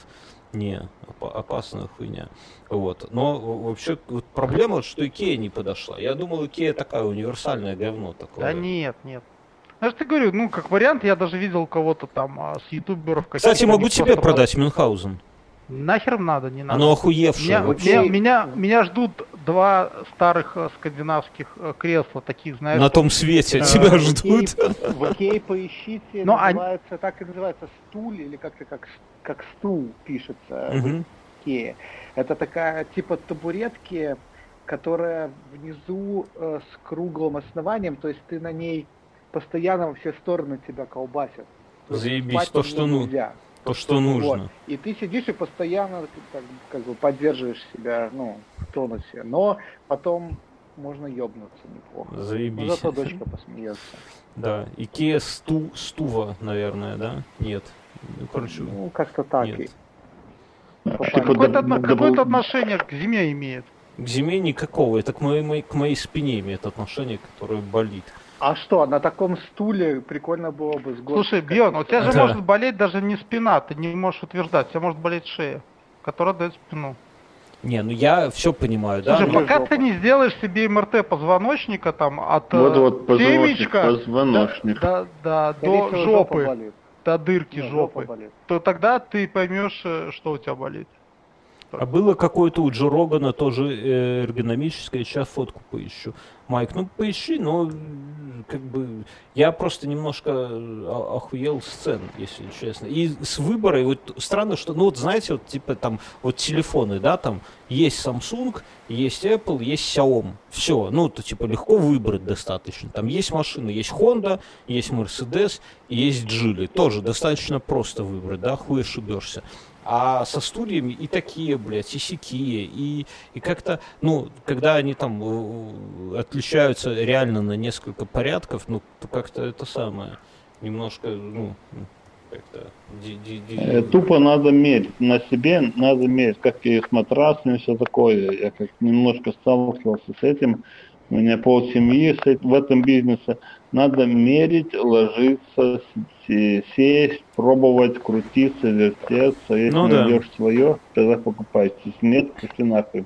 Опасная хуйня. Вот. Но вообще вот проблема, что Икея не подошла. Я думал, Икея такая универсальное говно такое. Да нет. Я же тебе говорю, как вариант, я даже видел кого-то там с ютуберов. Кстати, могу тебе продать Мюнхгаузен. Нахер надо, не надо. Оно охуевшее. Меня ждут 2 старых скандинавских кресла, таких, знаешь... На том свете тебя ждут. В Икее поищите, называется, так и называется, стул, или как-то как стул пишется в Икее. Это такая типа табуретки, которая внизу с круглым основанием, то есть ты на ней постоянно во все стороны тебя колбасят. Заебись, то, что нужно. Вот. И ты сидишь и постоянно как бы поддерживаешь себя, в тонусе. Но потом можно ёбнуться неплохо. Заебись. Но зато дочка посмеется. Да. Икея Стува, наверное, да? Нет. Как-то так. Нет. Какое-то отношение к зиме имеет. К зиме никакого. Это к моей спине имеет отношение, которое болит. А что, на таком стуле прикольно было бы с горки? Слушай, Бьорн, у тебя же может болеть даже не спина, ты не можешь утверждать, у тебя может болеть шея, которая дает спину. Я все понимаю, да? Слушай, пока ты не сделаешь себе МРТ позвоночника там от семечка до жопы, до дырки жопы, то тогда ты поймешь, что у тебя болит. А было какое-то у Джо Рогана тоже эргономическое, сейчас фотку поищу. Майк, ну поищи, но как бы я просто немножко охуел с цен, если честно. И с выборой, вот странно, что, ну вот знаете, вот типа там вот телефоны, да, там есть Samsung, есть Apple, есть Xiaomi. Все, ну то типа легко выбрать достаточно. Там есть машины, есть Honda, есть Mercedes, есть Geely. Тоже достаточно просто выбрать, да, хуй ошибешься. А со стульями и такие, блядь, и сякие, и как-то, ну, когда они там отличаются реально на несколько порядков, ну, то как-то это самое, немножко, ну, как-то... Тупо надо мерить, на себе надо мерить, как и с матрасами, все такое. Я как немножко сталкивался с этим, у меня полсемьи в этом бизнесе. Надо мерить, ложиться, сесть, пробовать, крутиться, вертеться. Если найдешь свое, тогда покупайте. Если нет, пошли нахуй.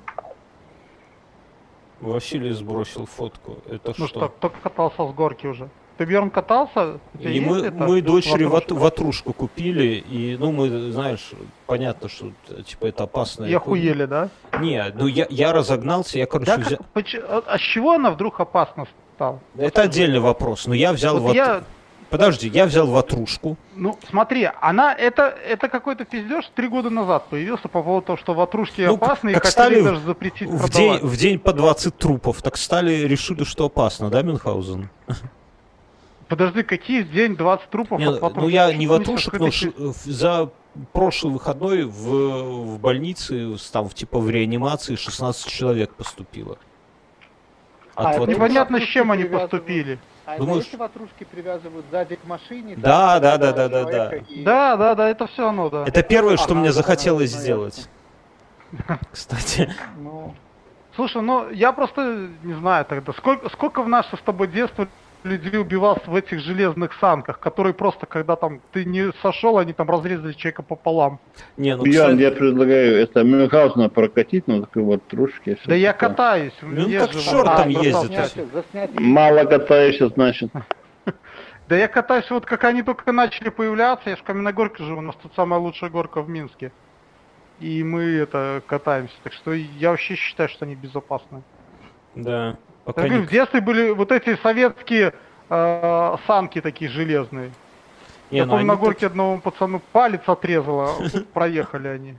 Василий сбросил фотку. Это ну что? Кто катался с горки уже? Ты, Бьерн, катался? И мы дочери ватрушку купили, и, ну, мы, знаешь, понятно, что, типа, это опасно. И охуели, да? Не, ну, я разогнался, я, короче, взял... А с чего она вдруг опасна стала? Это отдельный вопрос, но я взял Подожди, я взял ватрушку. Ну, смотри, это какой-то пиздеж 3 года назад появился по поводу того, что ватрушки опасны, и хотели даже запретить продавать. В день по 20 трупов, так решили, что опасно, да, Мюнхгаузен? Подожди, какие в день 20 трупов от ватрушек? Ну, я не ватрушек, но за прошлый выходной в больнице, там, типа, в реанимации 16 человек поступило. Непонятно, с чем они поступили. А эти ватрушки привязывают сзади к машине? Да. Да, это все оно, да. Это первое, что мне захотелось сделать. Кстати. Слушай, ну я просто не знаю тогда, сколько в наше с тобой детство людей убивалось в этих железных санках, которые просто, когда там ты не сошел, они там разрезали человека пополам. Не, ну, кстати... Я предлагаю это Мюнхгаузена прокатить на такой ватрушке. Да я катаюсь. Ну как черт там ездит. Мало катаешься, значит. Да я катаюсь, вот как они только начали появляться, я же в Каменногорке живу, у нас тут самая лучшая горка в Минске. И мы катаемся, так что я вообще считаю, что они безопасны. Да. В детстве были вот эти советские санки такие железные. Я помню, на горке одному пацану палец отрезало, проехали они.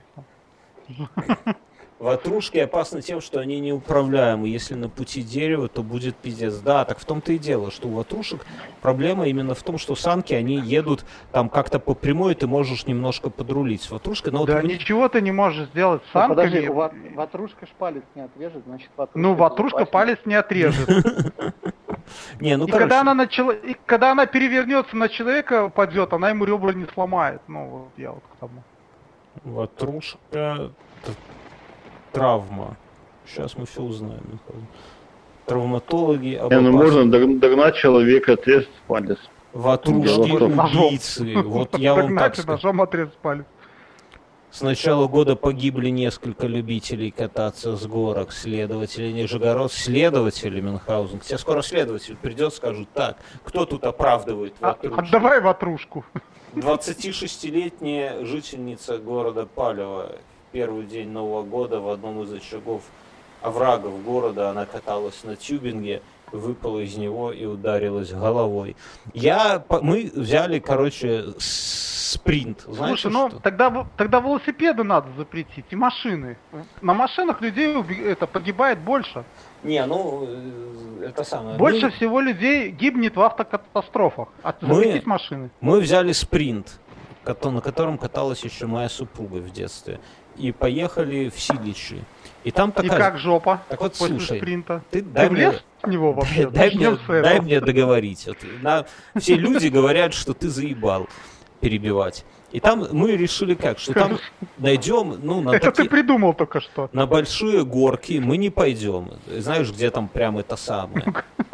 Ватрушки опасны тем, что они неуправляемы. Если на пути дерева, то будет пиздец. Да, так в том-то и дело, что у ватрушек проблема именно в том, что санки, они едут там как-то по прямой, и ты можешь немножко подрулить с ватрушкой. Но да, вот ничего ты не можешь сделать с санками. Подожди, ватрушка ж палец не отрежет, значит ватрушка... Ну, ватрушка палец не отрежет. Не, ну, и когда она перевернется на человека, упадет, она ему ребра не сломает. Ну, вот я вот к тому. Ватрушка... Травма. Сейчас мы все узнаем. Травматологи об опасности. Можно догнать человека, отрезать палец. Ватрушки, убийцы. Вот я вам так скажу. Ножом отрезать палец. С начала года погибли несколько любителей кататься с горок. Следователи Нижегородского, следователи Мюнхгаузен. Тебе скоро следователь придет, скажут, так, кто тут оправдывает ватрушку? Отдавай ватрушку. 26-летняя жительница города Палево. Первый день Нового года в одном из очагов оврагов города она каталась на тюбинге, выпала из него и ударилась головой. Мы взяли, короче, спринт. Знаете, слушай, ну тогда велосипеды надо запретить и машины. На машинах людей погибает больше. Не, ну это самое. Больше всего людей гибнет в автокатастрофах. Запретить машины. Мы взяли спринт, на котором каталась еще моя супруга в детстве. И поехали в Силичи. И там такая... И как жопа так вот, после слушай, спринта? Ты влез в него вообще? Дай мне договорить. Все люди говорят, что ты заебал перебивать. И там мы решили как, что там найдем... Это ты придумал только что. На большие горки мы не пойдем. Знаешь, где там прям это самое?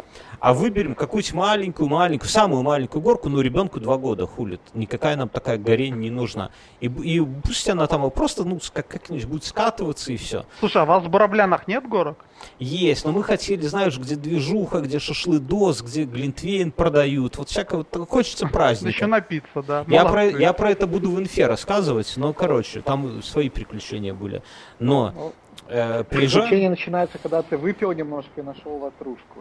А выберем какую-нибудь маленькую, самую маленькую горку, но ребенку 2 года хулит. Никакая нам такая горень не нужна. И пусть она там просто, как-нибудь будет скатываться и все. Слушай, а у вас в Бороблянах нет горок? Есть, но мы хотели, знаешь, где движуха, где шашлыдос, где глинтвейн продают. Вот всякое, вот хочется праздника. Еще напиться, да. Я про это буду в инфе рассказывать, но, короче, там свои приключения были. Но... Приключения начинаются, когда ты выпил немножко и нашел ватрушку.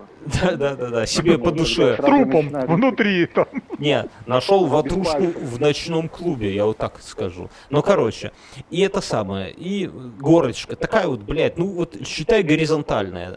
Да, себе по душе. С трупом внутри там. Не, нашел ватрушку в ночном клубе, я вот так скажу. Ну, короче, и это самое, и горочка, такая вот, блядь, ну вот считай горизонтальная.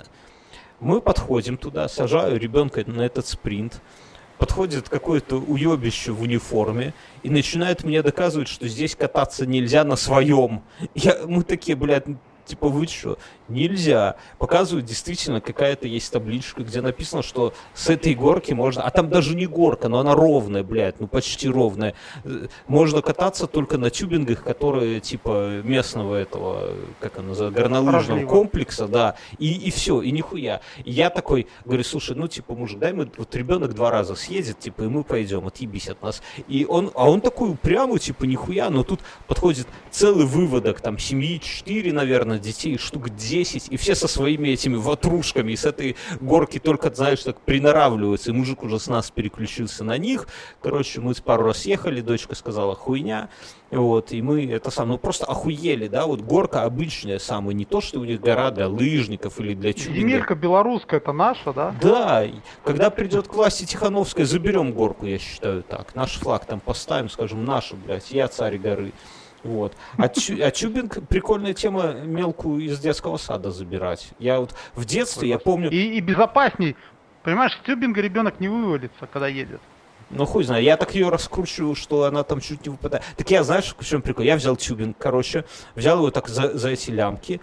Мы подходим туда, сажаю ребенка на этот спринт. Подходит какое-то уебище в униформе и начинает мне доказывать, что здесь кататься нельзя на своем. Мы такие, блядь, типа, вы что? Нельзя. Показывают, действительно, какая-то есть табличка, где написано, что с этой горки можно... А там даже не горка, но она ровная, блядь, ну почти ровная. Можно кататься только на тюбингах, которые, типа, местного этого, как он называется, горнолыжного комплекса, да. И все, и нихуя. И я такой, говорю, слушай, ну, типа, мужик, дай мы... Вот ребенок 2 раза съедет, типа, и мы пойдем, отъебись от нас. И он такой упрямый, типа, нихуя, но тут подходит целый выводок, там, семьи 4, наверное, детей, штук 10, и все со своими этими ватрушками, и с этой горки только, знаешь, так приноравливаются, и мужик уже с нас переключился на них. Короче, мы пару раз ехали, дочка сказала хуйня, вот, и мы это самое, ну просто охуели, да, вот горка обычная самая, не то, что у них гора для лыжников или для чубинга. Земелька белорусская, это наша, да? Да, когда придет к власти Тихановская, заберем горку, я считаю так, наш флаг там поставим, скажем, наша, блядь, я царь горы. Вот. А тюбинг прикольная тема, мелкую из детского сада забирать. Я вот в детстве, я помню... И безопасней. Понимаешь, с тюбинга ребенок не вывалится, когда едет. Ну хуй знает, я так ее раскручиваю, что она там чуть не выпадает. Так я, знаешь, в чем прикол? Я взял тюбинг, короче, взял его так за эти лямки,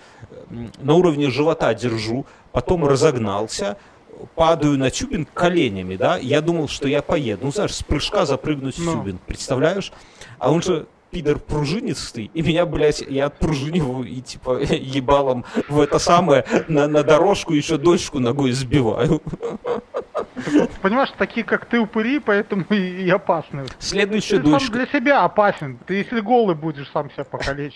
на уровне живота держу, потом разогнался, падаю на тюбинг коленями, да, я думал, что я поеду. Ну, знаешь, с прыжка запрыгнуть в тюбинг, представляешь? А он же... пидор пружинистый, и меня, блядь, я отпружиниваю и, типа, ебалом в это самое, на дорожку еще дочку ногой сбиваю. Понимаешь, такие, как ты, упыри, поэтому и опасны. Следующая ты дочка... сам для себя опасен. Ты, если голый будешь, сам себя покалечишь.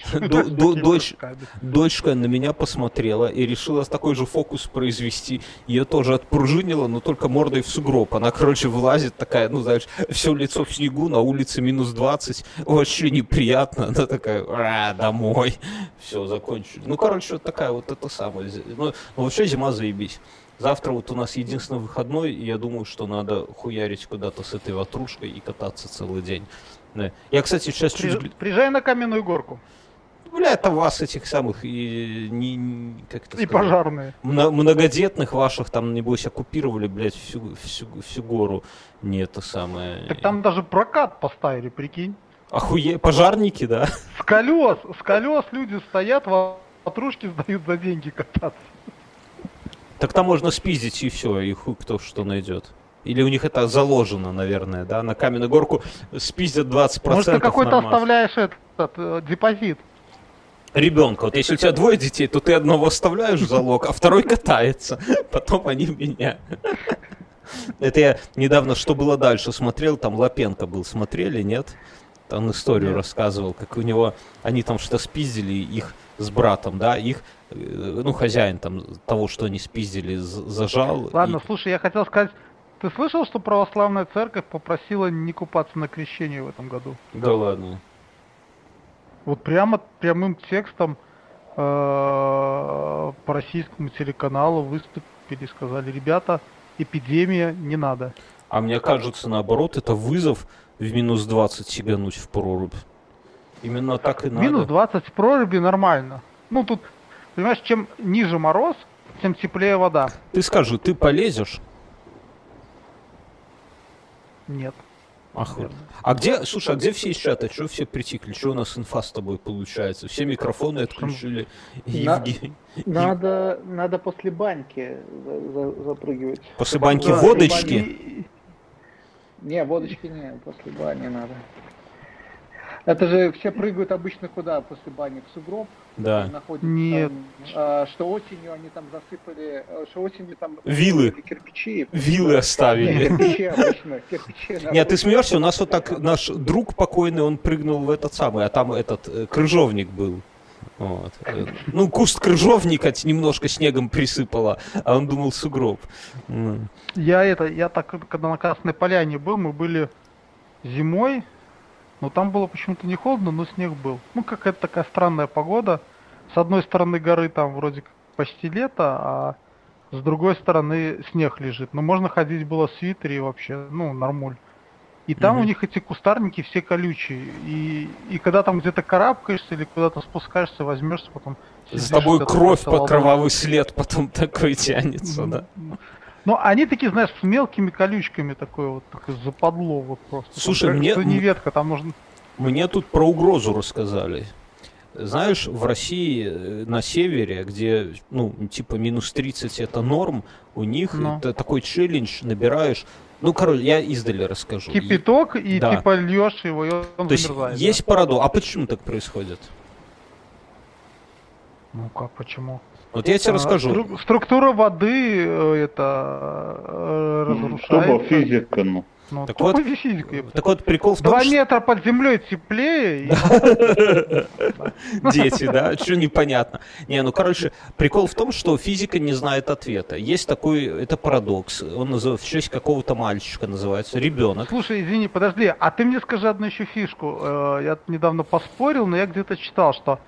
Дочка на меня посмотрела и решила такой же фокус произвести. Ее тоже отпружинила, но только мордой в сугроб. Она, короче, вылазит такая, ну, знаешь, все лицо в снегу, на улице минус 20. Вообще неприятно. Она такая, домой. Все, закончили. Ну, короче, вот такая вот это самое. Ну, вообще зима заебись. Завтра вот у нас единственный выходной, и я думаю, что надо хуярить куда-то с этой ватрушкой и кататься целый день. Да. Я, кстати, сейчас Приезжай на каменную горку. Бля, это вас этих самых и как это и сказать? Пожарные. Многодетных ваших там, небось, оккупировали, блядь, всю гору. Не это самое. Так там даже прокат поставили, прикинь. Пожарники, да? С колес люди стоят, ватрушки сдают за деньги кататься. Так там можно спиздить и все, и хуй кто что найдет. Или у них это заложено, наверное, да? На каменную горку спиздят 20%. Может, ты какой-то оставляешь этот депозит? Ребенка. Вот если у тебя 2 детей, то ты одного оставляешь в залог, а второй катается. Потом они меня. Это я недавно «Что было дальше» смотрел, там Лапенко был. Смотрели, нет? Он историю рассказывал, как у него, они там что-то спиздили, их с братом, да, их, ну, хозяин там того, что они спиздили, зажал. Ладно, слушай, я хотел сказать, ты слышал, что православная церковь попросила не купаться на крещении в этом году? Да ладно. Вот прямым текстом по российскому телеканалу выступили, сказали, ребята, эпидемия, не надо. А мне кажется, наоборот, это вызов в минус 20 сигануть в прорубь. Именно так и надо. Минус 20 в проруби нормально. Ну тут, понимаешь, чем ниже мороз, тем теплее вода. Ты скажи, ты полезешь? Нет. А где, слушай, а где все из чата? Чего все притихли? Что у нас инфа с тобой получается? Все микрофоны отключили. Надо после баньки запрыгивать. После баньки водочки? Не, водочки не, после бани надо. Это же все прыгают обычно куда после бани? В сугроб? Да. Нет. Там, что осенью они там засыпали, что осенью там... Вилы. Кирпичи. Вилы оставили. Нет, кирпичи обычно. Кирпичи. Нет, ты смеешься? У нас вот так наш друг покойный, он прыгнул в этот самый, а там этот крыжовник был. Вот. Ну, куст крыжовника немножко снегом присыпало, а он думал сугроб. Я так, когда на Красной Поляне был, мы были зимой, но там было почему-то не холодно, но снег был. Ну, какая-то такая странная погода. С одной стороны горы там вроде как почти лето, а с другой стороны снег лежит. Но можно ходить было в свитере и вообще, ну, нормуль. И там у них эти кустарники все колючие. И когда там где-то карабкаешься или куда-то спускаешься, возьмешься, потом... За тобой кровь по кровавый след потом такой тянется, да? Ну, они такие, знаешь, с мелкими колючками такое западло вот просто. Слушай, мне... не ветка, там нужно... Мне тут про угрозу рассказали. Знаешь, в России на севере, где, ну, типа минус 30 это норм, у них это такой челлендж, набираешь... Ну, короче, я издали расскажу. Кипяток, и да. Типа льешь его, и он замерзает. Есть парадокс. А почему так происходит? Ну как, почему? Вот я тебе расскажу. Структура воды это разрушается. Тупо физика, ну. Так вот, прикол в том, 2 метра под землей теплее. Дети, да? Что непонятно. Не, ну, короче, прикол в том, что физика не знает ответа. Есть такой, это парадокс. Он в честь какого-то мальчика называется, ребенок. Слушай, извини, подожди, а ты мне скажи одну еще фишку. Я недавно поспорил, но я где-то читал, что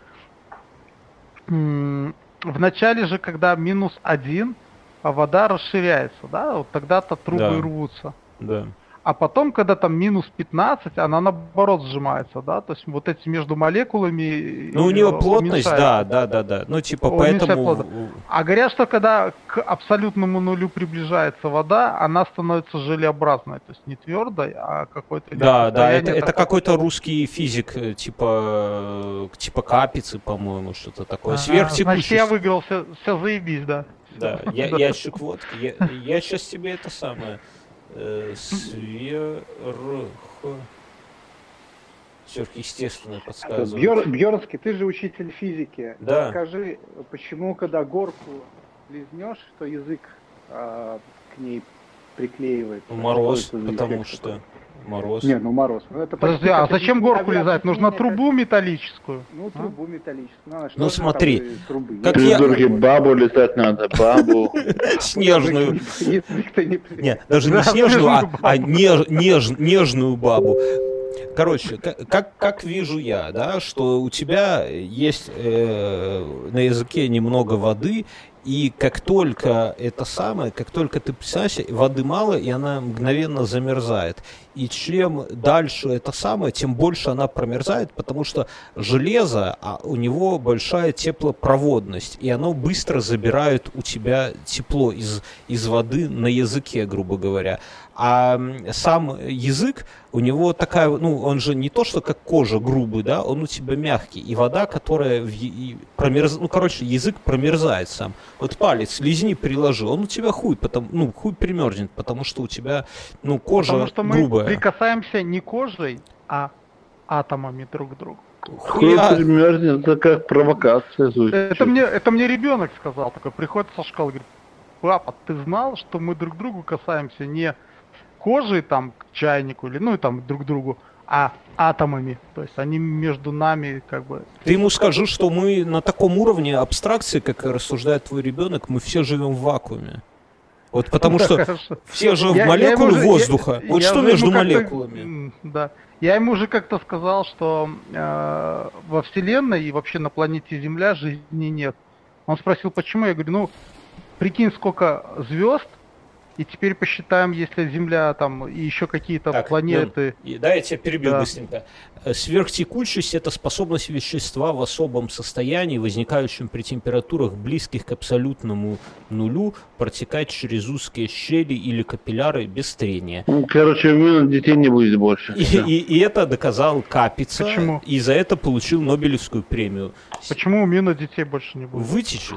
в начале же, когда -1, вода расширяется, да? Вот тогда-то трубы рвутся. Да. А потом, когда там -15, она наоборот сжимается, да? То есть вот эти между молекулами... Ну, у нее плотность, да. Ну, типа, поэтому... А говорят, что когда к абсолютному нулю приближается вода, она становится желеобразной. То есть не твердой, а какой-то... Да, это какой-то русский физик, типа Капицы, по-моему, что-то такое. Сверхтекучесть. Значит, я выиграл, все заебись, да. Да, ящик водки. Я сейчас тебе это самое... Сверхъестественное подсказывает. Бьернский, ты же учитель физики. Да. Скажи, почему, когда горку лизнешь, то язык к ней приклеивает? Мороз, потому что... Мороз. Не, ну мороз. Ну, это подожди, а зачем горку лизать? Нужно трубу металлическую. Ну, трубу металлическую. Ну, смотри. Как бабу лизать надо, бабу. Снежную. Нет, даже не снежную, а нежную бабу. Короче, как вижу я, да, что у тебя есть на языке немного воды, и как только ты представляешь, воды мало, и она мгновенно замерзает. И чем дальше это самое, тем больше она промерзает, потому что железо, у него большая теплопроводность, и оно быстро забирает у тебя тепло из воды на языке, грубо говоря. А сам язык, у него такая, ну, он же не то, что как кожа грубый, да, он у тебя мягкий. И вода, которая язык промерзает сам. Вот палец лизни, приложи, он у тебя хуй примерзнет, потому что у тебя, кожа грубая. Потому что мы прикасаемся не кожей, а атомами друг к другу. Хуй примерзнет, это как провокация звучит. Это мне ребенок сказал, такой приходит со школы, говорит: папа, ты знал, что мы друг к другу касаемся не кожей там к чайнику или там друг к другу, а атомами, то есть они между нами как бы... Ты ему скажи, что мы на таком уровне абстракции, как рассуждает твой ребенок, мы все живем в вакууме. Вот потому что все же в молекуле воздуха. Вот что между молекулами? Да. Я ему уже как-то сказал, что во Вселенной и вообще на планете Земля жизни нет. Он спросил, почему? Я говорю, прикинь, сколько звезд, и теперь посчитаем, если Земля там и еще какие-то планеты... Да, я тебя перебью быстренько. Сверхтекучесть – это способность вещества в особом состоянии, возникающем при температурах, близких к абсолютному нулю, протекать через узкие щели или капилляры без трения. Короче, детей не будет больше. И это доказал Капица. Почему? И за это получил Нобелевскую премию. Почему у меня детей больше не будет? Вытечет.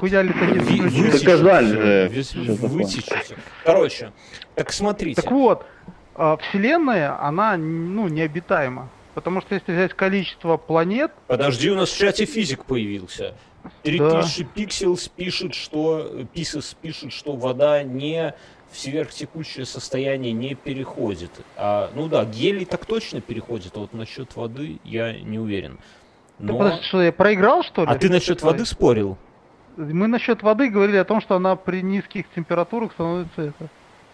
Доказали же. Вытечет. Короче, так смотрите. Так вот, Вселенная, она необитаема. Потому что если взять количество планет... Подожди, у нас в чате физик появился. 3000 Pixels пишет, что вода не в сверхтекучее состояние не переходит. Ну да, гелий так точно переходит, а вот насчет воды я не уверен. Но... Ты подожди, что, я проиграл, что ли? А ты насчет воды спорил? Мы насчет воды говорили о том, что она при низких температурах становится это.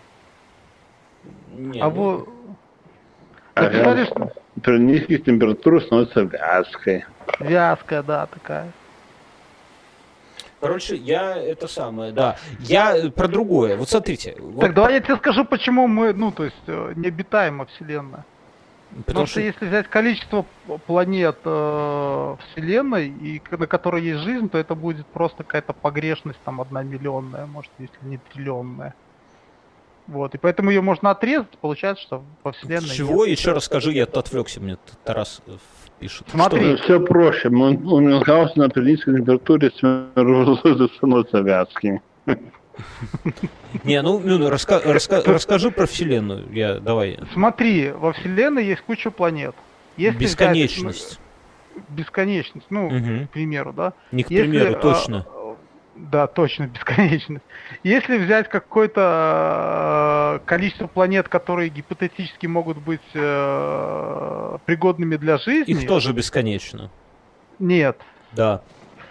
Не, написали, что... При низких температурах становится вязкой. Вязкая, да, такая. Короче, я про другое. Вот смотрите. Так давай я тебе скажу, почему мы, необитаема Вселенная. Потому что если взять количество планет Вселенной, и на которой есть жизнь, то это будет просто какая-то погрешность, там, 1 миллионная, может, если не триллионная. Вот, и поэтому ее можно отрезать, получается, что по Вселенной... Чего? Еще расскажи, я отвлекся, мне Тарас пишет. Смотри. Все проще. У Мюнхгаузена при низкой температуре становится вязким. Не, расскажи про Вселенную. Давай. Смотри, во Вселенной есть куча планет. Бесконечность. Бесконечность, к примеру, да? Не к примеру, точно. Да, точно, бесконечность. Если взять какое-то количество планет, которые гипотетически могут быть пригодными для жизни... Их тоже бесконечно. Нет. Да.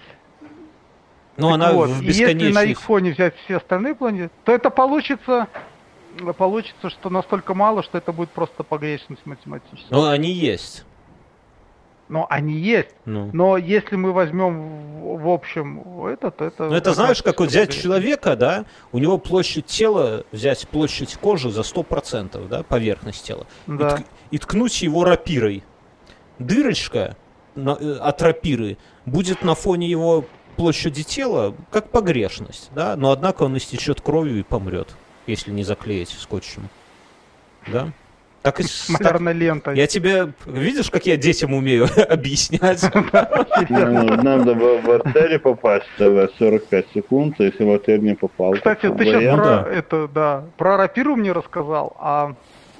Но она в бесконечности. Если на их фоне взять все остальные планеты, то это получится, что настолько мало, что это будет просто погрешность математическая. Но они есть. Но они есть. Но если мы возьмем в общем то это... Ну это знаешь, как вот взять человека, да, у него площадь тела, взять площадь кожи за 100%, да, поверхность тела, да. и ткнуть его рапирой. Дырочка от рапиры будет на фоне его площади тела как погрешность, да, но однако он истечет кровью и помрет, если не заклеить скотчем. Да? Так и малярной лентой. Я тебе... Видишь, как я детям умею объяснять? Надо в артерию попасть в 45 секунд, если в артерию не попал. Кстати, ты сейчас про рапиру мне рассказал, а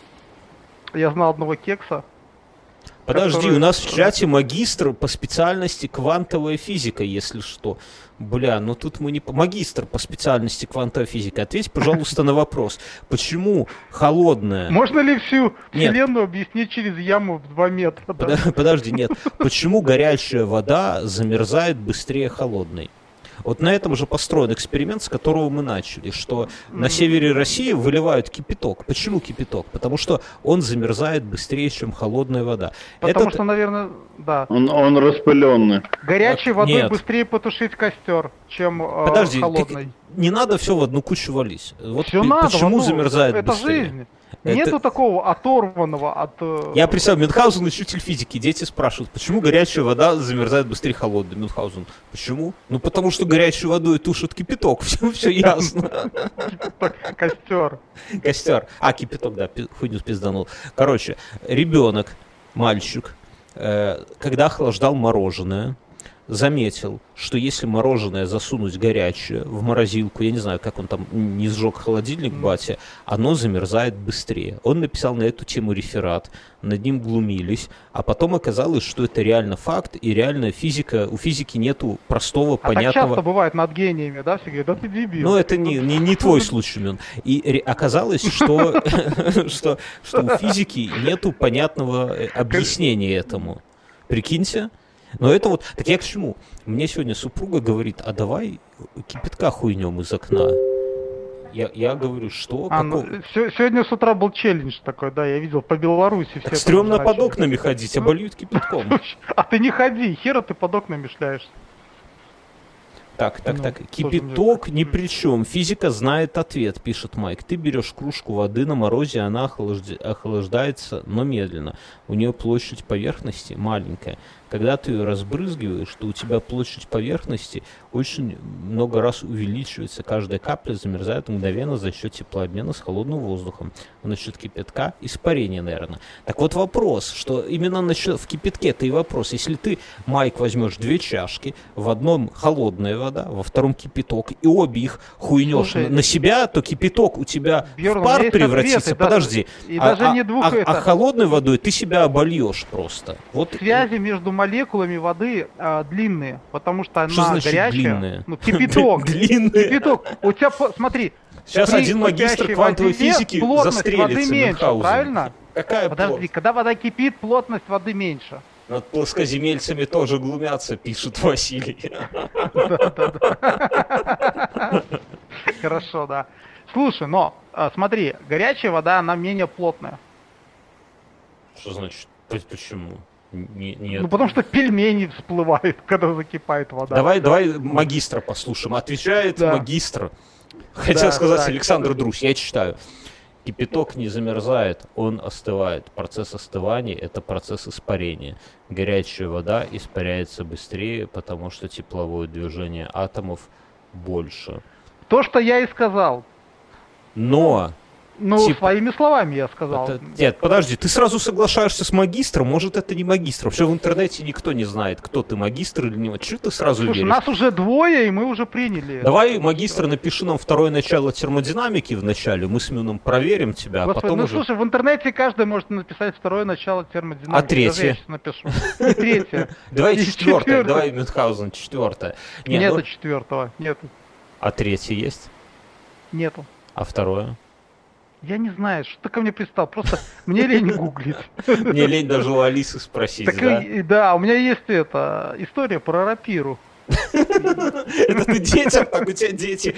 я знал одного кекса. Подожди, у нас в чате магистр по специальности квантовая физика, если что. Тут мы не... Магистр по специальности квантовая физика. Ответь, пожалуйста, на вопрос. Почему холодная... Можно ли всю Вселенную объяснить через яму в 2 метра? Подожди, нет. Почему горячая вода замерзает быстрее холодной? Вот на этом же построен эксперимент, с которого мы начали, что на севере России выливают кипяток. Почему кипяток? Потому что он замерзает быстрее, чем холодная вода. Потому что, наверное, да. Он распыленный. Горячей водой быстрее потушить костер, чем холодной. Не надо все в одну кучу валить. Вот все надо, почему замерзает быстрее? Жизнь. Нету такого оторванного от... Я представляю, Мюнхгаузен, учитель физики, дети спрашивают, почему горячая вода замерзает быстрее холодной? Мюнхгаузен, почему? Потому что горячую водой тушит кипяток, все ясно. Костер. Кипяток, да, хуйню пизданул. Короче, ребенок, мальчик, когда охлаждал мороженое, заметил, что если мороженое засунуть горячее в морозилку, я не знаю, как он там не сжег холодильник, батя, оно замерзает быстрее. Он написал на эту тему реферат, над ним глумились, а потом оказалось, что это реально факт, и реально физика, у физики нету простого, понятного... так часто бывает над гениями, да, все говорят, да ты дебил. Это не твой случай, Мюн. И оказалось, что у физики нету понятного объяснения этому. Прикиньте. Но это вот... Так я к чему? Мне сегодня супруга говорит, а давай кипятка хуйнем из окна. Я говорю, что? Сегодня с утра был челлендж такой, да, я видел, по Беларуси. Так стрёмно под окнами ходить, обольют кипятком. А ты не ходи, хера ты под окнами шляешься. Так. Кипяток ни при чем. Физика знает ответ, пишет Майк. Ты берешь кружку воды на морозе, она охлаждается, но медленно. У нее площадь поверхности маленькая. когда ты ее разбрызгиваешь, то у тебя площадь поверхности очень много раз увеличивается. Каждая капля замерзает мгновенно за счет теплообмена с холодным воздухом. А насчет кипятка испарение, наверное. Так вот вопрос, что именно в кипятке-то и вопрос. Если ты, Майк, возьмешь 2 чашки, в одном холодная вода, во втором кипяток, и обе их хуйнешь на себя, то кипяток у тебя в пар превратится. Подожди. А холодной водой ты себя обольешь просто. Вот. Связи между молекулами воды длинные, потому что она значит горячая. Длинные? Ну, кипяток. Кипяток. У тебя, смотри. Сейчас один магистр квантовой физики застрелится Мюнхгаузен. Правильно? Какая Подожди, плотность? когда вода кипит, плотность воды меньше. Над плоскоземельцами тоже глумятся, пишет Василий. Хорошо, да. Слушай, но смотри, горячая вода, она менее плотная. Что значит? Почему? Нет. Ну, потому что пельмени всплывают, когда закипает вода. Давай магистра послушаем. Отвечает магистр. Хотел сказать Александр Друзь, я читаю. Кипяток не замерзает, он остывает. Процесс остывания – это процесс испарения. Горячая вода испаряется быстрее, потому что тепловое движение атомов больше. То, что я и сказал. Но... своими словами я сказал. Нет, подожди, ты сразу соглашаешься с магистром, может это не магистр. Вообще в интернете никто не знает, кто ты, магистр или не. Чего ты сразу веришь? Нас уже 2, и мы уже приняли. Давай, магистр, напиши нам второе начало термодинамики в начале, мы с Мюном проверим тебя, Господи, а потом уже... слушай, в интернете каждый может написать второе начало термодинамики. А третье? Я сейчас напишу. И третье. Давай 4, давай Мюнхгаузен 4. Нету 4, нету. А 3 есть? Нету. А 2? Я не знаю, что ты ко мне пристал, просто мне лень гуглить. Мне лень даже у Алисы спросить, да? Да, у меня есть история про рапиру. Это ты детям, так у тебя дети.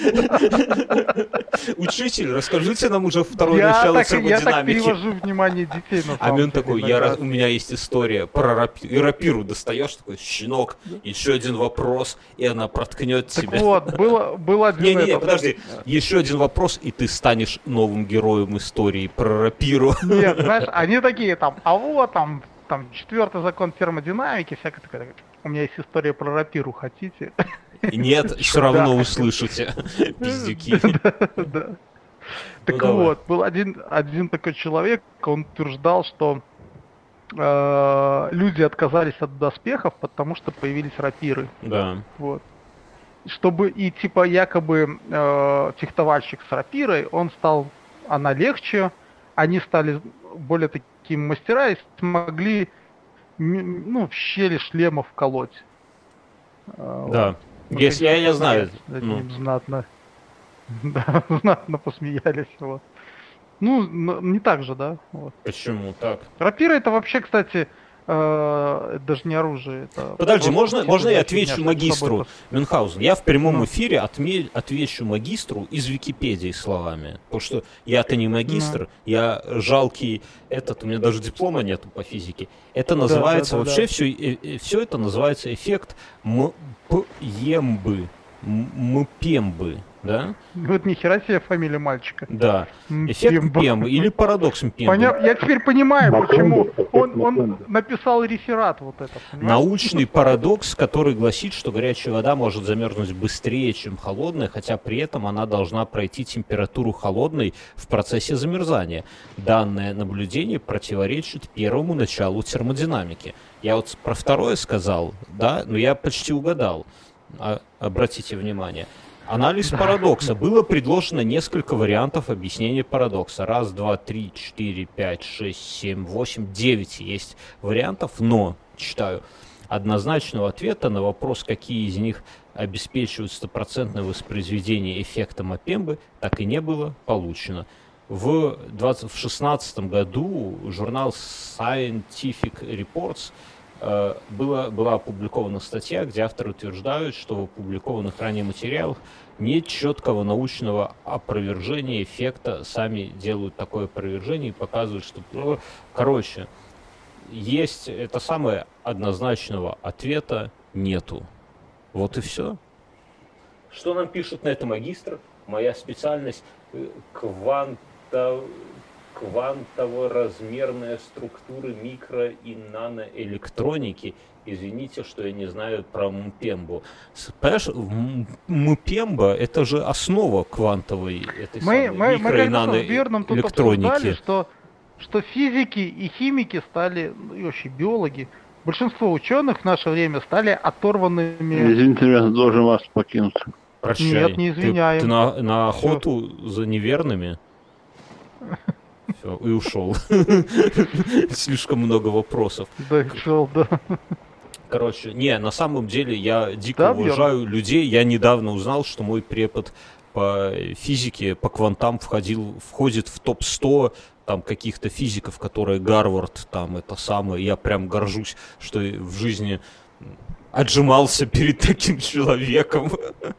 Учитель, расскажите нам уже второе начало термодинамики. Я так перевожу внимание детей на А Мюн такой, у меня есть история про рапиру. И рапиру достаешь, такой, щенок, еще один вопрос, и она проткнет тебя. Так вот, был один... Не, подожди, еще один вопрос, и ты станешь новым героем истории про рапиру. Нет, знаешь, они такие там, там 4-й закон термодинамики, всякое такое. У меня есть история про рапиру, хотите? Нет, все равно услышите, пиздюки. Да. Так вот, был один такой человек, он утверждал, что люди отказались от доспехов, потому что появились рапиры. Да. Вот. Чтобы и типа якобы фехтовальщик с рапирой, она легче, они стали более такими мастера и смогли в щели шлемов колоть. Да. Вот. Если я не знаю. Знатно посмеялись. Вот. Не так же, да? Вот. Почему так? Рапира это вообще, кстати, даже не оружие. Подожди, можно я отвечу магистру Мюнхгаузен? Я в прямом эфире отвечу магистру из Википедии словами. Потому что я-то не магистр, я жалкий у меня даже диплома нету по физике. Это называется, все это называется эффект Мпембы. Да? Вот нихера себе фамилия мальчика. Да. Эффект Мпембы или парадокс Мпембы. Я теперь понимаю, почему он написал реферат вот это. Понимаешь? Научный парадокс, который гласит, что горячая вода может замерзнуть быстрее, чем холодная, хотя при этом она должна пройти температуру холодной в процессе замерзания. Данное наблюдение противоречит первому началу термодинамики. Я вот про второе сказал, да, но я почти угадал. Обратите внимание. Анализ парадокса. Было предложено несколько вариантов объяснения парадокса. 1, 2, 3, 4, 5, 6, 7, 8, 9 есть вариантов, но, читаю, однозначного ответа на вопрос, какие из них обеспечивают стопроцентное воспроизведение эффекта Мпембы, так и не было получено. В 2016 году журнал Scientific Reports была опубликована статья, где авторы утверждают, что в опубликованных ранее материалах нет четкого научного опровержения эффекта. Сами делают такое опровержение и показывают, что, есть это самое однозначного ответа нету. Вот и все. Что нам пишут на это магистр? Моя специальность квантово-размерные структуры микро- и наноэлектроники. Извините, что я не знаю про Мпембу. Понимаешь, Мпемба — это же основа квантовой этой микро- и наноэлектроники. Что физики и химики стали, и вообще биологи, большинство ученых в наше время стали оторванными... Извините, я должен вас покинуть. Прощай. Нет, не извиняем. Ты на охоту за неверными? Все, и ушел. Слишком много вопросов. Да, ушел, да. Короче, на самом деле я дико уважаю людей. Я недавно узнал, что мой препод по физике, по квантам входит в топ-100 там каких-то физиков, которые Гарвард, там это самое. Я прям горжусь, что в жизни отжимался перед таким человеком.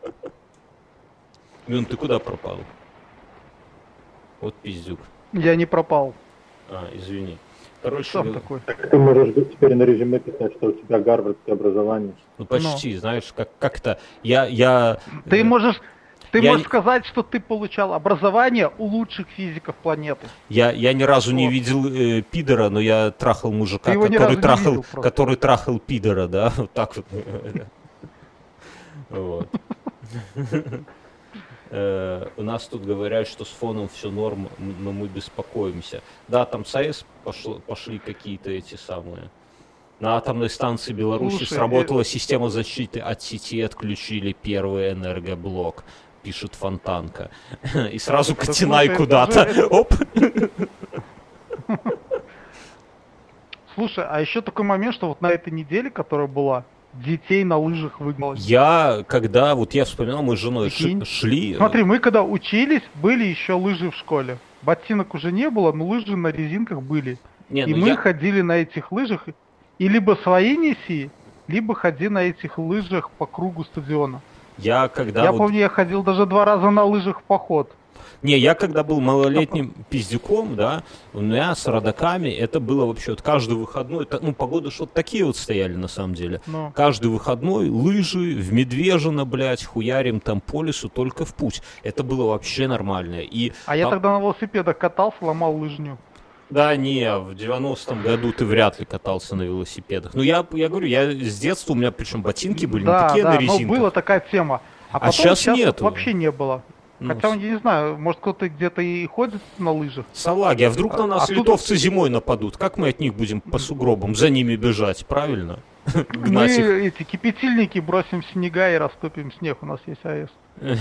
Мюн, ты куда пропал? Вот пиздюк. Я не пропал. Извини. Короче, что такой? Так ты можешь теперь на резюме писать, что у тебя гарвардское образование. Ну почти, знаешь, как-то Ты можешь сказать, что ты получал образование у лучших физиков планеты. Я ни разу не видел пидора, но я трахал мужика, который трахал пидора, да, вот так вот. Вот. У нас тут говорят, что с фоном все норм, но мы беспокоимся. Да, там с АЭС пошли какие-то эти самые. На атомной станции Беларуси сработала система защиты от сети, отключили первый энергоблок, пишет Фонтанка. И сразу Котинай куда-то. Оп! Слушай, а еще такой момент, что вот на этой неделе, которая была, детей на лыжах выгнали. Я вспоминал, мы с женой шли. Смотри, мы когда учились, были еще лыжи в школе. Ботинок уже не было, но лыжи на резинках были. Мы ходили на этих лыжах, и либо свои неси, либо ходи на этих лыжах по кругу стадиона. Я помню, я ходил даже 2 раза на лыжах в поход. Я когда был малолетним пиздюком, да, у меня с родаками это было вообще вот каждый выходной, погоды что-то такие вот стояли на самом деле. Каждый выходной лыжи в Медвежино, блядь, хуярим там по лесу только в путь. Это было вообще нормально. Я тогда на велосипедах катался, ломал лыжню. Да, в 90-м году ты вряд ли катался на велосипедах. Я говорю, я с детства, у меня причем ботинки были не такие на резинках. Да, была такая тема. А потом сейчас нет. Вообще не было. Хотя, я не знаю, может кто-то где-то и ходит на лыжах. Салаги, а вдруг на нас литовцы зимой нападут? Как мы от них будем по сугробам за ними бежать, правильно? Мы эти кипятильники бросим в снега и растопим снег, у нас есть АЭС.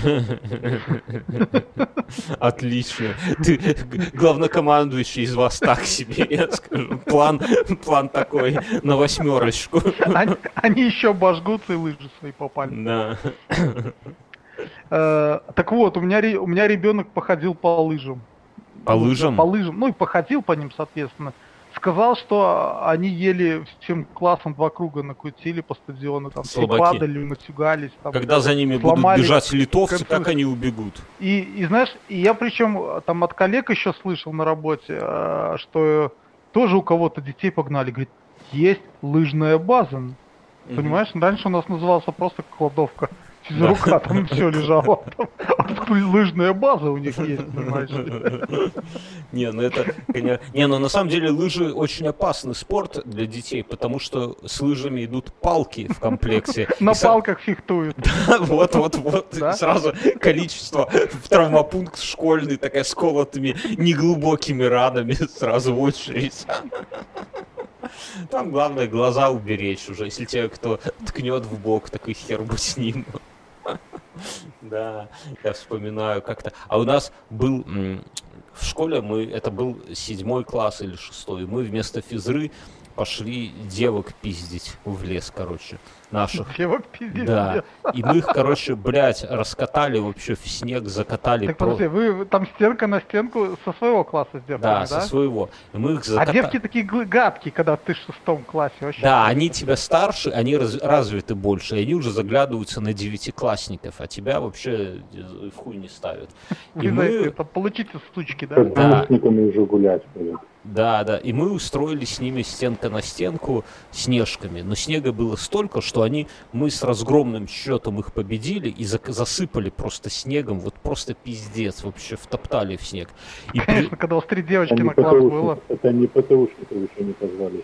Отлично. Ты главнокомандующий из вас так себе, я скажу. План такой на 8. Они еще обожгутся и лыжи свои попали. Да. Так вот, у меня ребенок походил по лыжам. По лыжам? По лыжам, и походил по ним, соответственно. Сказал, что они еле всем классом 2 круга накрутили по стадиону, там все падали, матюгались. Там, когда за ними будут бежать литовцы, как они убегут? И знаешь, я причем там от коллег еще слышал на работе, что тоже у кого-то детей погнали. Говорит, есть лыжная база. Понимаешь, раньше у нас назывался просто кладовка. Физрука, там все лежало. Лыжная база у них есть, понимаешь? Но на самом деле лыжи очень опасный спорт для детей, потому что с лыжами идут палки в комплекте. На палках фехтуют. Да, вот. Сразу количество в травмопункт школьный, такая с колотыми неглубокими ранами сразу в очередь. Там главное глаза уберечь уже, если тебя кто ткнет в бок, такой хер бы с ним. Да, я вспоминаю как-то. А у нас был в школе, это был 7 класс или 6, мы вместо физры пошли девок пиздить в лес, короче, наших. Девок пиздить? Да. И мы их, короче, блядь, раскатали вообще в снег, закатали. Так подожди, вы там стенка на стенку со своего класса с девками, да? Да, со своего. И мы их закатали. А девки такие гадкие, когда ты в 6 классе вообще. Да, они тебя старше, они развиты больше, и они уже заглядываются на 9-классников, а тебя вообще в хуй не ставят. И мы... Получите стучки, да? С наушниками уже гулять. Да, и мы устроили с ними стенка на стенку снежками, но снега было столько, что мы с разгромным счетом их победили и засыпали просто снегом, вот просто пиздец, вообще втоптали в снег. И конечно, когда у вас 3 девочки на класс было. Это не ПТУшников еще не позвали.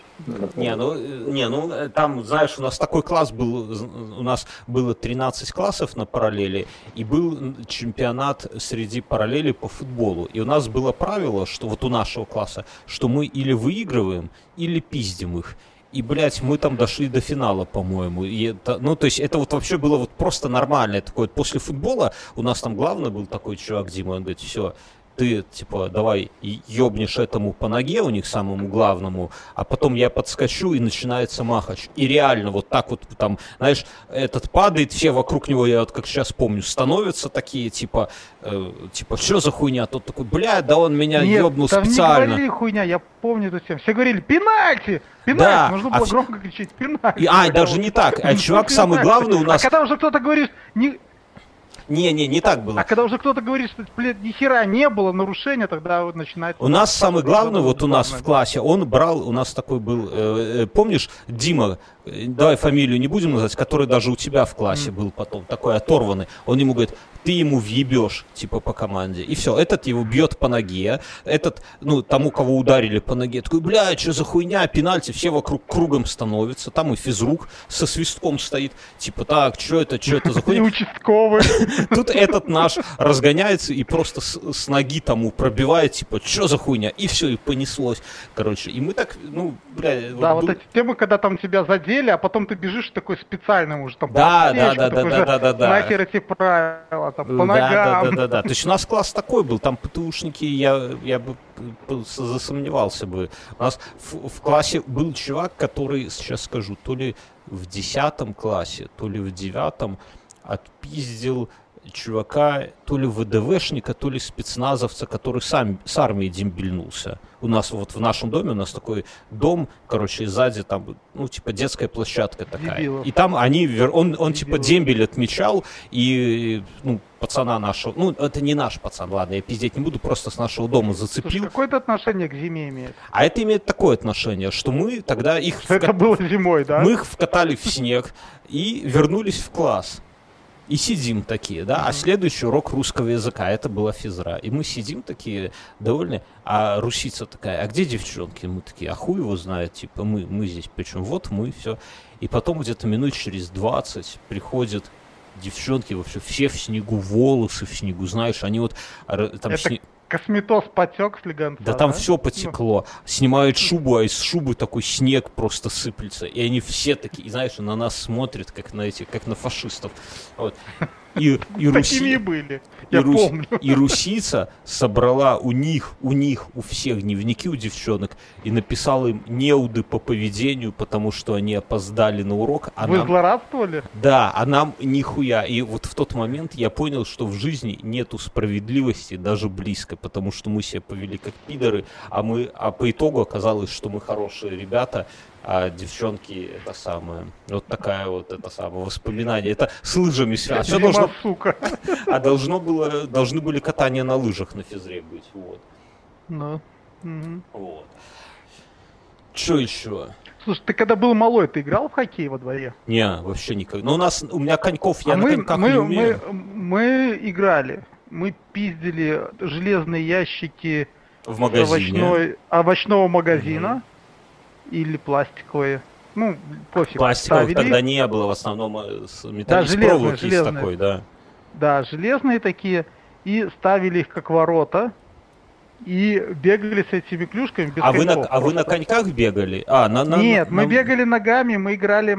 Не, там, знаешь, у нас такой класс был, у нас было 13 классов на параллели, и был чемпионат среди параллелей по футболу. И у нас было правило, что вот у нашего класса, что мы или выигрываем, или пиздим их. И, блядь, мы там дошли до финала, по-моему. И это, то есть это вот вообще было вот просто нормальное такое. После футбола у нас там главный был такой чувак, Дима, он говорит, все, ты, типа, давай ёбнешь этому по ноге, у них самому главному, а потом я подскочу, и начинается махач. И реально вот так вот там, знаешь, этот падает, все вокруг него, я вот как сейчас помню, становятся такие, типа, что за хуйня? Тот такой, блядь, да он меня ёбнул специально. Не говорили хуйня, я помню эту тему. Все говорили, пенальти! Да, нужно было громко кричать, пенальти. Даже не так, а чувак самый главный у нас... А когда уже кто-то говорит... Не так было. А когда уже кто-то говорит, что, блядь, ни хера не было нарушения, тогда вот начинается... У нас самый главный, вот у нас в классе, он брал, у нас такой был, помнишь, Дима, давай фамилию не будем называть, который даже у тебя в классе был потом, такой оторванный, он ему говорит, ты ему въебешь, типа, по команде. И все, этот его бьет по ноге, этот, тому, кого ударили по ноге, такой, блядь, что за хуйня, пенальти, все вокруг кругом становятся, там и физрук со свистком стоит, типа, так, что это за хуйня? И участковый. Тут этот наш разгоняется и просто с ноги тому пробивает, типа, что за хуйня? И все, и понеслось, короче. И мы так, Да, вот эти темы, когда там тебя задели, а потом ты бежишь такой специальным уже, там, да. Нахер эти правила, там, по ногам. Да. То есть у нас класс такой был, там ПТУшники, я бы засомневался бы. У нас в классе был чувак, который, сейчас скажу, то ли в 10 классе, то ли в 9 отпиздил чувака, то ли ВДВшника, то ли спецназовца, который сам с армией дембельнулся. У нас вот в нашем доме, у нас такой дом, короче, сзади там, типа детская площадка такая. Дебилов. И там он типа дембель отмечал, и, пацана нашего, это не наш пацан, ладно, я пиздеть не буду, просто с нашего дома зацепил. Слушай, какое-то отношение к зиме имеет? А это имеет такое отношение, что мы тогда их... Это было зимой, да? Мы их вкатали в снег и вернулись в класс. И сидим такие, да, а следующий урок русского языка, это была физра. И мы сидим такие, довольны, а русица такая, а где девчонки? Мы такие, а хуй его знает, типа, мы здесь, причем вот мы, все. И потом где-то минут через 20 приходят девчонки, вообще все в снегу, волосы в снегу, знаешь, они вот там... Косметоз потек с легонца, да? Там все потекло. Снимают шубу, а из шубы такой снег просто сыплется. И они все такие, знаешь, на нас смотрят, как на фашистов. Вот. Такими и были, я помню. И русица собрала у всех дневники у девчонок и написала им неуды по поведению, потому что они опоздали на урок. Вы злорадствовали? Да, а нам нихуя. И вот в тот момент я понял, что в жизни нету справедливости даже близко, потому что мы себя повели как пидоры, а по итогу оказалось, что мы хорошие ребята, а девчонки это самое. Вот такая вот это самое воспоминание. Это с лыжами связано. Зима, сука. А должны были катания на лыжах на физре быть. Вот. Ну. Вот. Что еще? Слушай, ты когда был малой, ты играл в хоккей во дворе? Не, вообще никак. Но у меня коньков, я на коньках не умею. Мы играли. Мы пиздили железные ящики в магазине. Овощного магазина. Или пластиковые. Пофиг. Пластиковых тогда не было, в основном с металлической проволоки такой, да. Да, железные такие. И ставили их как ворота. И бегали с этими клюшками без коньков. А вы на коньках бегали? Нет, мы бегали ногами, мы играли...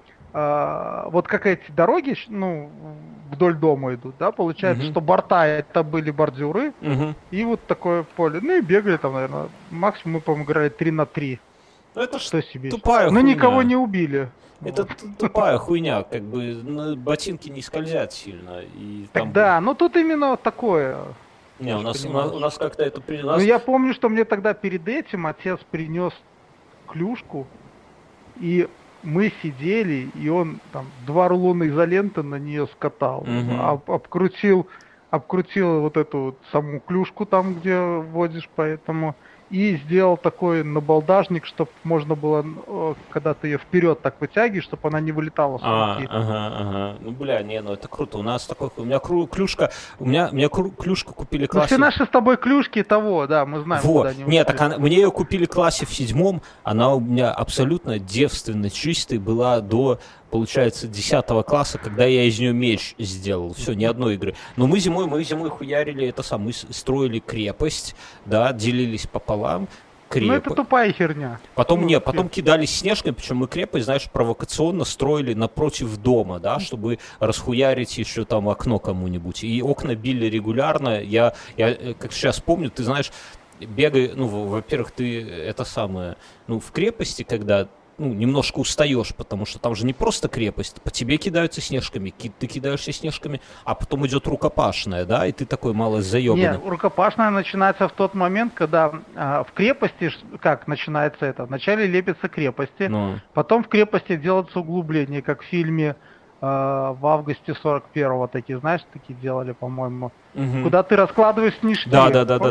вот как эти дороги, вдоль дома идут, да, получается, что борта это были бордюры. И вот такое поле. И бегали там, наверное, максимум мы, по-моему, играли 3-3. Это что себе? Тупая хуйня. Но никого не убили. Это тупая хуйня, как бы ботинки не скользят сильно. И так там... да, тут именно такое. Не, у нас как-то это принялось. Я помню, что мне тогда перед этим отец принес клюшку, и мы сидели, и он там 2 рулона изоленты на нее скатал, обкрутил вот эту вот саму клюшку там, где водишь, поэтому... и сделал такой набалдажник, чтобы можно было, когда ты ее вперед так вытягиваешь, чтобы она не вылетала с руки. Ага. Ну, бля, не, ну это круто. У нас такой, у меня клюшка купили классе. Ну, все наши с тобой клюшки того, да, мы знаем, вот. куда они Нет, так мне ее купили в классе в 7, она у меня абсолютно девственно чистой была до, получается, 10 класса, когда я из нее меч сделал. Все, ни одной игры. Но мы зимой хуярили это сам, мы строили крепость, да, делились пополам. Ну это тупая херня. Потом кидались снежками, причем мы крепость, знаешь, провокационно строили напротив дома, да, чтобы расхуярить еще там окно кому-нибудь. И окна били регулярно. Я как сейчас помню, ты знаешь, бегай, ну, во-первых, ты это самое, ну, в крепости, когда немножко устаешь, потому что там же не просто крепость, по тебе кидаются снежками, ты кидаешься снежками, а потом идет рукопашная, да, и ты такой мало заебанный. Нет, рукопашная начинается в тот момент, когда в крепости, как начинается это, вначале лепятся крепости, потом в крепости делаются углубления, как в фильме в августе 41-го, такие, знаешь, такие делали, по-моему, куда ты раскладываешь снежки. Да.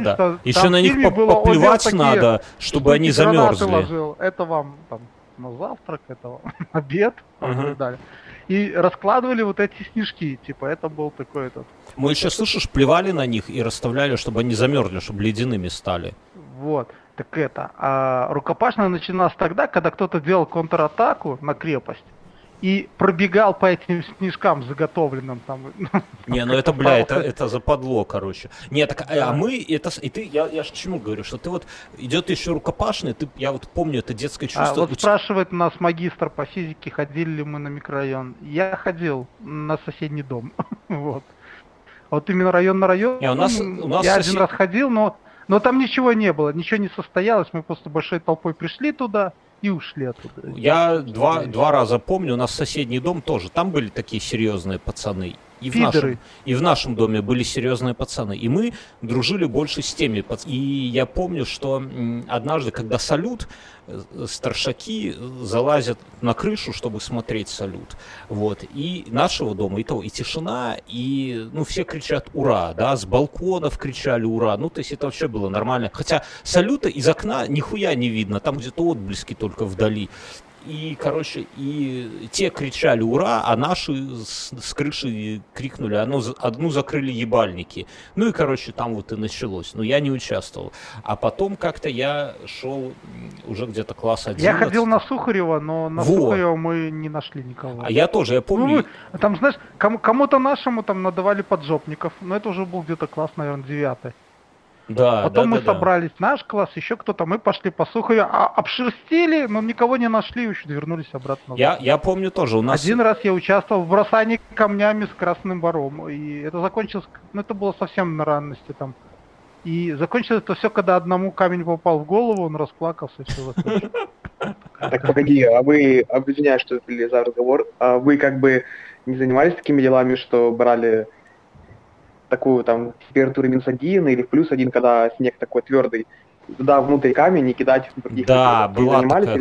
Еще на них поплевать надо, чтобы они замерзли. Ложил. Это вам там на завтрак, это вам обед, и так далее. И раскладывали вот эти снежки, типа, это был такой этот... Мы еще, слышишь, плевали на них и расставляли, чтобы они замерзли, чтобы ледяными стали. Вот, так это. А рукопашная начиналась тогда, когда кто-то делал контратаку на крепость и пробегал по этим снежкам заготовленным там. Не, ну это, бля, это западло, короче. Не, так, мы, это, и ты, я ж к чему говорю, что ты вот, идет еще рукопашный, я вот помню это детское чувство. Вот спрашивает нас магистр по физике, ходили ли мы на микрорайон. Я ходил на соседний дом, вот. Вот именно район на район, у нас я один раз ходил, но там ничего не было, ничего не состоялось, мы просто большой толпой пришли туда, и ушли оттуда. Я два раза помню, у нас соседний дом тоже, там были такие серьезные пацаны. И в нашем доме были серьезные пацаны. И мы дружили больше с теми пацанами. И я помню, что однажды, когда салют, старшаки залазят на крышу, чтобы смотреть салют. Вот. И нашего дома, и тишина, и все кричат «Ура!», да, с балконов кричали «Ура!». Ну, то есть это вообще было нормально. Хотя салюта из окна нихуя не видно, там где-то отблески только вдали. И, короче, и те кричали «Ура!», а наши с крыши крикнули, одну закрыли ебальники. Ну и, короче, там вот и началось. Но я не участвовал. А потом как-то я шел уже где-то класс 11. Я ходил на Сухарева, но на Сухарева мы не нашли никого. А я тоже, я помню. Там, знаешь, кому-то нашему там надавали поджопников, но это уже был где-то класс, наверное, 9. Да, потом мы собрались, наш класс, еще кто-то, мы пошли по Сухареву, обшерстили, но никого не нашли, еще вернулись обратно. Я помню тоже, у нас... Один раз я участвовал в бросании камнями с красным вором, и это закончилось, это было совсем на ранности там. И закончилось это все, когда одному камень попал в голову, он расплакался, и все закончилось. Так, погоди, извиняюсь, что были за разговор, вы как бы не занимались такими делами, что брали такую там температуру -1 или +1, когда снег такой твердый, туда внутрь камень и кидать в других. Да, была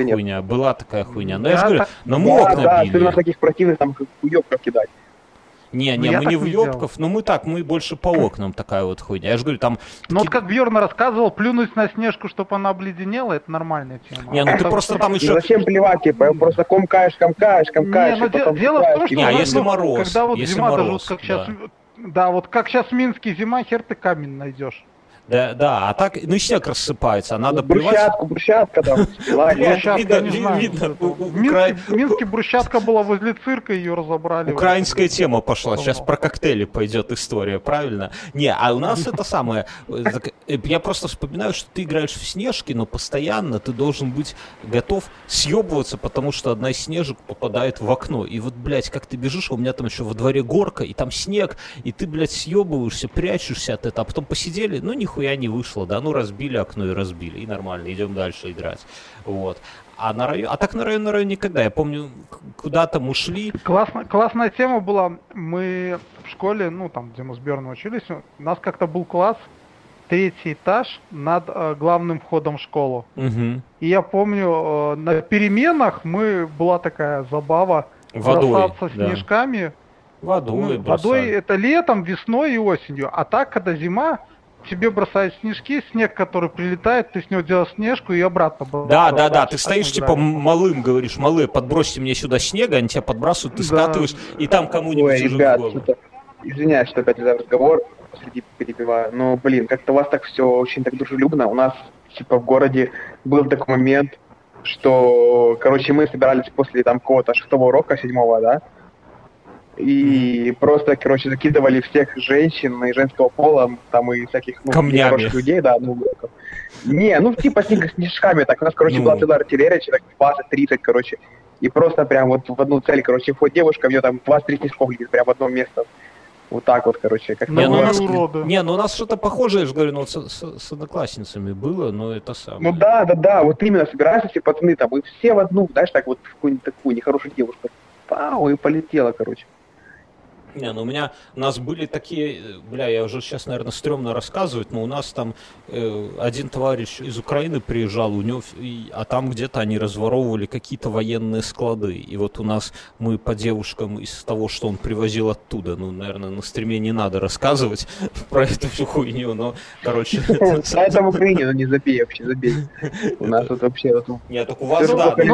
такая хуйня. Но я же говорю, но мы окна били. Да, особенно таких противных там уёбков кидать. Не, мы не в ёбков, но мы больше по окнам такая вот хуйня. Я же говорю, там... Ну вот как Бьерн рассказывал, плюнуть на снежку, чтобы она обледенела, это нормальная тема. Не, ну ты просто там еще... Зачем плевать, типа, просто комкаешь. Не, ну дело в том, что... если мороз, когда вот зима, даже вот как сейчас... Да, вот как сейчас в Минске зима, хер ты камень найдешь. Да, а так, снег рассыпается, а надо плевать. Брусчатка там. Брусчатка, не знаю. В Минске брусчатка была возле цирка, ее разобрали. Украинская тема пошла, сейчас про коктейли пойдет история, правильно? Не, а у нас это самое, я просто вспоминаю, что ты играешь в снежки, но постоянно ты должен быть готов съебываться, потому что одна из снежек попадает в окно. И вот, блядь, как ты бежишь, у меня там еще во дворе горка, и там снег, и ты, блядь, съебываешься, прячешься от этого, а потом посидели, нихуя не вышло, да, разбили окно и разбили, и нормально, идем дальше играть, вот. А так на район никогда, я помню, куда-то мы шли. Классная тема была, мы в школе, там, где мы с Бьерном учились, у нас как-то был класс, 3-й этаж над главным входом в школу. Угу. И я помню, на переменах была такая забава бросаться снежками. Водой это летом, весной и осенью, а так, когда зима, тебе бросают снежки, снег, который прилетает, ты с него делаешь снежку и обратно. Да, ты стоишь типа малым, говоришь, малые, подбросьте мне сюда снега, они тебя подбрасывают, ты скатываешь, и там кому-нибудь уже в голову. Извиняюсь, что опять за разговор, посреди перебиваю, но, блин, как-то у вас так все очень так дружелюбно, у нас, типа, в городе был такой момент, что, короче, мы собирались после там какого-то 6-го урока, 7-го, да, и просто, короче, закидывали всех женщин и женского пола, там, и всяких, камнями. Людей, да, не, типа снежками, так, у нас, короче, была целая артиллерия, человек 20-30, короче, и просто прям вот в одну цель, короче, входит девушка, у нее там 23 снежков летит, прям в одно место. Вот так вот, короче, как-то. У нас что-то похожее, я же говорю, ну, с одноклассницами было, но это самое. Ну да, вот именно собираются все пацаны там, и все в одну, знаешь, так вот, в какую-нибудь такую нехорошую девушку. Пау, и полетела, короче. У нас были такие, я уже сейчас, наверное, стрёмно рассказывать, но у нас там один товарищ из Украины приезжал, у него, а там где-то они разворовывали какие-то военные склады. И вот у нас мы по девушкам из того, что он привозил оттуда, наверное, на стриме не надо рассказывать про эту всю хуйню, но, короче... А это в Украине, не забей вообще, забей. У нас тут вообще... Нет, так у вас,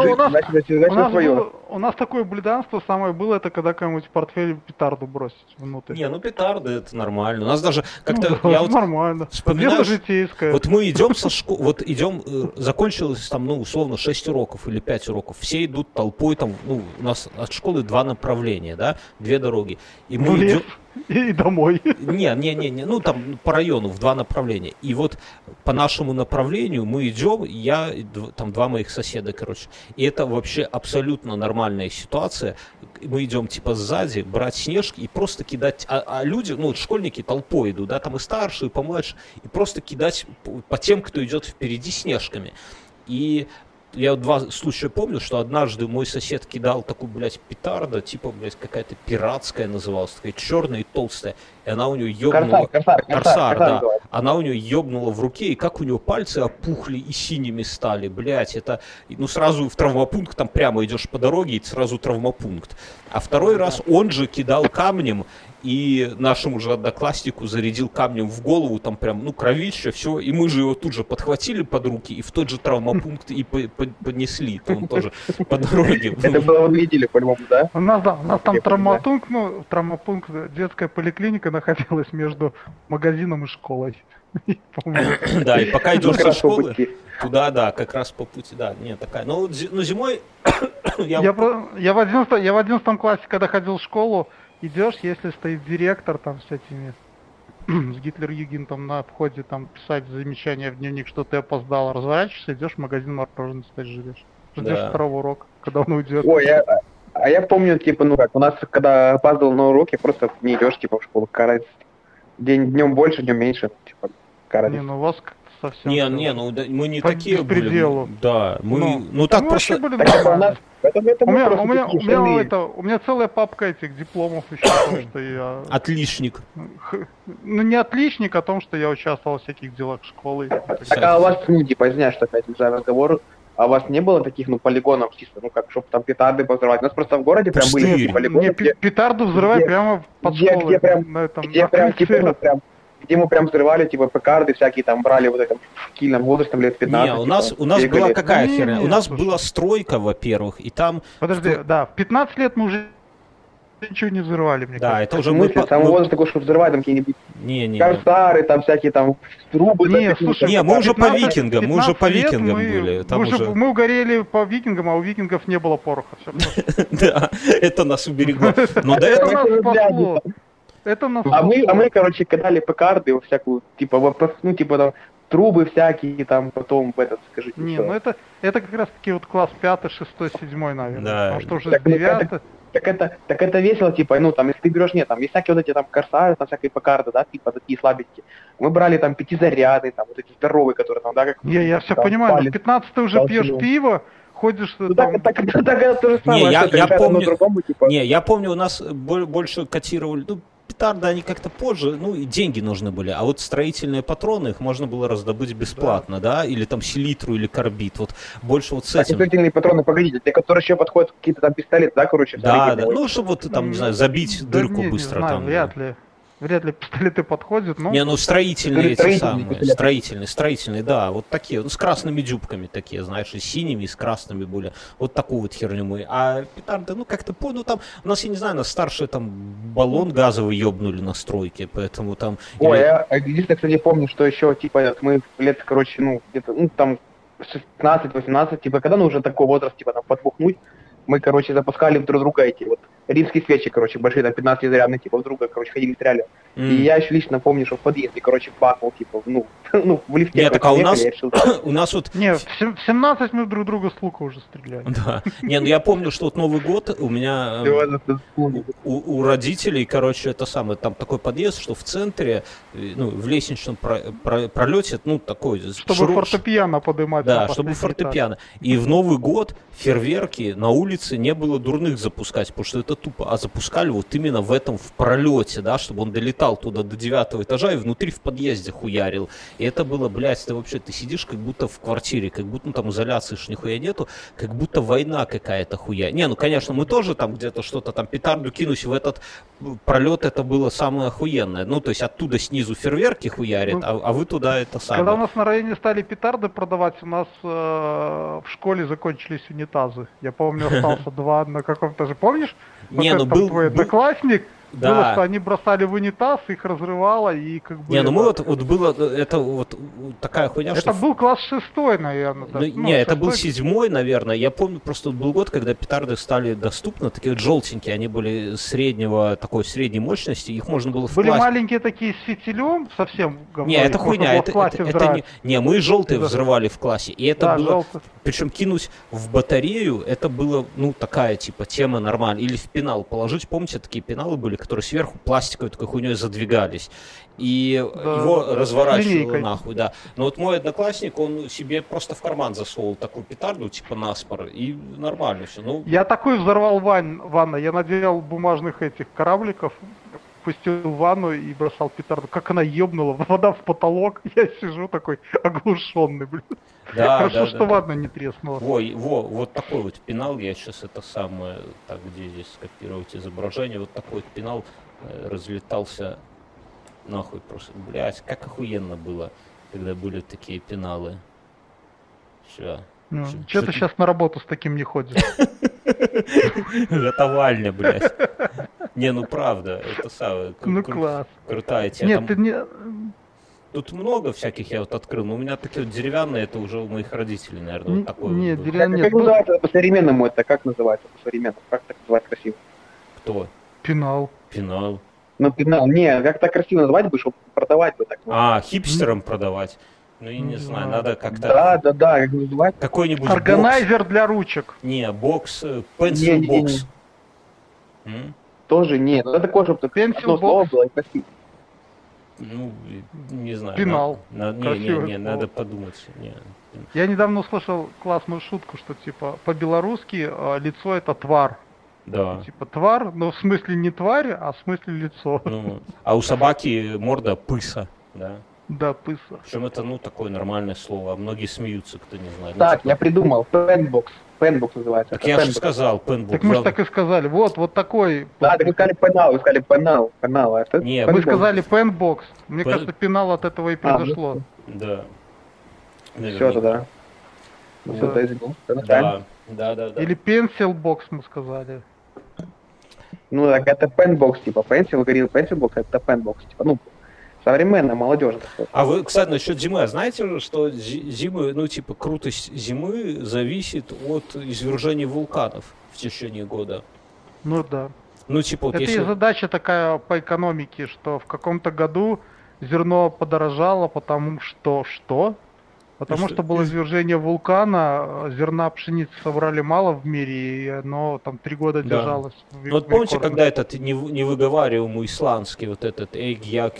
да. У нас такое блюданство самое было, это когда кому-нибудь в портфель петарду бросить внутрь. Петарды это нормально. У нас даже как-то нормально. Вспоминаю, вот мы идем со школы, закончилось там, условно, 6 уроков или 5 уроков. Все идут толпой, там, у нас от школы 2 направления, да, 2 дороги. И мы идем... И домой. Не, там по району в 2 направления. И вот по нашему направлению мы идем, я, там 2 моих соседа, короче. И это вообще абсолютно нормальная ситуация. Мы идем типа сзади, брать снежки и просто кидать, а люди, школьники толпой идут, да, там и старшие, и помладше, и просто кидать по тем, кто идет впереди, снежками. И я 2 случая помню, что однажды мой сосед кидал такую, петарду, типа, какая-то пиратская называлась, такая черная и толстая, и она у нее ёбнула... Корсар, да. Она у нее ёбнула в руке, и как у нее пальцы опухли и синими стали, это... сразу в травмопункт, там прямо идешь по дороге, и сразу травмопункт. А второй раз он же кидал камнем, и нашему же однокласснику зарядил камнем в голову, там прям, кровище, все, и мы же его тут же подхватили под руки и в тот же травмопункт и поднесли, там тоже по дороге. Это было в неделю, по-моему, да? У нас там травмопункт, детская поликлиника находилась между магазином и школой. Да, и пока идешь со школы, туда, да, как раз по пути, да, такая. Но зимой... Я в 11 классе, когда ходил в школу, идешь, если стоит директор там с этими, с Гитлер-Югентом на входе, там писать замечания в дневник, что ты опоздал, разворачиваешься, идешь в магазин мороженое стать ждешь. Ждешь 2-го урока, когда он уйдет. Ой, я помню, типа, у нас, когда опаздывал на уроки, просто не идешь, типа, в школу, карать. Днем больше, днем меньше, типа, карать. Не, у вас как-то совсем... мы не такие были. Да, мы, так просто... Были, у меня целая папка этих дипломов еще о том, что я... Отличник. Не отличник, а о том, что я участвовал в всяких делах школы. А у вас, извиняюсь, что опять за разговор, а у вас не было таких, полигонов чисто, как, чтобы там петарды взрывать? У нас просто в городе прям были такие полигоны. Петарды взрывать прямо под школой. Где мы прям взрывали, типа, пекарды всякие, там, брали вот это в школьном возрасте, там, лет 15. Не, у нас была какая херня? У нас была стройка, во-первых, и там... Подожди, да, в 15 лет мы уже ничего не взрывали, мне кажется. Да, это уже мы... Там возраст такой, что взрывать, там, какие-нибудь корсары, там, всякие, там, трубы... мы уже по викингам, были. Мы угорели по викингам, а у викингов не было пороха. Да, это нас уберегло. Но до этого нас спасло. Мы, короче, кидали пекарды, всякую, типа, там, трубы всякие, там, потом, скажите. Не, это как раз таки вот класс 5, 6, 7, наверное. Да. Потому что уже 9. Так это весело, типа, там, если ты берешь, там, есть всякие вот эти, там, корсары, там, всякие пекарды, да, типа, такие слабенькие. Мы брали, там, 5-зарядные, там, вот эти здоровые, которые, там, да, как... Я все понимаю, но в 15 ты уже пьешь пиво, ходишь там... Так это то же самое. Я помню, у нас больше котировали, петарды, они как-то позже, и деньги нужны были, а вот строительные патроны, их можно было раздобыть бесплатно, да, или там селитру, или карбид, вот больше вот с этим. Строительные патроны, погодите, те, которые еще подходят, какие-то там пистолеты, да, короче? Да, чтобы вот там, не знаю, забить дырку быстро. Не знаю, там. Вряд ли. вряд ли пистолеты подходят. Не, ну строительные эти самые. Строительные, да, вот такие, ну, с красными дюбками такие, знаешь, и синими, и с красными были. Вот такую вот херню мы. А петарды, ну, как-то, ну, там, у нас, я не знаю, нас старшие там баллон газовый ёбнули на стройке, поэтому там... Ой, я единственное, кстати, помню, что еще, типа, мы лет, короче, ну, где-то, ну, там, 16-18, типа, когда нужно такой возраст, типа, там, подбухнуть, мы, короче, запускали друг друга эти вот римские свечи, короче, большие, там, 15-зарядные, типа, в друга, короче, ходили, стреляли. И я еще лично помню, что в подъезде, короче, бахнул, типа, ну, в лифте. Нет, так а у нас вот... Не, в 17 мы друг друга с лука уже стреляли. Да. Не, ну я помню, что вот Новый год у меня... У родителей, короче, это самое, там такой подъезд, что в центре, ну, в лестничном пролете, ну, такой... Чтобы фортепиано поднимать. Да, чтобы фортепиано. И в Новый год фейерверки на улице не было дурных запускать, потому что это тупо. А запускали вот именно в этом, в пролете, да, чтобы он долетал туда до 9 этажа и внутри в подъезде хуярил. И это было, блядь, ты сидишь как будто в квартире, как будто, ну, там изоляции ж нихуя нету, как будто война какая-то хуя. Не, ну, конечно, мы тоже там где-то что-то там петарду кинусь в этот пролет, это было самое охуенное. Ну, то есть оттуда снизу фейерверки хуярят, ну, а вы туда это самое. Когда у нас на районе стали петарды продавать, у нас в школе закончились унитазы. Я помню, остался 2 на каком-то же, помнишь? Не, вот ну был твой одноклассник. Да. Было, что они бросали в унитаз, их разрывало и как бы... Не, ну мы вот было, это вот такая хуйня, это что... был класс 6, наверное. Ну, не, это был 7, наверное. Я помню, просто был год, когда петарды стали доступны, такие вот желтенькие, они были такой средней мощности, их можно было в Были классе... маленькие такие с фитилем, совсем говно. Не, это хуйня, это не, мы желтые взрывали в классе, и это было... Желтый. Причем кинуть в батарею, это было, ну, такая, типа, тема нормальная. Или в пенал положить, помните, такие пеналы были, которые сверху пластиковой такой хуйней задвигались. И да, его разворачивало нахуй, да. Но вот мой одноклассник, он себе просто в карман засовывал такую петарду, типа наспор, и нормально все. Ну... Я такой взорвал ванну, я надел бумажных этих корабликов, пустил в ванну и бросал петарду. Как она ебнула, вода в потолок, я сижу такой оглушенный, блин. Да, хорошо, да, что да. ванна не треснула. Вот такой вот пенал, я сейчас это самое, так, где здесь скопировать изображение, вот такой вот пенал разлетался нахуй просто, блядь, как охуенно было, когда были такие пеналы. Все. Ну, что-то сейчас на работу с таким не ходишь. Готовальня, блядь. Не, ну правда, это самое. Ну класс. Крутая тема. Нет, ты не... Тут много всяких я вот открыл, но у меня такие вот деревянные, это уже у моих родителей, наверное, вот такой. Нет, вот деревянные. Как называется по-современному это? Как называется по-современному? Как так называть красиво? Кто? Пенал. Пенал. Ну, пенал. Не, как так красиво называть бы, чтобы продавать бы так. Хипстерам продавать. Ну, я не знаю, надо как-то... Да, как называть? Какой-нибудь органайзер для ручек. Не, бокс, pencil box. Тоже нет. Это такое, чтобы одно слово было и красиво. Ну, не знаю. Пенал. Не, надо подумать. Не. Я недавно услышал классную шутку, что типа по-белорусски лицо это твар. Да. Типа твар, но в смысле не тварь, а в смысле лицо. Ну, а у собаки морда пыса, да? Да, пыса. Причем это, ну, такое нормальное слово, а многие смеются, кто не знает. Так, я придумал, пенбокс. Пенбокс называется. Так я же сказал, пенбокс. Так мы же так и сказали. Вот такой. Да, так вы сказали пенал, пенал. А это не, мы сказали пенбокс. Мне кажется, пенал от этого и произошло. Да. Все тогда. Все, извини. Да. Или пенсилбокс мы сказали. Ну, так это пенбокс, типа, пенсил, говорил пенсилбокс, это пенбокс, типа, ну, современная молодежь. А вы, кстати, насчет зимы, а знаете же, что зимы, ну, типа, крутость зимы зависит от извержения вулканов в течение года? Ну, да. Ну, типа, вот это если... и задача такая по экономике, что в каком-то году зерно подорожало, потому что... Что? Потому что было извержение вулкана, зерна пшеницы собрали мало в мире, и оно там 3 года держалось. Ну, вот помните, когда этот невыговариваемый исландский, вот этот як.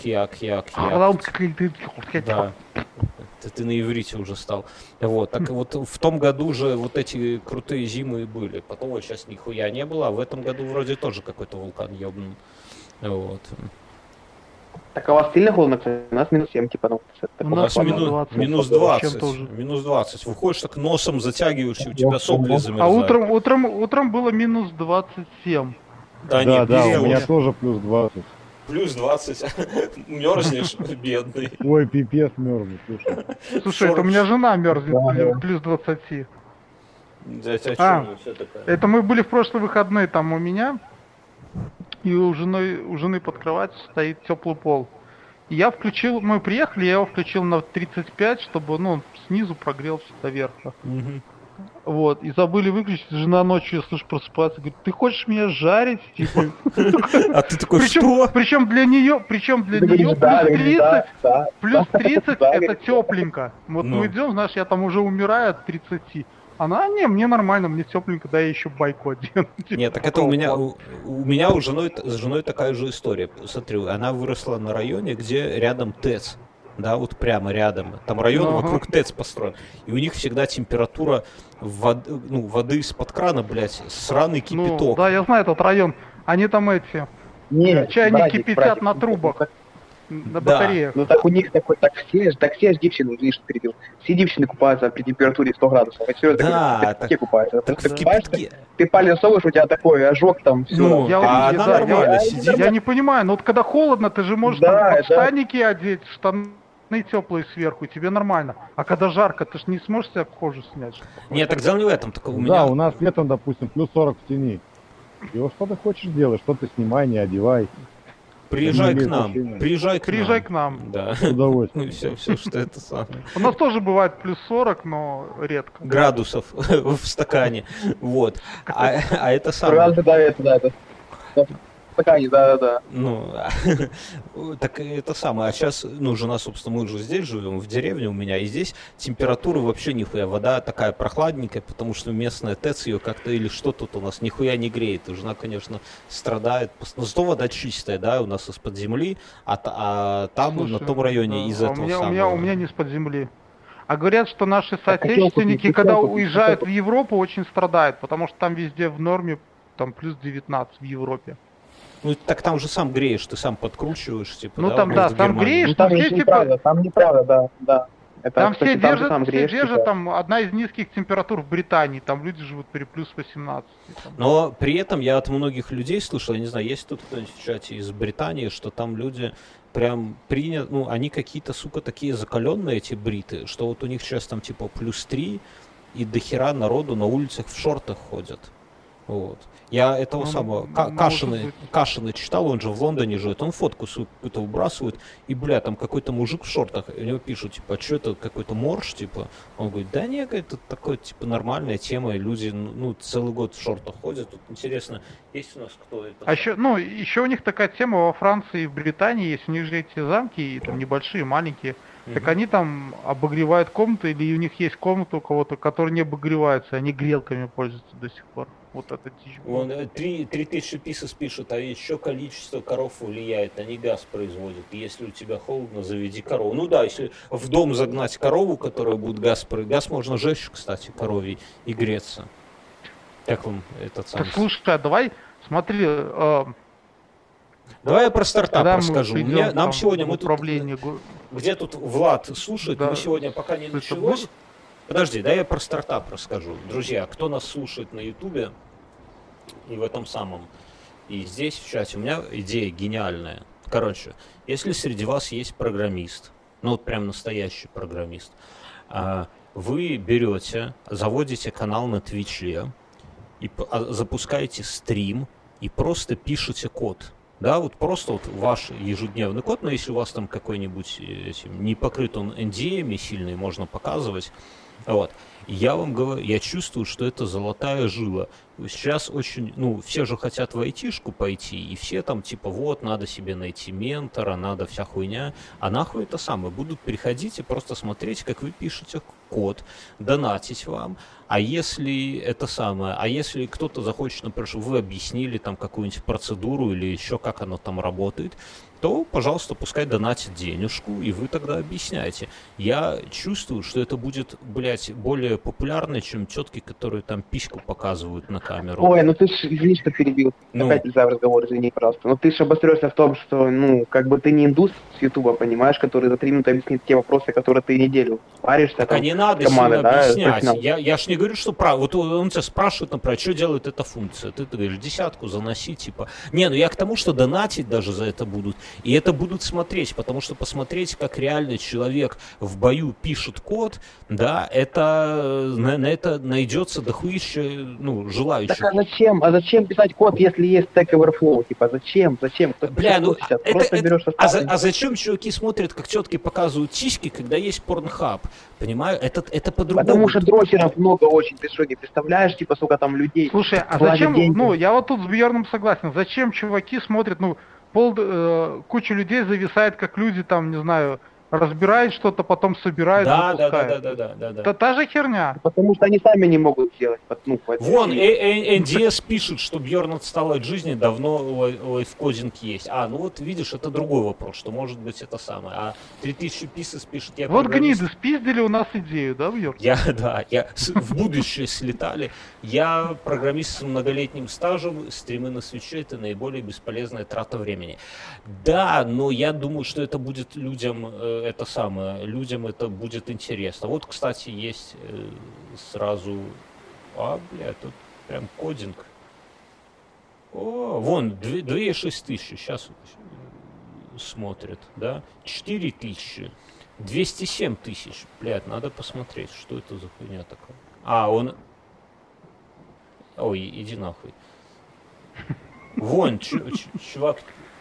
Да. Ты на иврите уже стал. Вот, так вот в том году же вот эти крутые зимы были. Потом вот сейчас нихуя не было, а в этом году вроде тоже какой-то вулкан ёбнул. Вот. Так а у вас сильно холодно, кстати? У нас минус 7, типа, ну... У нас минус 20. Минус 20. Выходишь, так носом затягиваешь, и у тебя сопли замерзают. А утром было минус 27. Да, у меня тоже плюс 20. Плюс 20. Мерзнешь, бедный. Ой, пипец мерзнет, слушай. Слушай, это у меня жена мерзнет, плюс 20. Это мы были в прошлые выходные там у меня, и у жены под кроватью стоит теплый пол. И я включил, мы приехали, я его включил на 35, чтобы, ну, снизу прогрелся до верха. Вот, и забыли выключить, жена ночью, слышь, просыпается, говорит, ты хочешь меня жарить? Типа. А ты такой, что? Причем для нее плюс 30 это тепленько. Вот мы идем, знаешь, я там уже умираю от 30. Она, не, мне нормально, мне тепленько, да, я еще байку одену. Нет, так это у меня с женой такая же история. Смотри, она выросла на районе, где рядом ТЭЦ. Да, вот прямо рядом. Там район вокруг ТЭЦ построен. И у них всегда температура воды из-под крана, блядь, сраный кипяток. Ну, да, я знаю этот район. Они там эти чайники кипятят на трубах. На батареях. Ну так у них такой, так все ж девчины, видишь, перебил. Все девчины купаются при температуре 100 градусов. А серьезно, да, так купаются. Ты палец совываешь, у тебя такой ожог там, все. Ну, я не понимаю, но вот когда холодно, ты же можешь штаники одеть, штаны теплые сверху, и тебе нормально. А когда жарко, ты же не сможешь себе кожу снять. Нет, так дело не в этом. Так у меня... Да, у нас летом, допустим, плюс 40 в тени. И вот что ты хочешь делать, что ты снимай, не одевай. Приезжай к нам. Приезжай к нам. Да. С удовольствием. Все, что это самое. У нас тоже бывает плюс 40, но редко. Градусов в стакане. Вот. А это самое. Да. Да. Ну, так это самое. А сейчас, ну, жена, собственно, мы уже здесь живем, в деревне у меня, и здесь температура вообще нихуя. Вода такая прохладненькая, потому что местная ТЭЦ ее как-то или что тут у нас нихуя не греет. И жена, конечно, страдает. Но зато вода чистая, да, у нас из-под земли, а там, слушай, на том районе, из этого самого. У меня не из-под земли. А говорят, что наши соотечественники, когда уезжают в Европу, очень страдают, потому что там везде в норме, там плюс 19 в Европе. Ну, так там же сам греешь, ты сам подкручиваешь, типа, ну, да? Там, да, там греешь, ну, там все, типа... Там неправда, да. Это, там кстати, все держат, там одна из низких температур в Британии, там люди живут при плюс 18. Там. Но при этом я от многих людей слышал, я не знаю, есть тут кто-нибудь в чате из Британии, что там люди прям принят, ну, они какие-то, сука, такие закаленные, эти бриты, что вот у них сейчас там, типа, плюс 3, и дохера народу на улицах в шортах ходят. Вот. Я этого самого Кашина читал, он же в Лондоне живет, он фотку какую-то выбрасывает, и, бля, там какой-то мужик в шортах, и у него пишут, типа, а что это, какой-то морж, типа, он говорит, да нет, это такое, типа, нормальная тема, и люди, ну, целый год в шортах ходят, тут интересно, есть у нас кто это? А еще у них такая тема во Франции и в Британии есть, у них же эти замки, там, небольшие, маленькие, так они там обогревают комнаты, или у них есть комната у кого-то, которая не обогревается, они грелками пользуются до сих пор. Вот это дичь. 3000 писос пишут, а еще количество коров влияет, они газ производят. Если у тебя холодно, заведи корову. Ну да, если в дом загнать корову, которая будет газ можно жечь, кстати, коровий и греться. Как вам этот самый? Так, слушай, а давай, смотри... Давай я про стартап расскажу. Нам сегодня где тут Влад слушает, да. Мы сегодня пока не началось. Подожди, да я про стартап расскажу. Друзья, кто нас слушает на Ютубе и в этом самом, и здесь в чате, у меня идея гениальная. Короче, если среди вас есть программист, ну вот прям настоящий программист, вы берете, заводите канал на Твиче, и запускаете стрим и просто пишете код. Да, вот просто вот ваш ежедневный код, но если у вас там какой-нибудь не покрыт он NDA-ми сильный, можно показывать. Вот. Я вам говорю, я чувствую, что это золотая жила. Сейчас очень, ну, все же хотят в айтишку пойти, и все там, типа, вот, надо себе найти ментора, надо вся хуйня. А нахуй это самое. Будут приходить и просто смотреть, как вы пишете код, донатить вам. А если кто-то захочет, например, чтобы вы объяснили там какую-нибудь процедуру или еще как оно там работает, то, пожалуйста, пускай донатит денежку, и вы тогда объясняете. Я чувствую, что это будет, блядь, более популярно, чем тетки, которые там письку показывают на камеру. Ой, ну ты ж, извини, что перебил. Опять за разговор, извини, пожалуйста. Но ты же обосрешься в том, что, ну, как бы ты не индус с Ютуба, понимаешь, который за 3 минуты объяснит те вопросы, которые ты неделю паришься. Так, а не надо команды, да, объяснять. Я ж не говорю, что вот он тебя спрашивает, например, что делает эта функция. Ты говоришь, 10 заноси, типа. Не, ну я к тому, что донатить даже за это будут. И это будут смотреть, потому что посмотреть, как реально человек в бою пишет код, да, это на это найдется дохуища, ну, желающих. Так а зачем писать код, если есть Stack Overflow? Типа, зачем? Кто бля, ну, просто берешь а зачем чуваки смотрят, как тетки показывают сиськи, когда есть Pornhub? Понимаю, это по-другому. Потому что дрочеров много очень, ты что, не представляешь, типа, сколько там людей. Слушай, а зачем, деньги? Ну, я вот тут с Бьерном согласен, зачем чуваки смотрят, ну, куча людей зависает, как люди там, не знаю, разбирают что-то, потом собирают, запускают. Да. Та же херня. Потому что они сами не могут сделать. Вон, NDS пишет, что Бьерн отстал от жизни, давно лайфкодинг есть. Ну вот видишь, это другой вопрос, что может быть это самое. А 3000 Pieces пишет, я вот гниды спиздили у нас идею, да, Бьерн? Я в будущее слетали. Я программист с многолетним стажем, стримы на свитче — это наиболее бесполезная трата времени. Да, но я думаю, что это будет людям людям это будет интересно. Вот, кстати, есть сразу... тут прям кодинг. Вон, 2600, сейчас смотрят, да? 4000, 207 тысяч. Блядь, надо посмотреть, что это за хуйня такая. Он... Ой, иди нахуй. Вон, чувак...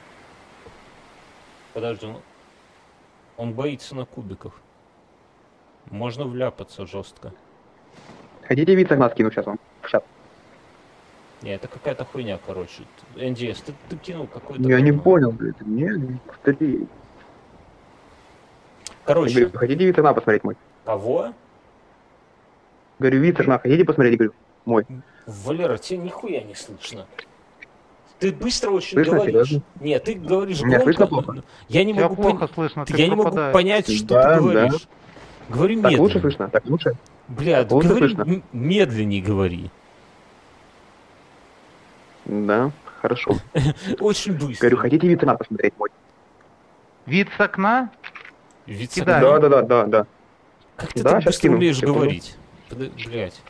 Подожди, он боится на кубиках. Можно вляпаться жестко. Хотите вид согнать кину сейчас вам? Сейчас. Не, это какая-то хуйня, короче. NDS, ты кинул какой-то... Я не понял, блядь. Не, повтори. Короче... Говорю, хотите вид согнать посмотреть мой? Кого? Говорю, вид согнать хотите посмотреть? Говорю, мой. Валера, тебе нихуя не слышно. Ты быстро очень слышно, говоришь. Серьезно? Нет, ты говоришь громко. Слышно плохо? Я не могу понять, что ты говоришь. Да. Говори медленно. Так лучше слышно? Так лучше? Бля, говори медленнее говори. Да, хорошо. Очень быстро. Говорю, хотите вид с окна посмотреть мой? Вид с окна? Вид с окна? Да. Как ты так быстро умеешь говорить? Блядь.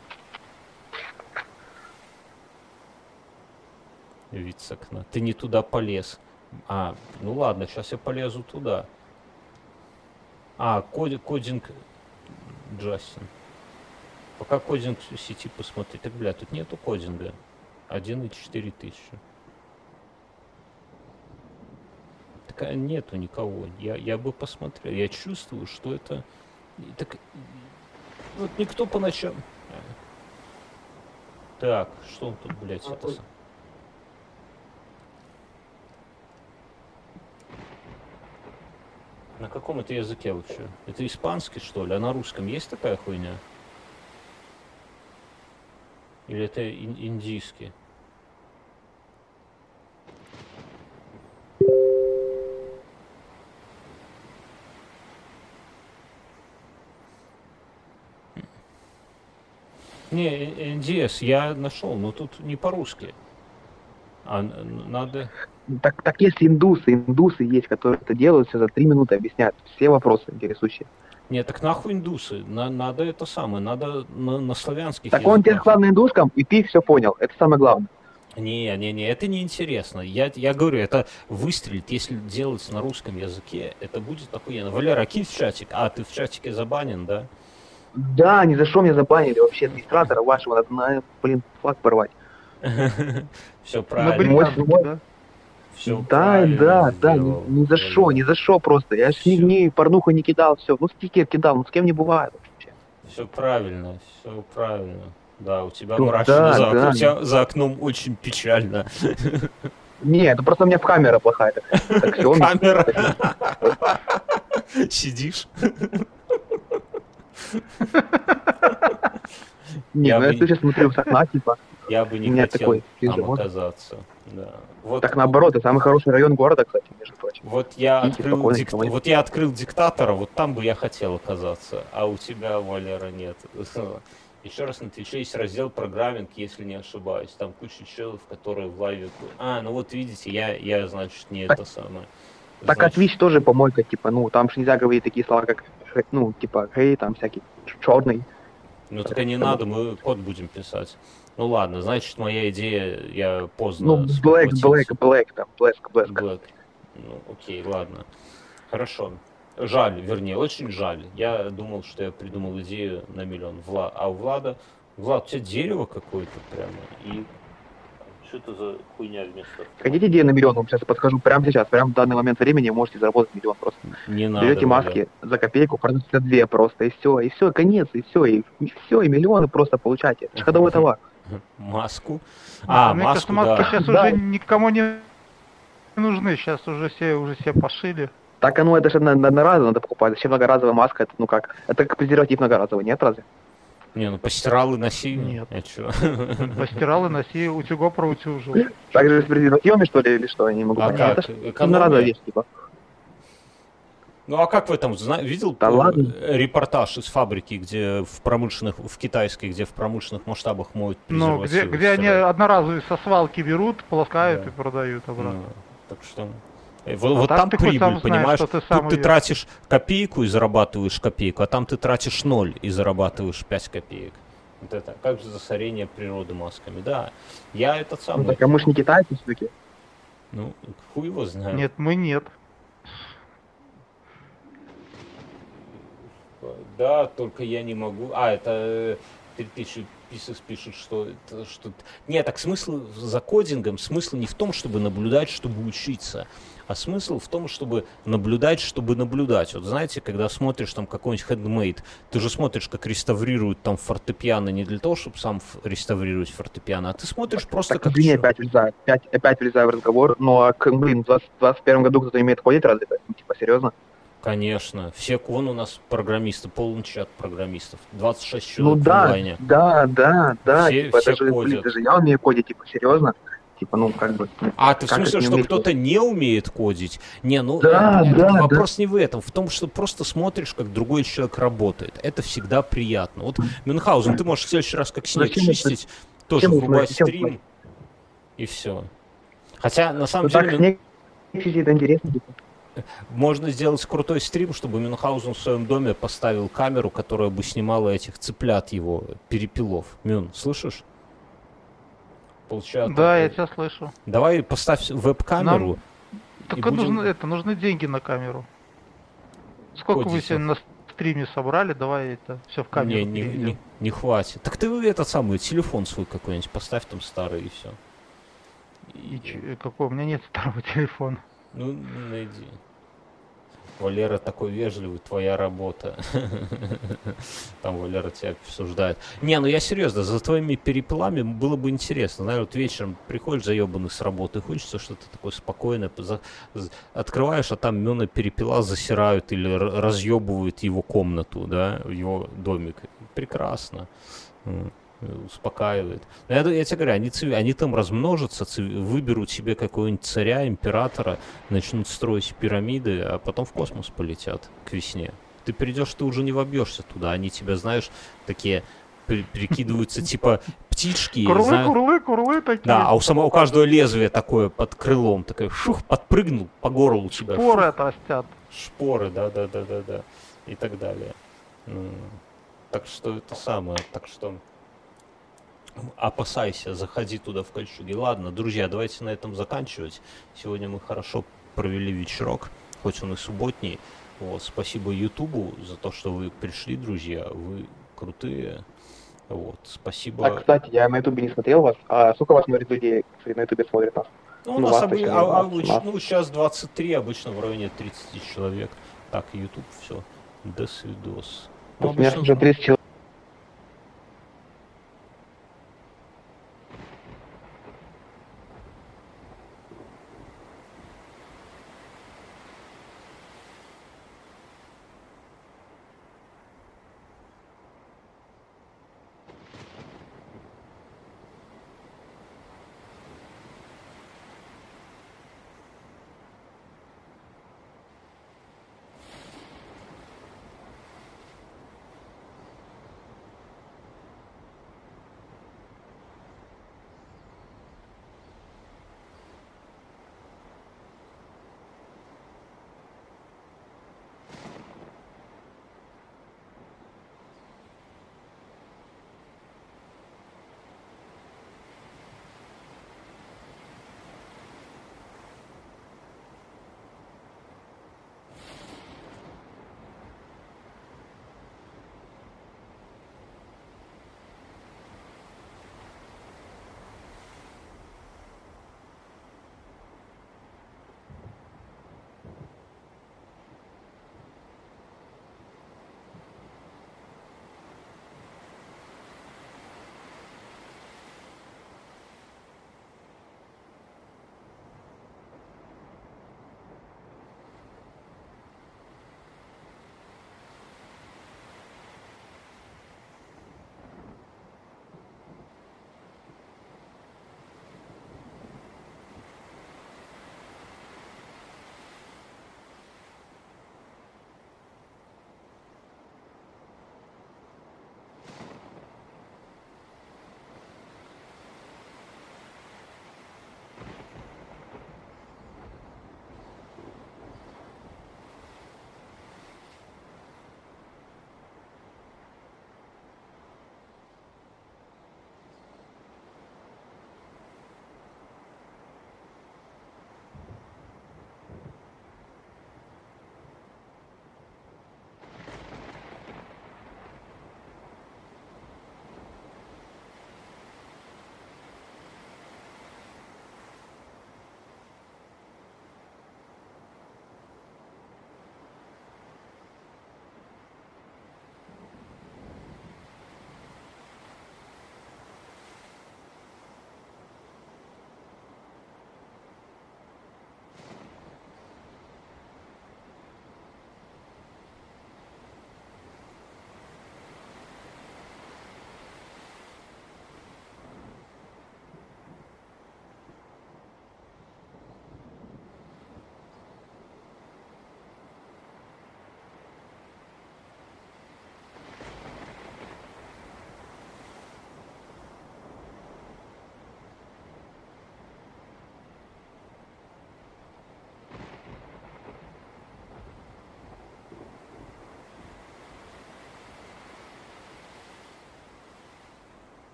Вид с окна. Ты не туда полез. Ну ладно, сейчас я полезу туда. Кодинг Джастин. Пока кодинг в сети посмотреть. Так, бля, тут нету кодинга. 1,4 тысячи. Так нету никого. Я бы посмотрел. Я чувствую, что это... Так, вот никто поначалу... Так, что он тут, блядь, это... На каком это языке вообще? Это испанский, что ли? А на русском есть такая хуйня? Или это индийский? Не, NDS я нашел, но тут не по-русски. Надо... Так если индусы есть, которые это делают, все за 3 минуты объясняют все вопросы интересующие. Нет, так нахуй индусы? Надо это самое, надо на славянских так языках. Он тебе сказал на индусском, и ты все понял. Это самое главное. Не, это не интересно. Я говорю, это выстрелит, если делается на русском языке, это будет охуенно. Валера, кинь в чатик. Ты в чатике забанен, да? Да, ни за что меня забанили. Вообще администратора вашего надо, флаг порвать. Все правильно. Все да, ни за что просто. Я ж ни порнуху не кидал, все. Ну, стикер кидал, с кем не бывает вообще. Все правильно. Да, у тебя мрачно, у тебя за окном очень печально. Не, это просто у меня камера плохая. Камера? Сидишь? Не, ну я сейчас смотрю с окна, типа. Я бы не хотел там оказаться. Да. Вот. Так наоборот, это самый хороший район города, кстати, между прочим. Вот я открыл диктатора, вот там бы я хотел оказаться, а у тебя, Валера, нет. Еще раз на Твиче есть раздел программинг, если не ошибаюсь. Там куча челов, которые в лайве... ну вот видите, я значит, не это самое. Так от Twitch тоже помойка, типа, ну, там же нельзя говорить такие слова, как, ну, типа, хей, там всякий черный. Ну, так и не надо, мы код будем писать. Ну, ладно, значит, моя идея, я поздно... Ну, black. Ну, окей, ладно. Хорошо. Жаль, вернее, очень жаль. Я думал, что я придумал идею на миллион. А у Влада... Влад, у тебя дерево какое-то прямо, и... Что это за хуйня вместо... Хотите идею на миллион? Сейчас подскажу прямо сейчас. Прямо в данный момент времени можете заработать миллион просто. Не надо. Берете маски за копейку, продайте 2 просто, и все, конец, и миллионы просто получаете. Это же ходовой товар. Маску? Мне кажется, маски сейчас уже никому не нужны. Сейчас уже все пошили. Так, это же одноразово надо покупать. Зачем многоразовая маска? Это, это как презерватив многоразовый, нет разве? Не, постирал и носи. Нет. Постирал и носи, утюго проутюжил. Так же с презервативами, что ли, или что? Я не могу понять. Как? Это же одноразовая вещь, типа. Ну а как вы там видел репортаж из фабрики, где в китайской, где в промышленных масштабах моют презервативы? Ну, где они одноразовые со свалки берут, полоскают и продают обратно. Так что... Вот там прибыль, понимаешь? Тут ты тратишь копейку и зарабатываешь копейку, а там ты тратишь 0 и зарабатываешь 5 копеек. Вот это как же засорение природы масками, да. Я этот самый... Так, а мы ж не китайцы все-таки. Ну, хуй его знает. Нет, мы нет. Да, только я не могу... это 3000 пишут, что... Нет, так смысл за кодингом, смысл не в том, чтобы наблюдать, чтобы учиться, а смысл в том, чтобы наблюдать. Вот знаете, когда смотришь там какой-нибудь handmade, ты же смотришь, как реставрируют там фортепиано не для того, чтобы сам реставрировать фортепиано, а ты смотришь просто так, как... Извини, опять влезаю в разговор, но, в 2021 году кто-то умеет кодить разве? Типа, серьезно? Конечно. Вон у нас программисты, полный чат программистов. 26 человек в онлайне. Да. Все Даже я умею кодить, типа, серьезно? Типа, ты в смысле, что кто-то не умеет кодить? Вопрос не в этом. В том, что просто смотришь, как другой человек работает. Это всегда приятно. Вот, Мюнхгаузен, ты можешь в следующий раз как снег чистить, тоже врубать стрим, и все. Хотя, на самом деле... Снег чистить, это интересно, типа. Можно сделать крутой стрим, чтобы Мюнхгаузен в своем доме поставил камеру, которая бы снимала этих цыплят его, перепелов. Мюн, слышишь? Да, я тебя слышу. Давай поставь веб-камеру. Только нужны деньги на камеру. Сколько вы себе на стриме собрали, давай это все в камеру. Не хватит. Так ты телефон свой какой-нибудь поставь там старый и все. Какой? У меня нет старого телефона. Ну, найди. Валера такой вежливый, твоя работа. Там Валера тебя обсуждает. Я серьезно, за твоими перепелами было бы интересно. Знаешь, вот вечером приходишь заебанный с работы, хочется что-то такое спокойное. Открываешь, а там Мюна перепела засирают или разъебывают его комнату, да, его домик. Прекрасно. Успокаивает. Я тебе говорю, они там размножатся, выберут себе какого-нибудь царя, императора, начнут строить пирамиды, а потом в космос полетят к весне. Ты придешь, ты уже не вобьешься туда, они тебя, знаешь, такие перекидываются типа птички. Курлы такие. Да, а у каждого лезвие такое под крылом, такое подпрыгнул по горлу тебя. Шпоры отрастят. Шпоры, да, и так далее. Так что это самое, опасайся, заходи туда в кольчуге. Ладно, друзья, давайте на этом заканчивать. Сегодня мы хорошо провели вечерок, хоть он и субботний. Вот, спасибо Ютубу за то, что вы пришли, друзья. Вы крутые. Вот, спасибо. Так, кстати, я на Ютубе не смотрел вас. А сколько вас смотрит людей, которые на Ютубе смотрят нас? У нас обычно, сейчас 23, обычно в районе 30 человек. Так, Ютуб, все. До свидос. У меня уже 30 человек.